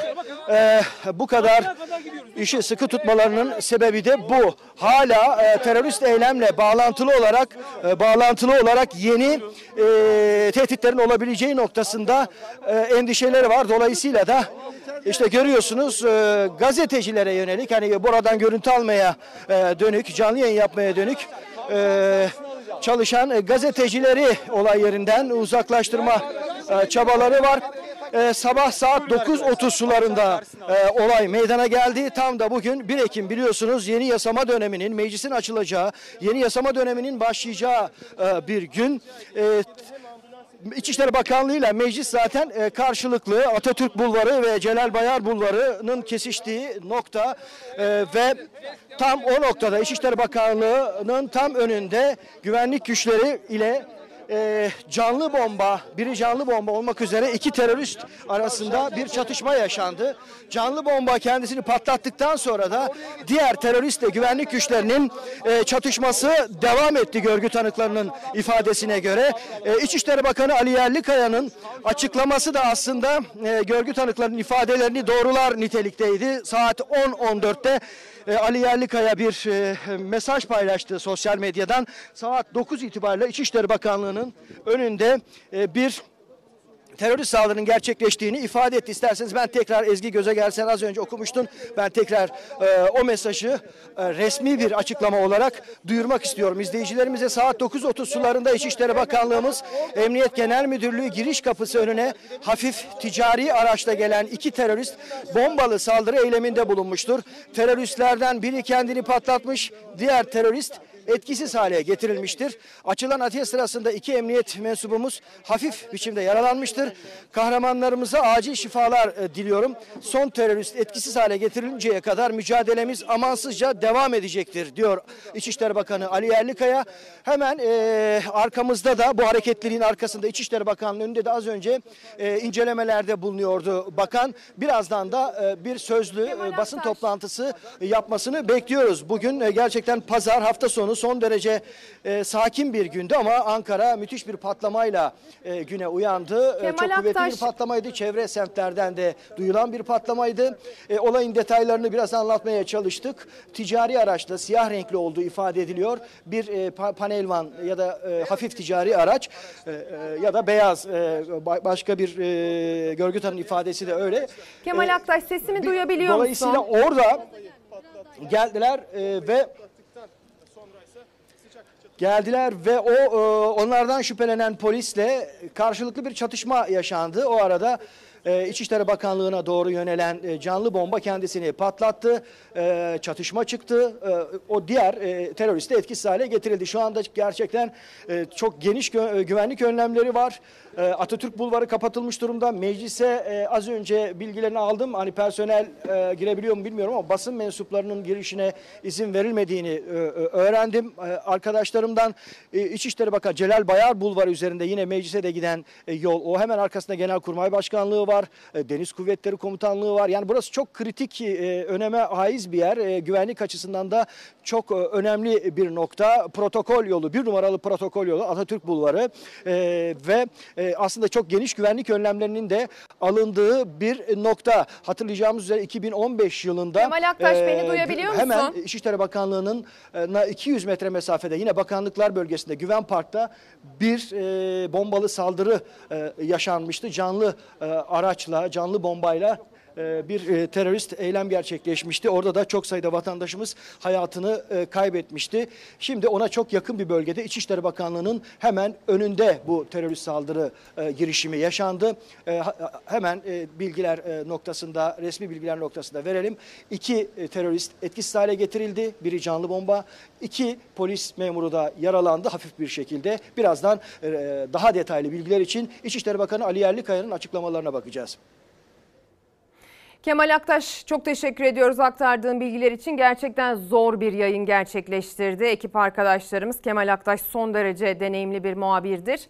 bu kadar işi sıkı tutmalarının sebebi de bu. Hala terörist eylemle bağlantılı olarak yeni tehditlerin olabileceği noktasında endişeleri var. Dolayısıyla da işte görüyorsunuz gazetecilere yönelik, hani buradan görüntü almaya dönük, canlı yayın yapmaya dönük çalışan gazetecileri olay yerinden uzaklaştırma çabaları var. Sabah saat 9.30 sularında olay meydana geldi. Tam da bugün 1 Ekim, biliyorsunuz, yeni yasama döneminin, meclisin açılacağı, yeni yasama döneminin başlayacağı bir gün. İçişleri Bakanlığı ile meclis zaten karşılıklı, Atatürk Bulvarı ve Celal Bayar Bulvarı'nın kesiştiği nokta ve tam o noktada İçişleri Bakanlığı'nın tam önünde güvenlik güçleri ile biri canlı bomba olmak üzere 2 terörist arasında bir çatışma yaşandı. Canlı bomba kendisini patlattıktan sonra da diğer teröristle güvenlik güçlerinin çatışması devam etti görgü tanıklarının ifadesine göre. İçişleri Bakanı Ali Yerlikaya'nın açıklaması da aslında görgü tanıklarının ifadelerini doğrular nitelikteydi. Saat 10.14'te Ali Yerlikaya bir mesaj paylaştı sosyal medyadan. Saat 9 itibariyle İçişleri Bakanlığı'nın önünde bir terörist saldırının gerçekleştiğini ifade etti. İsterseniz ben tekrar, Ezgi göze gelsen az önce okumuştun. Ben tekrar o mesajı resmi bir açıklama olarak duyurmak istiyorum izleyicilerimize. Saat 9.30 sularında İçişleri Bakanlığımız Emniyet Genel Müdürlüğü giriş kapısı önüne hafif ticari araçla gelen 2 terörist bombalı saldırı eyleminde bulunmuştur. Teröristlerden biri kendini patlatmış, diğer terörist etkisiz hale getirilmiştir. Açılan ateş sırasında 2 emniyet mensubumuz hafif biçimde yaralanmıştır. Kahramanlarımıza acil şifalar diliyorum. Son terörist etkisiz hale getirilinceye kadar mücadelemiz amansızca devam edecektir diyor İçişleri Bakanı Ali Yerlikaya. Hemen arkamızda da bu hareketliliğin arkasında İçişleri Bakanlığı'nın önünde de az önce incelemelerde bulunuyordu bakan. Birazdan da bir sözlü basın toplantısı yapmasını bekliyoruz. Bugün gerçekten pazar, hafta sonu son derece sakin bir gündü ama Ankara müthiş bir patlamayla güne uyandı. Çok kuvvetli bir patlamaydı. Çevre semtlerden de duyulan bir patlamaydı. Olayın detaylarını biraz anlatmaya çalıştık. Ticari araçla siyah renkli olduğu ifade ediliyor. Bir panel van ya da hafif ticari araç ya da beyaz başka bir görgü tanığının ifadesi de öyle. Kemal Aktaş, sesimi duyabiliyor musun? Dolayısıyla orada geldiler ve onlardan şüphelenen polisle karşılıklı bir çatışma yaşandı. O arada İçişleri Bakanlığı'na doğru yönelen canlı bomba kendisini patlattı. Çatışma çıktı. O diğer terörist de etkisiz hale getirildi. Şu anda gerçekten çok geniş güvenlik önlemleri var. Atatürk Bulvarı kapatılmış durumda. Meclise az önce bilgilerini aldım. Hani personel girebiliyor mu bilmiyorum ama basın mensuplarının girişine izin verilmediğini öğrendim. Arkadaşlarımdan İçişleri Bakanı Celal Bayar Bulvarı üzerinde yine meclise de giden yol. O hemen arkasında Genelkurmay Başkanlığı var. Deniz Kuvvetleri Komutanlığı var. Yani burası çok kritik, öneme haiz bir yer. Güvenlik açısından da çok önemli bir nokta. Protokol yolu, 1 numaralı protokol yolu Atatürk Bulvarı ve aslında çok geniş güvenlik önlemlerinin de alındığı bir nokta. Hatırlayacağımız üzere 2015 yılında Kemal Aktaş, beni duyabiliyor musun? Hemen İçişleri Bakanlığı'nın 200 metre mesafede yine Bakanlıklar Bölgesi'nde Güven Park'ta bir bombalı saldırı yaşanmıştı. Canlı araçla, canlı bombayla bir terörist eylem gerçekleşmişti. Orada da çok sayıda vatandaşımız hayatını kaybetmişti. Şimdi ona çok yakın bir bölgede İçişleri Bakanlığı'nın hemen önünde bu terörist saldırı girişimi yaşandı. Hemen bilgiler noktasında, resmi bilgiler noktasında verelim. 2 terörist etkisiz hale getirildi. Biri canlı bomba, 2 polis memuru da yaralandı hafif bir şekilde. Birazdan daha detaylı bilgiler için İçişleri Bakanı Ali Yerlikaya'nın açıklamalarına bakacağız. Kemal Aktaş, çok teşekkür ediyoruz aktardığın bilgiler için. Gerçekten zor bir yayın gerçekleştirdi ekip arkadaşlarımız. Kemal Aktaş son derece deneyimli bir muhabirdir.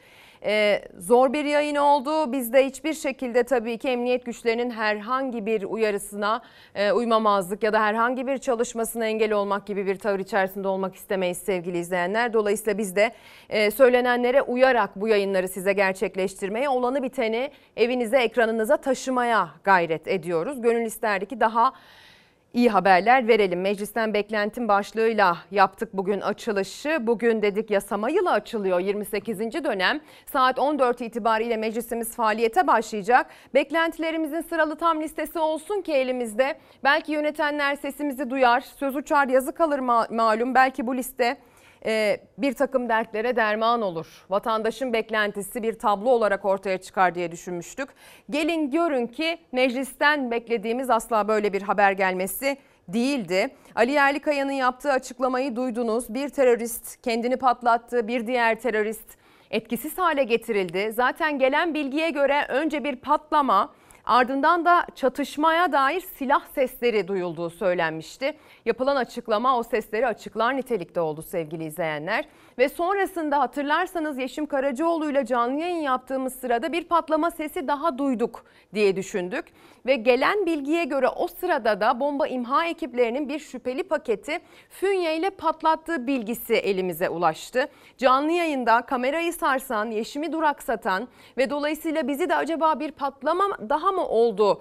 Zor bir yayın oldu. Biz de hiçbir şekilde tabii ki emniyet güçlerinin herhangi bir uyarısına uymamazlık ya da herhangi bir çalışmasına engel olmak gibi bir tavır içerisinde olmak istemeyiz sevgili izleyenler. Dolayısıyla biz de söylenenlere uyarak bu yayınları size gerçekleştirmeye, olanı biteni evinize, ekranınıza taşımaya gayret ediyoruz. Gönül isterdi ki daha İyi haberler verelim. Meclisten beklentim başlığıyla yaptık bugün açılışı. Bugün dedik yasama yılı açılıyor. 28. dönem saat 14 itibariyle meclisimiz faaliyete başlayacak. Beklentilerimizin sıralı tam listesi olsun ki elimizde. Belki yönetenler sesimizi duyar. Söz uçar yazı kalır malum. Belki bu liste bir takım dertlere derman olur. Vatandaşın beklentisi bir tablo olarak ortaya çıkar diye düşünmüştük. Gelin görün ki meclisten beklediğimiz asla böyle bir haber gelmesi değildi. Ali Yerlikaya'nın yaptığı açıklamayı duydunuz. Bir terörist kendini patlattı, bir diğer terörist etkisiz hale getirildi. Zaten gelen bilgiye göre önce bir patlama, ardından da çatışmaya dair silah sesleri duyulduğu söylenmişti. Yapılan açıklama o sesleri açıklar nitelikte oldu sevgili izleyenler. Ve sonrasında hatırlarsanız Yeşim Karacaoğlu ile canlı yayın yaptığımız sırada bir patlama sesi daha duyduk diye düşündük. Ve gelen bilgiye göre o sırada da bomba imha ekiplerinin bir şüpheli paketi fünyeyle patlattığı bilgisi elimize ulaştı. Canlı yayında kamerayı sarsan, Yeşim'i duraksatan ve dolayısıyla bizi de acaba bir patlama daha mı oldu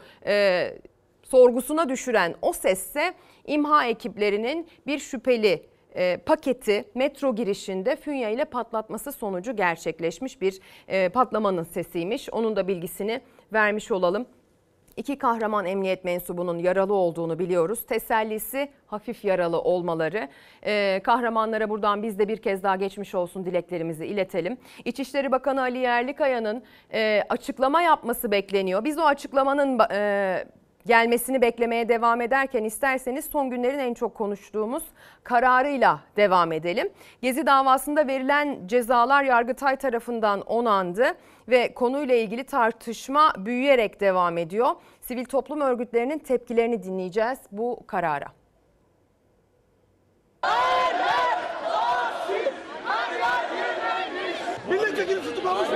sorgusuna düşüren o sesse imha ekiplerinin bir şüpheli paketi metro girişinde fünyeyle patlatması sonucu gerçekleşmiş bir patlamanın sesiymiş. Onun da bilgisini vermiş olalım. 2 kahraman emniyet mensubunun yaralı olduğunu biliyoruz. Tesellisi hafif yaralı olmaları. Kahramanlara buradan biz de bir kez daha geçmiş olsun dileklerimizi iletelim. İçişleri Bakanı Ali Yerlikaya'nın açıklama yapması bekleniyor. Biz o açıklamanın gelmesini beklemeye devam ederken isterseniz son günlerin en çok konuştuğumuz kararıyla devam edelim. Gezi davasında verilen cezalar Yargıtay tarafından onandı ve konuyla ilgili tartışma büyüyerek devam ediyor. Sivil toplum örgütlerinin tepkilerini dinleyeceğiz bu karara. Milletvekili tutuklamış.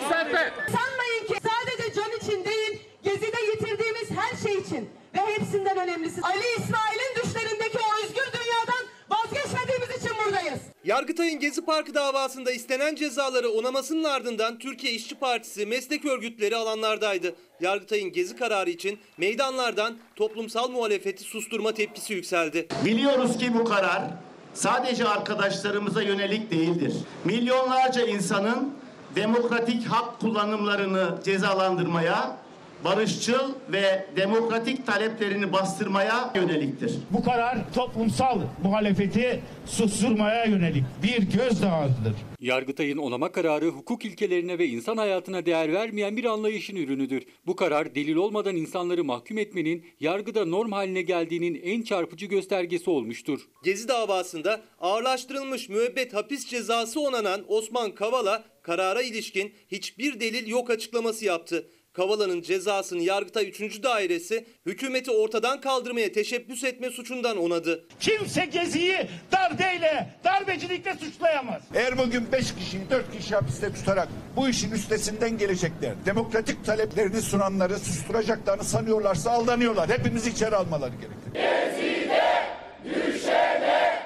Sanmayın ki sadece can için değil, Gezi'de yitirdiğimiz her şey için ve hepsinden önemlisi Ali İsmail'in düşlerindeki o özgür dünyadan vazgeçmediğimiz için buradayız. Yargıtay'ın Gezi Parkı davasında istenen cezaları onamasının ardından Türkiye İşçi Partisi meslek örgütleri alanlardaydı. Yargıtay'ın Gezi kararı için meydanlardan toplumsal muhalefeti susturma tepkisi yükseldi. Biliyoruz ki bu karar sadece arkadaşlarımıza yönelik değildir. Milyonlarca insanın demokratik hak kullanımlarını cezalandırmaya, barışçıl ve demokratik taleplerini bastırmaya yöneliktir. Bu karar toplumsal muhalefeti susturmaya yönelik bir gözdağıdır. Yargıtay'ın onama kararı hukuk ilkelerine ve insan hayatına değer vermeyen bir anlayışın ürünüdür. Bu karar delil olmadan insanları mahkum etmenin yargıda norm haline geldiğinin en çarpıcı göstergesi olmuştur. Gezi davasında ağırlaştırılmış müebbet hapis cezası onanan Osman Kavala karara ilişkin hiçbir delil yok açıklaması yaptı. Kavala'nın cezasını Yargıtay 3. Dairesi hükümeti ortadan kaldırmaya teşebbüs etme suçundan onadı. Kimse Gezi'yi darbeyle, darbecilikle suçlayamaz. Eğer bugün 5 kişiyi 4 kişi hapiste tutarak bu işin üstesinden gelecekler, demokratik taleplerini sunanları susturacaklarını sanıyorlarsa aldanıyorlar. Hepimiz içeri almaları gerekir. Gezi'de düşene,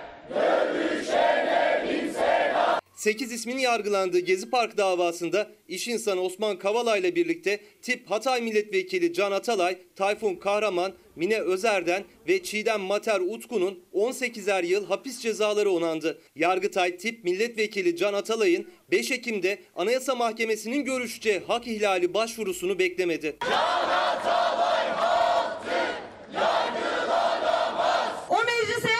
dövüşene binse. 8 ismin yargılandığı Gezi Park davasında iş insanı Osman Kavala ile birlikte tip Hatay Milletvekili Can Atalay, Tayfun Kahraman, Mine Özer'den ve Çiğdem Mater Utku'nun 18'er yıl hapis cezaları onandı. Yargıtay tip Milletvekili Can Atalay'ın 5 Ekim'de Anayasa Mahkemesi'nin görüşeceği hak ihlali başvurusunu beklemedi. Can Atalay halktır, yargılanamaz. O meclise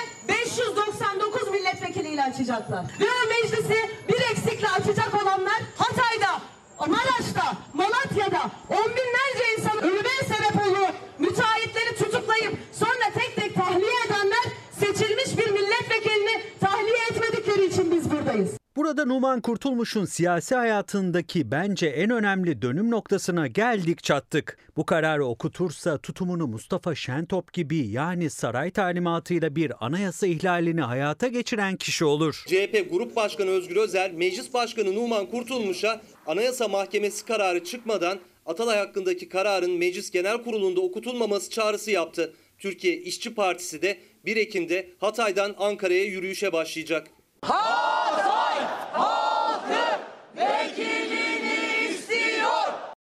599 milletvekiliyle açacaklar. Ve o meclisi bir eksikle açacak olanlar Hatay'da, Maraş'ta, Malatya'da on binlerce insan ölüme sebep oluyor. Müteahhitleri tutuklayıp sonra tek tek tahliye edenler seçilmiş bir milletvekilini tahliye etmedikleri için biz buradayız. Burada Numan Kurtulmuş'un siyasi hayatındaki bence en önemli dönüm noktasına geldik çattık. Bu kararı okutursa tutumunu Mustafa Şentop gibi yani saray talimatıyla bir anayasa ihlalini hayata geçiren kişi olur. CHP Grup Başkanı Özgür Özel, Meclis Başkanı Numan Kurtulmuş'a Anayasa Mahkemesi kararı çıkmadan Atalay hakkındaki kararın Meclis Genel Kurulu'nda okutulmaması çağrısı yaptı. Türkiye İşçi Partisi de 1 Ekim'de Hatay'dan Ankara'ya yürüyüşe başlayacak. Hatay halkı vekilini istiyor.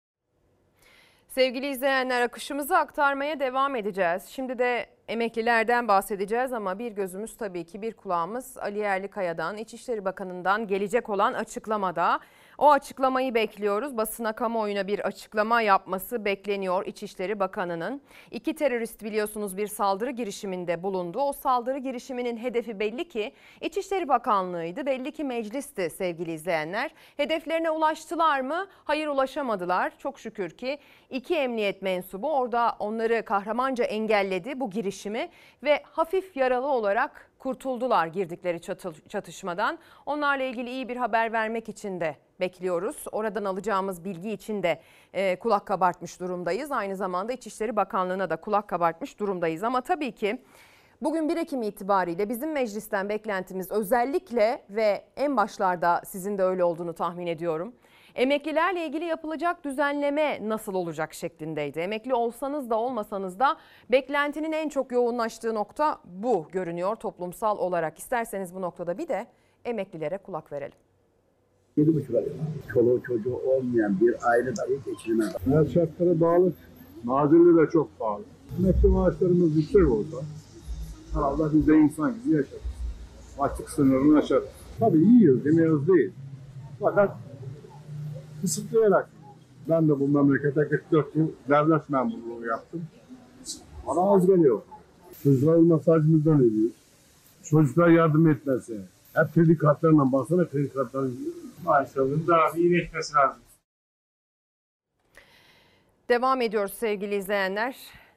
Sevgili izleyenler, akışımızı aktarmaya devam edeceğiz. Şimdi de emeklilerden bahsedeceğiz ama bir gözümüz tabii ki, bir kulağımız Ali Yerlikaya'dan, İçişleri Bakanı'ndan gelecek olan açıklamada. O açıklamayı bekliyoruz. Basına, kamuoyuna bir açıklama yapması bekleniyor İçişleri Bakanı'nın. 2 terörist biliyorsunuz bir saldırı girişiminde bulundu. O saldırı girişiminin hedefi belli ki İçişleri Bakanlığı'ydı. Belli ki meclisti sevgili izleyenler. Hedeflerine ulaştılar mı? Hayır, ulaşamadılar. Çok şükür ki 2 emniyet mensubu orada onları kahramanca engelledi bu girişimi ve hafif yaralı olarak kurtuldular girdikleri çatışmadan. Onlarla ilgili iyi bir haber vermek için de bekliyoruz. Oradan alacağımız bilgi için de kulak kabartmış durumdayız. Aynı zamanda İçişleri Bakanlığı'na da kulak kabartmış durumdayız. Ama tabii ki bugün 1 Ekim itibariyle bizim meclisten beklentimiz özellikle ve en başlarda sizin de öyle olduğunu tahmin ediyorum. Emeklilerle ilgili yapılacak düzenleme nasıl olacak şeklindeydi. Emekli olsanız da olmasanız da beklentinin en çok yoğunlaştığı nokta bu görünüyor toplumsal olarak. İsterseniz bu noktada bir de emeklilere kulak verelim. 7,5 ay. Çoluğu çocuğu olmayan bir aile dahi geçirmez. Hayat şartları bağlı. Nazilli de çok pahalı. Emekli maaşlarımız yüksek olsa Allah biz de insan gibi yaşarız. Açlık sınırını aşarız. Tabii yiyoruz, demiyoruz değil. Fakat kısıtlayarak. Ben de bu memlekete 44 yıl devlet memurluğu yaptım. Bana az geliyor. Çocukların masajımızdan ediyoruz. Çocuklar yardım etmezse. Hep kredi kartlarına baksana, kredi kartlarına. Maaşlarının daha iyileşmesi lazım. Devam ediyoruz sevgili izleyenler.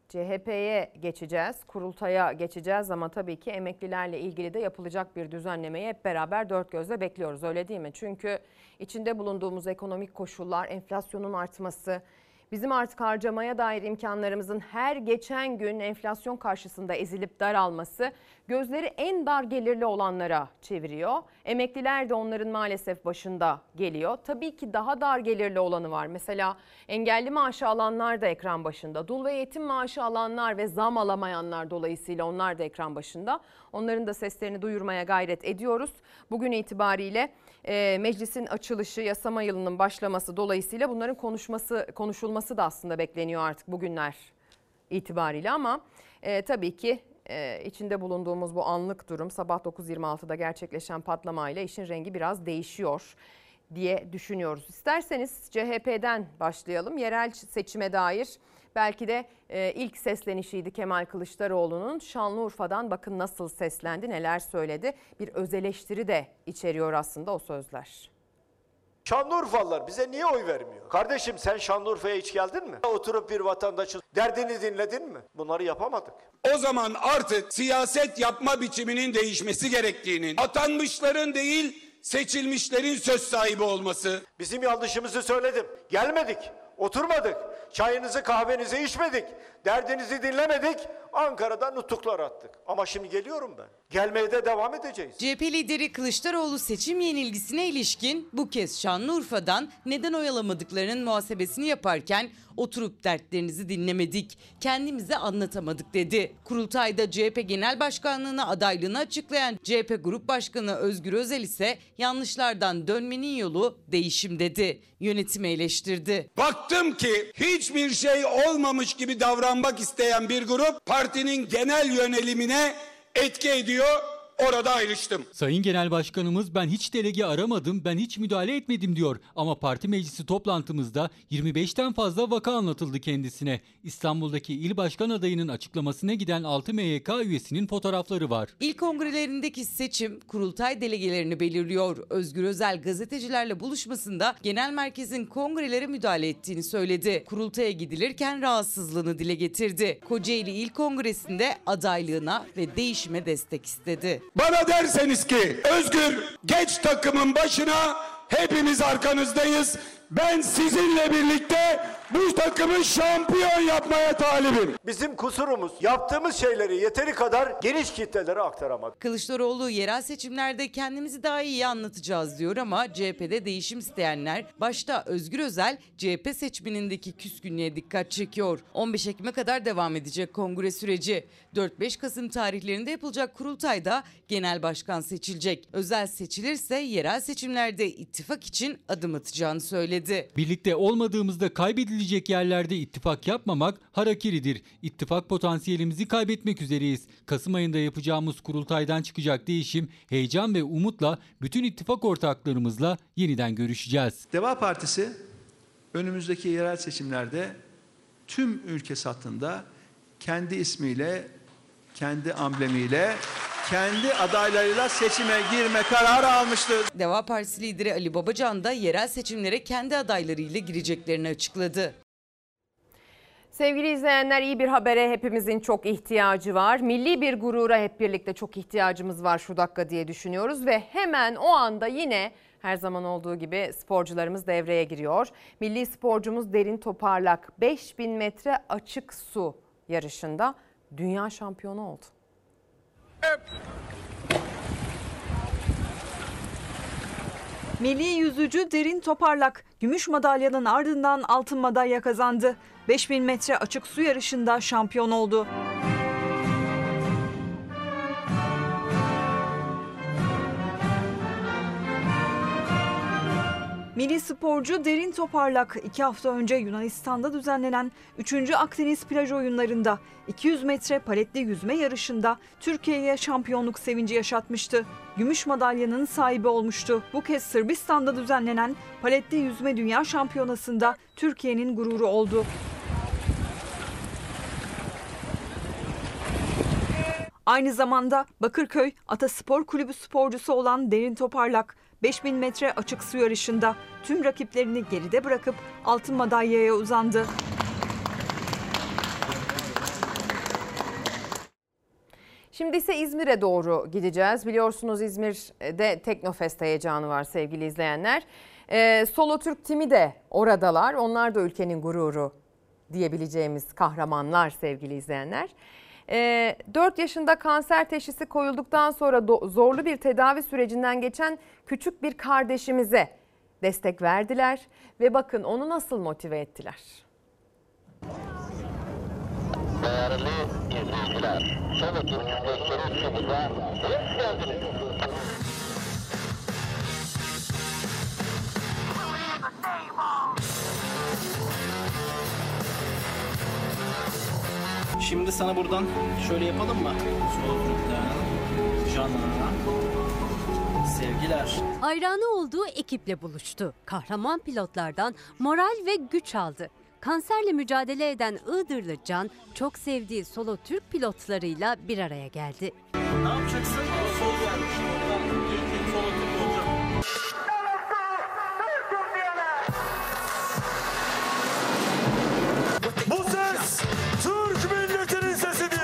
CHP'ye geçeceğiz, kurultaya geçeceğiz ama tabii ki emeklilerle ilgili de yapılacak bir düzenlemeyi hep beraber dört gözle bekliyoruz, öyle değil mi? Çünkü içinde bulunduğumuz ekonomik koşullar, enflasyonun artması, bizim artık harcamaya dair imkanlarımızın her geçen gün enflasyon karşısında ezilip daralması gözleri en dar gelirli olanlara çeviriyor. Emekliler de onların maalesef başında geliyor. Tabii ki daha dar gelirli olanı var. Mesela engelli maaşı alanlar da ekran başında. Dul ve yetim maaşı alanlar ve zam alamayanlar dolayısıyla onlar da ekran başında. Onların da seslerini duyurmaya gayret ediyoruz. Bugün itibariyle meclisin açılışı, yasama yılının başlaması dolayısıyla bunların konuşulması da aslında bekleniyor artık bugünler itibariyle ama tabii ki içinde bulunduğumuz bu anlık durum sabah 9.26'da gerçekleşen patlamayla işin rengi biraz değişiyor diye düşünüyoruz. İsterseniz CHP'den başlayalım. Yerel seçime dair belki de ilk seslenişiydi Kemal Kılıçdaroğlu'nun. Şanlıurfa'dan bakın nasıl seslendi, neler söyledi. Bir öz eleştiri de içeriyor aslında o sözler. Şanlıurfalılar bize niye oy vermiyor? Kardeşim sen Şanlıurfa'ya hiç geldin mi? Oturup bir vatandaşın derdini dinledin mi? Bunları yapamadık. O zaman artık siyaset yapma biçiminin değişmesi gerektiğinin, atanmışların değil seçilmişlerin söz sahibi olması. Bizim yanlışımızı söyledim. Gelmedik, oturmadık, çayınızı kahvenizi içmedik, derdinizi dinlemedik. Ankara'dan nutuklar attık. Ama şimdi geliyorum ben. Gelmeye de devam edeceğiz. CHP lideri Kılıçdaroğlu seçim yenilgisine ilişkin bu kez Şanlıurfa'dan neden oy alamadıklarının muhasebesini yaparken oturup dertlerinizi dinlemedik, kendimize anlatamadık dedi. Kurultayda CHP Genel Başkanlığı'na adaylığını açıklayan CHP Grup Başkanı Özgür Özel ise yanlışlardan dönmenin yolu değişim dedi. Yönetimi eleştirdi. Baktım ki hiçbir şey olmamış gibi davranmak isteyen bir grup partinin genel yönelimine etki ediyor. Orada ayrıştım. Sayın Genel Başkanımız ben hiç delege aramadım, ben hiç müdahale etmedim diyor. Ama parti meclisi toplantımızda 25'ten fazla vaka anlatıldı kendisine. İstanbul'daki il başkan adayının açıklamasına giden 6 MYK üyesinin fotoğrafları var. İl kongrelerindeki seçim kurultay delegelerini belirliyor. Özgür Özel gazetecilerle buluşmasında genel merkezin kongrelere müdahale ettiğini söyledi. Kurultaya gidilirken rahatsızlığını dile getirdi. Kocaeli İl Kongresi'nde adaylığına ve değişime destek istedi. Bana derseniz ki Özgür geç takımın başına, hepimiz arkanızdayız. Ben sizinle birlikte bu takımı şampiyon yapmaya talibim. Bizim kusurumuz yaptığımız şeyleri yeteri kadar geniş kitlelere aktaramadık. Kılıçdaroğlu yerel seçimlerde kendimizi daha iyi anlatacağız diyor ama CHP'de değişim isteyenler başta Özgür Özel CHP seçmenindeki küskünlüğe dikkat çekiyor. 15 Ekim'e kadar devam edecek kongre süreci. 4-5 Kasım tarihlerinde yapılacak kurultayda genel başkan seçilecek. Özel seçilirse yerel seçimlerde ittifak için adım atacağını söyledi. Birlikte olmadığımızda kaybedilecek yerlerde ittifak yapmamak harakiridir. İttifak potansiyelimizi kaybetmek üzereyiz. Kasım ayında yapacağımız kurultaydan çıkacak değişim, heyecan ve umutla bütün ittifak ortaklarımızla yeniden görüşeceğiz. Deva Partisi önümüzdeki yerel seçimlerde tüm ülke satında kendi ismiyle, kendi amblemiyle, kendi adaylarıyla seçime girme kararı almıştır. Deva Partisi lideri Ali Babacan da yerel seçimlere kendi adaylarıyla gireceklerini açıkladı. Sevgili izleyenler, iyi bir habere hepimizin çok ihtiyacı var. Milli bir gurura hep birlikte çok ihtiyacımız var şu dakika diye düşünüyoruz ve hemen o anda yine her zaman olduğu gibi sporcularımız devreye giriyor. Milli sporcumuz Derin Toparlak 5000 metre açık su yarışında dünya şampiyonu oldu. Milli yüzücü Derin Toparlak gümüş madalyanın ardından altın madalya kazandı. 5000 metre açık su yarışında şampiyon oldu. Milli sporcu Derin Toparlak 2 hafta önce Yunanistan'da düzenlenen 3. Akdeniz Plaj Oyunları'nda 200 metre paletli yüzme yarışında Türkiye'ye şampiyonluk sevinci yaşatmıştı. Gümüş madalyanın sahibi olmuştu. Bu kez Sırbistan'da düzenlenen paletli yüzme dünya şampiyonasında Türkiye'nin gururu oldu. Aynı zamanda Bakırköy Ataspor Kulübü sporcusu olan Derin Toparlak 5000 metre açık su yarışında tüm rakiplerini geride bırakıp altın madalyaya uzandı. Şimdi ise İzmir'e doğru gideceğiz. Biliyorsunuz İzmir'de Teknofest heyecanı var sevgili izleyenler. Solo Türk timi de oradalar. Onlar da ülkenin gururu diyebileceğimiz kahramanlar sevgili izleyenler. 4 yaşında kanser teşhisi koyulduktan sonra zorlu bir tedavi sürecinden geçen küçük bir kardeşimize destek verdiler. Ve bakın onu nasıl motive ettiler. Değerli izleyiciler, Solo Türk Gösteri Stüdyo'da hoş geldiniz. Şimdi sana buradan şöyle yapalım mı? Solo Türk'ten Canan'a sevgiler. Hayranı olduğu ekiple buluştu. Kahraman pilotlardan moral ve güç aldı. Kanserle mücadele eden Iğdırlı Can, çok sevdiği Solo Türk pilotlarıyla bir araya geldi. Ne yapacaksın? Sol gelmiş. Solo Türk olacak. Bu ses Türk milletinin sesidir.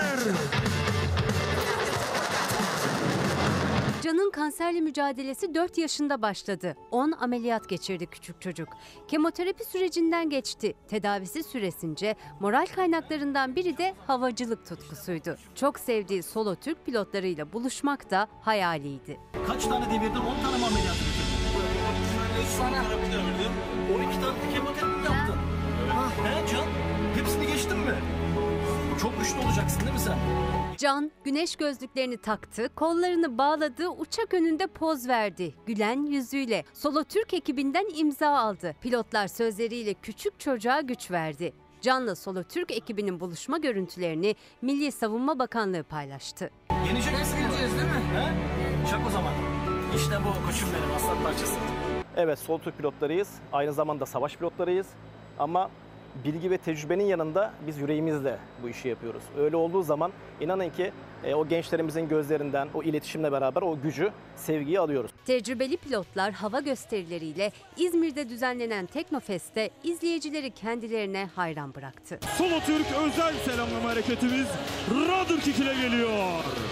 Can'ın kanserle mücadelesi 4 yaşında başladı. 10 ameliyat geçirdi küçük çocuk. Kemoterapi sürecinden geçti. Tedavisi süresince moral kaynaklarından biri de havacılık tutkusuydu. Çok sevdiği Solo Türk pilotlarıyla buluşmak da hayaliydi. Kaç tane devirdin? 10 tane mi ameliyat bitirdin? 3 tane terapi devirdim. 12 tane de kemoterapi yaptın. He Can? Hepsini geçtin mi? Çok güçlü olacaksın değil mi sen? Can güneş gözlüklerini taktı, kollarını bağladı, uçak önünde poz verdi. Gülen yüzüyle Solo Türk ekibinden imza aldı. Pilotlar sözleriyle küçük çocuğa güç verdi. Can'la Solo Türk ekibinin buluşma görüntülerini Milli Savunma Bakanlığı paylaştı. Yenecek misin? Yeneceğiz değil mi? He? Çak o zaman. İşte bu koçum benim aslan parçası. Evet, Solo Türk pilotlarıyız. Aynı zamanda savaş pilotlarıyız. Ama bilgi ve tecrübenin yanında biz yüreğimizle bu işi yapıyoruz. Öyle olduğu zaman inanın ki o gençlerimizin gözlerinden o iletişimle beraber o gücü, sevgiyi alıyoruz. Tecrübeli pilotlar hava gösterileriyle İzmir'de düzenlenen Teknofest'te izleyicileri kendilerine hayran bıraktı. Solo Türk özel selamlama hareketimiz Radırkik ile geliyor.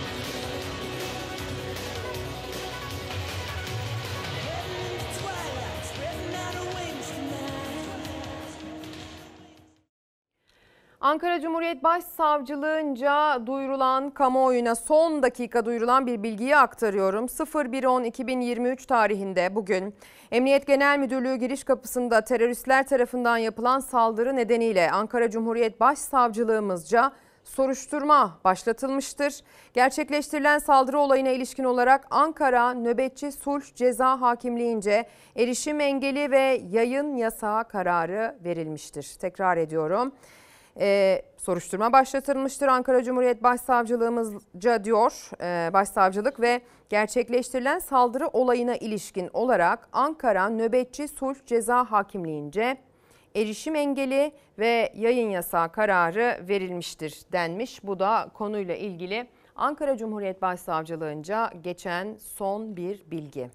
Ankara Cumhuriyet Başsavcılığınca duyurulan, kamuoyuna son dakika duyurulan bir bilgiyi aktarıyorum. 01.10.2023 tarihinde bugün Emniyet Genel Müdürlüğü giriş kapısında teröristler tarafından yapılan saldırı nedeniyle Ankara Cumhuriyet Başsavcılığımızca soruşturma başlatılmıştır. Gerçekleştirilen saldırı olayına ilişkin olarak Ankara Nöbetçi Sulh Ceza Hakimliğince erişim engeli ve yayın yasağı kararı verilmiştir. Tekrar ediyorum. Soruşturma başlatılmıştır Ankara Cumhuriyet Başsavcılığımızca diyor Başsavcılık ve gerçekleştirilen saldırı olayına ilişkin olarak Ankara Nöbetçi Sulh Ceza Hakimliğince erişim engeli ve yayın yasağı kararı verilmiştir denmiş. Bu da konuyla ilgili Ankara Cumhuriyet Başsavcılığınca geçen son bir bilgi.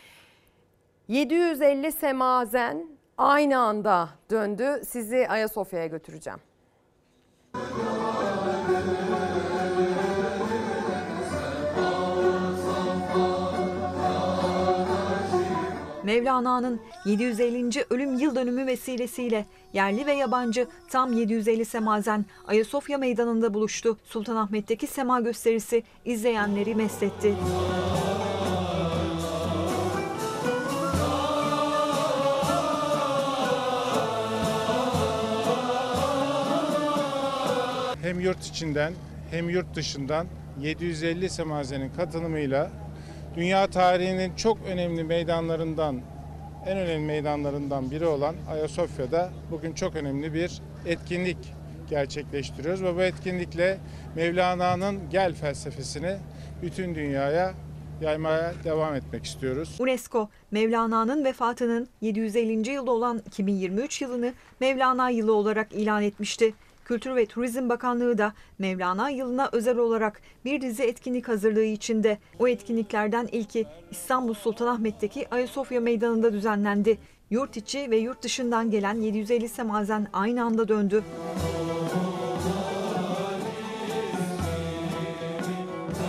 750 semazen aynı anda döndü. Sizi Ayasofya'ya götüreceğim. Mevlana'nın 750. ölüm yıl dönümü vesilesiyle yerli ve yabancı tam 750 semazen Ayasofya Meydanı'nda buluştu. Sultanahmet'teki sema gösterisi izleyenleri mest etti. Hem yurt içinden hem yurt dışından 750 semazenin katılımıyla dünya tarihinin çok önemli meydanlarından, en önemli meydanlarından biri olan Ayasofya'da bugün çok önemli bir etkinlik gerçekleştiriyoruz. Ve bu etkinlikle Mevlana'nın gel felsefesini bütün dünyaya yaymaya devam etmek istiyoruz. UNESCO, Mevlana'nın vefatının 750. yılı olan 2023 yılını Mevlana yılı olarak ilan etmişti. Kültür ve Turizm Bakanlığı da Mevlana yılına özel olarak bir dizi etkinlik hazırlığı içinde. O etkinliklerden ilki İstanbul Sultanahmet'teki Ayasofya Meydanı'nda düzenlendi. Yurt içi ve yurt dışından gelen 750 semazen aynı anda döndü.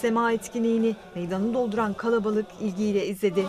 Sema etkinliğini meydanı dolduran kalabalık ilgiyle izledi.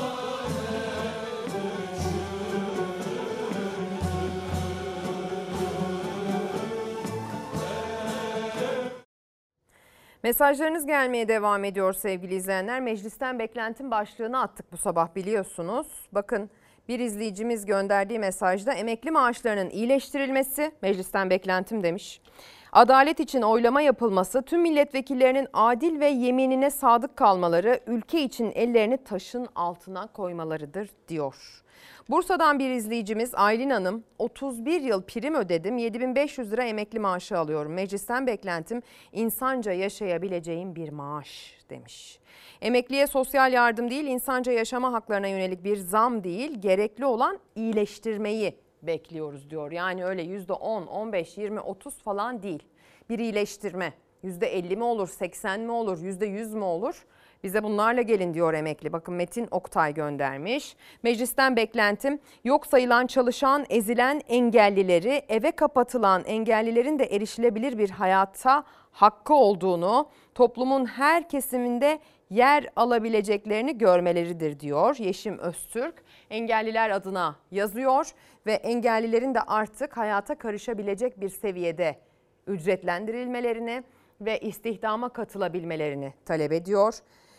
Mesajlarınız gelmeye devam ediyor sevgili izleyenler. Meclisten beklentim başlığını attık bu sabah biliyorsunuz. Bakın bir izleyicimiz gönderdiği mesajda emekli maaşlarının iyileştirilmesi meclisten beklentim demiş. Adalet için oylama yapılması, tüm milletvekillerinin adil ve yeminine sadık kalmaları, ülke için ellerini taşın altına koymalarıdır diyor. Bursa'dan bir izleyicimiz Aylin Hanım, 31 yıl prim ödedim, 7.500 lira emekli maaşı alıyorum. Meclisten beklentim insanca yaşayabileceğim bir maaş demiş. Emekliye sosyal yardım değil, insanca yaşama haklarına yönelik bir zam değil, gerekli olan iyileştirmeyi bekliyoruz diyor. Yani öyle %10, 15, 20, 30 falan değil. Bir iyileştirme. %50 mi olur, 80 mi olur, %100 mü olur? Bize bunlarla gelin diyor emekli. Bakın Metin Oktay göndermiş. Meclisten beklentim yok sayılan çalışan, ezilen engellileri, eve kapatılan engellilerin de erişilebilir bir hayata hakkı olduğunu, toplumun her kesiminde yer alabileceklerini görmeleridir diyor Yeşim Öztürk. Engelliler adına yazıyor ve engellilerin de artık hayata karışabilecek bir seviyede ücretlendirilmelerini ve istihdama katılabilmelerini talep ediyor.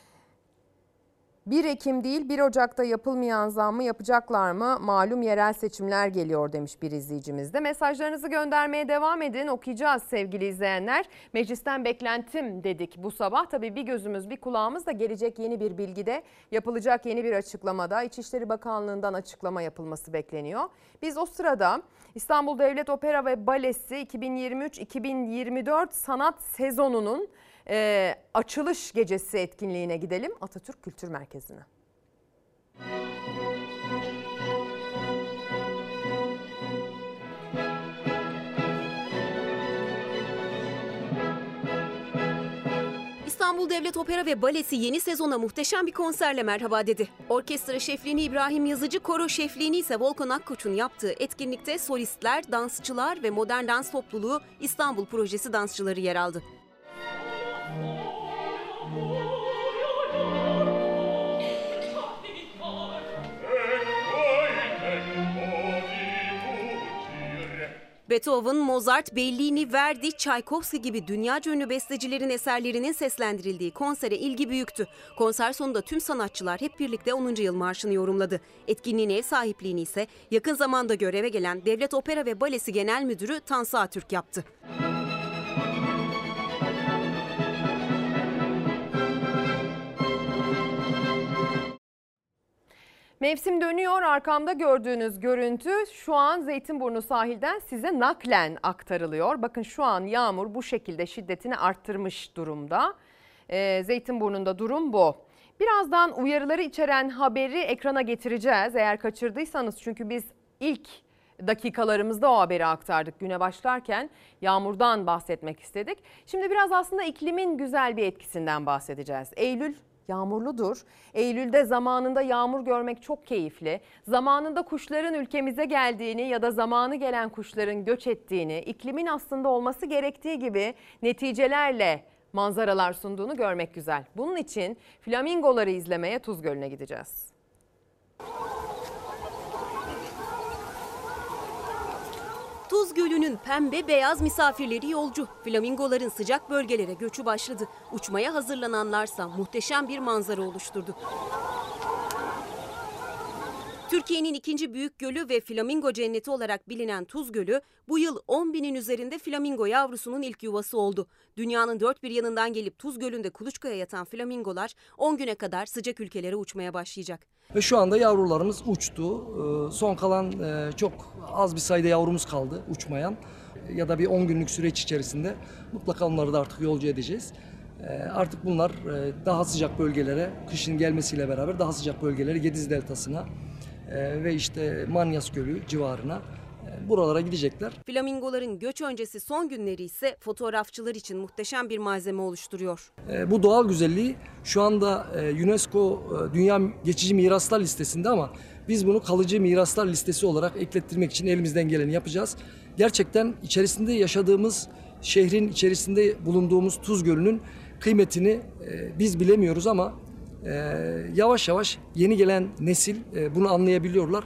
1 Ekim değil 1 Ocak'ta yapılmayan zammı yapacaklar mı? Malum yerel seçimler geliyor demiş bir izleyicimiz de. Mesajlarınızı göndermeye devam edin. Okuyacağız sevgili izleyenler. Meclisten beklentim dedik bu sabah. Tabii bir gözümüz bir kulağımız da gelecek yeni bir bilgide, yapılacak yeni bir açıklamada İçişleri Bakanlığı'ndan açıklama yapılması bekleniyor. Biz o sırada İstanbul Devlet Opera ve Balesi 2023-2024 sanat sezonunun açılış gecesi etkinliğine gidelim Atatürk Kültür Merkezi'ne. İstanbul Devlet Opera ve Balesi yeni sezona muhteşem bir konserle merhaba dedi. Orkestra şefliğini İbrahim Yazıcı, koro şefliğini ise Volkan Akkoç'un yaptığı etkinlikte solistler, dansçılar ve modern dans topluluğu İstanbul Projesi dansçıları yer aldı. Beethoven, Mozart, Bellini, Verdi, Tchaikovsky gibi dünyaca ünlü bestecilerin eserlerinin seslendirildiği konsere ilgi büyüktü. Konser sonunda tüm sanatçılar hep birlikte 10. yıl marşını yorumladı. Etkinliğin ev sahipliğini ise yakın zamanda göreve gelen Devlet Opera ve Balesi Genel Müdürü Tansu Atürk yaptı. Mevsim dönüyor. Arkamda gördüğünüz görüntü şu an Zeytinburnu sahilden size naklen aktarılıyor. Bakın şu an yağmur bu şekilde şiddetini arttırmış durumda. Zeytinburnu'nda durum bu. Birazdan uyarıları içeren haberi ekrana getireceğiz eğer kaçırdıysanız. Çünkü biz ilk dakikalarımızda o haberi aktardık. Güne başlarken yağmurdan bahsetmek istedik. Şimdi biraz aslında iklimin güzel bir etkisinden bahsedeceğiz. Eylül yağmurludur. Eylül'de zamanında yağmur görmek çok keyifli. Zamanında kuşların ülkemize geldiğini ya da zamanı gelen kuşların göç ettiğini, iklimin aslında olması gerektiği gibi neticelerle manzaralar sunduğunu görmek güzel. Bunun için flamingoları izlemeye Tuz Gölü'ne gideceğiz. Tuz Gölü'nün pembe beyaz misafirleri yolcu. Flamingoların sıcak bölgelere göçü başladı. Uçmaya hazırlananlarsa muhteşem bir manzara oluşturdu. Türkiye'nin ikinci büyük gölü ve flamingo cenneti olarak bilinen Tuz Gölü bu yıl 10.000'in üzerinde flamingo yavrusunun ilk yuvası oldu. Dünyanın dört bir yanından gelip Tuz Gölü'nde kuluçkaya yatan flamingolar 10 güne kadar sıcak ülkelere uçmaya başlayacak. Ve şu anda yavrularımız uçtu. Son kalan çok az bir sayıda yavrumuz kaldı uçmayan. Ya da bir 10 günlük süreç içerisinde mutlaka onları da artık yolcu edeceğiz. Artık bunlar daha sıcak bölgelere, kışın gelmesiyle beraber daha sıcak bölgelere, Gediz Deltası'na ve işte Manyas Gölü civarına buralara gidecekler. Flamingoların göç öncesi son günleri ise fotoğrafçılar için muhteşem bir malzeme oluşturuyor. Bu doğal güzelliği şu anda UNESCO Dünya Geçici Miraslar listesinde ama biz bunu kalıcı miraslar listesi olarak eklettirmek için elimizden geleni yapacağız. Gerçekten içerisinde yaşadığımız şehrin içerisinde bulunduğumuz Tuz Gölü'nün kıymetini biz bilemiyoruz ama yavaş yavaş yeni gelen nesil bunu anlayabiliyorlar.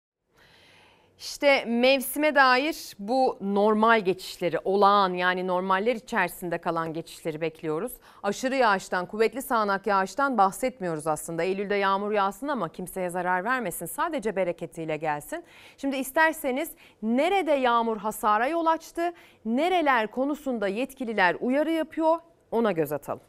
İşte mevsime dair bu normal geçişleri, olağan yani normaller içerisinde kalan geçişleri bekliyoruz. Aşırı yağıştan, kuvvetli sağanak yağıştan bahsetmiyoruz aslında. Eylül'de yağmur yağsın ama kimseye zarar vermesin. Sadece bereketiyle gelsin. Şimdi isterseniz nerede yağmur hasara yol açtı, nereler konusunda yetkililer uyarı yapıyor, ona göz atalım.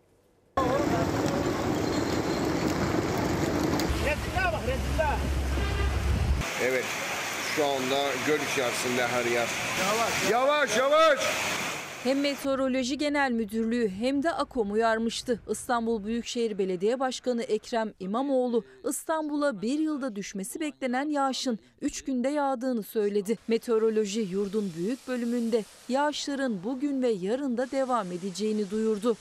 Evet. Şu anda göl içerisinde her yer. Yavaş yavaş. Hem Meteoroloji Genel Müdürlüğü hem de AKOM uyarmıştı. İstanbul Büyükşehir Belediye Başkanı Ekrem İmamoğlu İstanbul'a bir yılda düşmesi beklenen yağışın 3 günde yağdığını söyledi. Meteoroloji yurdun büyük bölümünde yağışların bugün ve yarın da devam edeceğini duyurdu.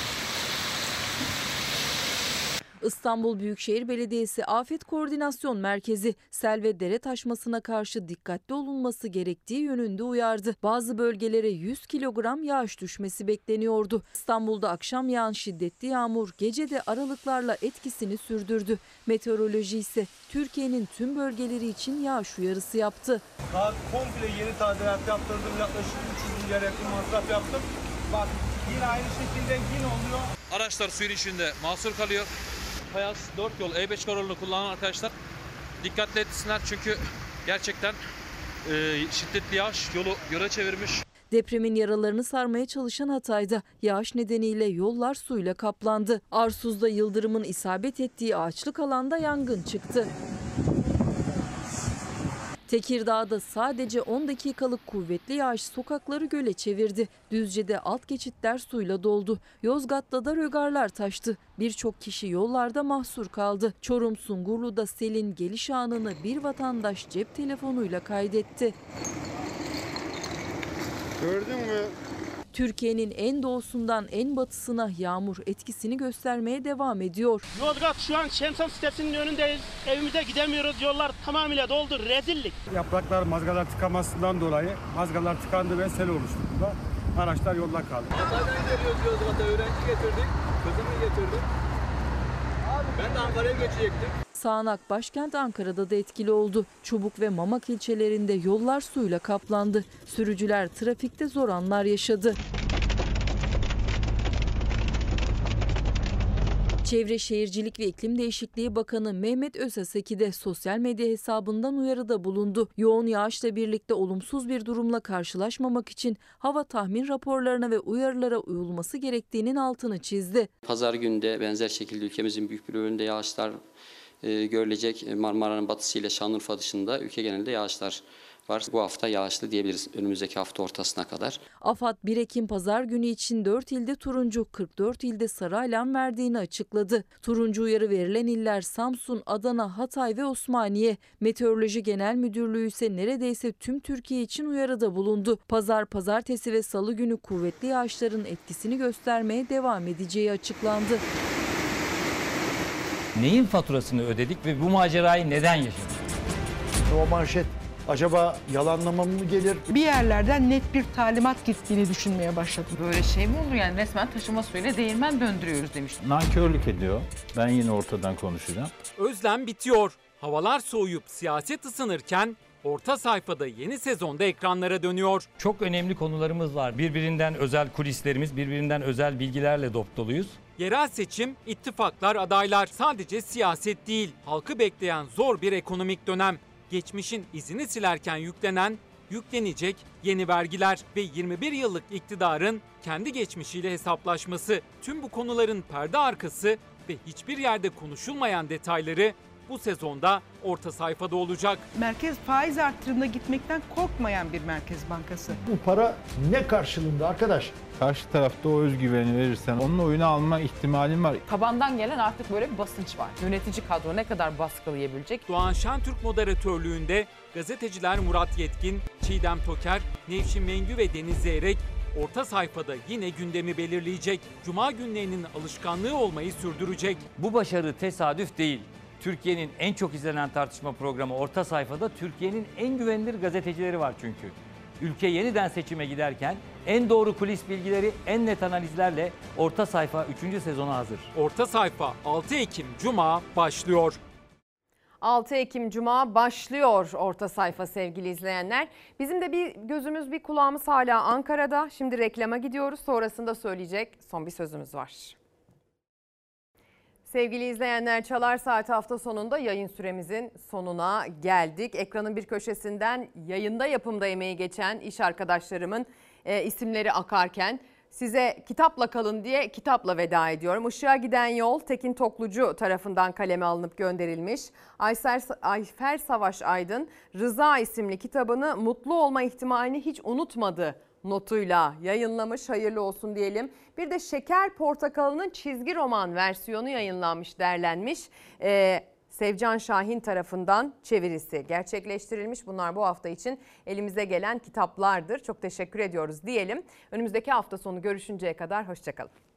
İstanbul Büyükşehir Belediyesi Afet Koordinasyon Merkezi sel ve dere taşmasına karşı dikkatli olunması gerektiği yönünde uyardı. Bazı bölgelere 100 kilogram yağış düşmesi bekleniyordu. İstanbul'da akşam yağan şiddetli yağmur gece de aralıklarla etkisini sürdürdü. Meteoroloji ise Türkiye'nin tüm bölgeleri için yağış uyarısı yaptı. Daha komple yeni tadilat yaptırdım. Yaklaşık 300 milyar yakın masraf yaptım. Bak yine aynı şekilde yine oluyor. Araçlar suyun içinde mahsur kalıyor. Fayaz 4 yol E5 karayolunu kullanan arkadaşlar dikkatli etsinler çünkü gerçekten şiddetli yağış yolu göle çevirmiş. Depremin yaralarını sarmaya çalışan Hatay'da yağış nedeniyle yollar suyla kaplandı. Arsuz'da yıldırımın isabet ettiği ağaçlık alanda yangın çıktı. Tekirdağ'da sadece 10 dakikalık kuvvetli yağış sokakları göle çevirdi. Düzce'de alt geçitler suyla doldu. Yozgat'ta da rögarlar taştı. Birçok kişi yollarda mahsur kaldı. Çorum Sungurlu'da selin geliş anını bir vatandaş cep telefonuyla kaydetti. Gördün mü? Türkiye'nin en doğusundan en batısına yağmur etkisini göstermeye devam ediyor. Yozgat şu an Şemsan sitesinin önündeyiz. Evimize gidemiyoruz. Yollar tamamıyla doldu. Rezillik. Yapraklar mazgalar tıkamasından dolayı mazgalar tıkandı ve sel oluştu burada. Araçlar yolda kaldı. Hatay'dan geliyoruz Yozgat'a. Öğrenci getirdik. Kızımı getirdik. Ben de Ankara'ya geçecektim. Sağanak başkent Ankara'da da etkili oldu. Çubuk ve Mamak ilçelerinde yollar suyla kaplandı. Sürücüler trafikte zor anlar yaşadı. Çevre Şehircilik ve İklim Değişikliği Bakanı Mehmet Özaseki de sosyal medya hesabından uyarıda bulundu. Yoğun yağışla birlikte olumsuz bir durumla karşılaşmamak için hava tahmin raporlarına ve uyarılara uyulması gerektiğinin altını çizdi. Pazar günü de benzer şekilde ülkemizin büyük bir bölümünde yağışlar görülecek. Marmara'nın batısıyla Şanlıurfa dışında ülke genelinde yağışlar var. Bu hafta yağışlı diyebiliriz önümüzdeki hafta ortasına kadar. AFAD 1 Ekim Pazar günü için 4 ilde turuncu, 44 ilde sarı alarm verdiğini açıkladı. Turuncu uyarı verilen iller Samsun, Adana, Hatay ve Osmaniye. Meteoroloji Genel Müdürlüğü ise neredeyse tüm Türkiye için uyarıda bulundu. Pazar, pazartesi ve salı günü kuvvetli yağışların etkisini göstermeye devam edeceği açıklandı. Neyin faturasını ödedik ve bu macerayı neden yaşadık? O manşet acaba yalanlama mı gelir? Bir yerlerden net bir talimat gittiğini düşünmeye başladım. Böyle şey mi olur yani resmen taşıma suyuyla değirmen döndürüyoruz demiştim. Nankörlük ediyor. Ben yine ortadan konuşacağım. Özlem bitiyor. Havalar soğuyup siyaset ısınırken orta sayfada yeni sezonda ekranlara dönüyor. Çok önemli konularımız var. Birbirinden özel kulislerimiz, birbirinden özel bilgilerle dop doluyuz. Yerel seçim, ittifaklar, adaylar sadece siyaset değil. Halkı bekleyen zor bir ekonomik dönem. Geçmişin izini silerken yüklenecek yeni vergiler ve 21 yıllık iktidarın kendi geçmişiyle hesaplaşması. Tüm bu konuların perde arkası ve hiçbir yerde konuşulmayan detayları bu sezonda orta sayfada olacak. Merkez faiz artırımına gitmekten korkmayan bir merkez bankası. Bu para ne karşılığında arkadaş? Karşı tarafta o özgüveni verirsen onun oyunu alma ihtimalin var. Tabandan gelen artık böyle bir basınç var. Yönetici kadro ne kadar baskılayabilecek? Doğan Şentürk moderatörlüğünde gazeteciler Murat Yetkin, Çiğdem Toker, Nevşin Mengü ve Deniz Zeyrek orta sayfada yine gündemi belirleyecek. Cuma günlerinin alışkanlığı olmayı sürdürecek. Bu başarı tesadüf değil. Türkiye'nin en çok izlenen tartışma programı orta sayfada Türkiye'nin en güvenilir gazetecileri var çünkü. ülke yeniden seçime giderken en doğru kulis bilgileri, en net analizlerle Orta Sayfa 3. sezona hazır. Orta Sayfa 6 Ekim Cuma başlıyor. 6 Ekim Cuma başlıyor Orta Sayfa sevgili izleyenler. Bizim de bir gözümüz bir kulağımız hala Ankara'da. Şimdi reklama gidiyoruz. Sonrasında söyleyecek son bir sözümüz var. Sevgili izleyenler, Çalar Saat hafta sonunda yayın süremizin sonuna geldik. Ekranın bir köşesinden yayında yapımda emeği geçen iş arkadaşlarımın isimleri akarken size kitapla kalın diye kitapla veda ediyorum. Işığa Giden Yol Tekin Toklucu tarafından kaleme alınıp gönderilmiş. Ayfer Savaş Aydın Rıza isimli kitabını mutlu olma ihtimalini hiç unutmadı notuyla yayınlamış. Hayırlı olsun diyelim. Bir de Şeker Portakalı'nın çizgi roman versiyonu yayınlanmış, derlenmiş. Sevcan Şahin tarafından çevirisi gerçekleştirilmiş. Bunlar bu hafta için elimize gelen kitaplardır. Çok teşekkür ediyoruz diyelim. Önümüzdeki hafta sonu görüşünceye kadar hoşçakalın.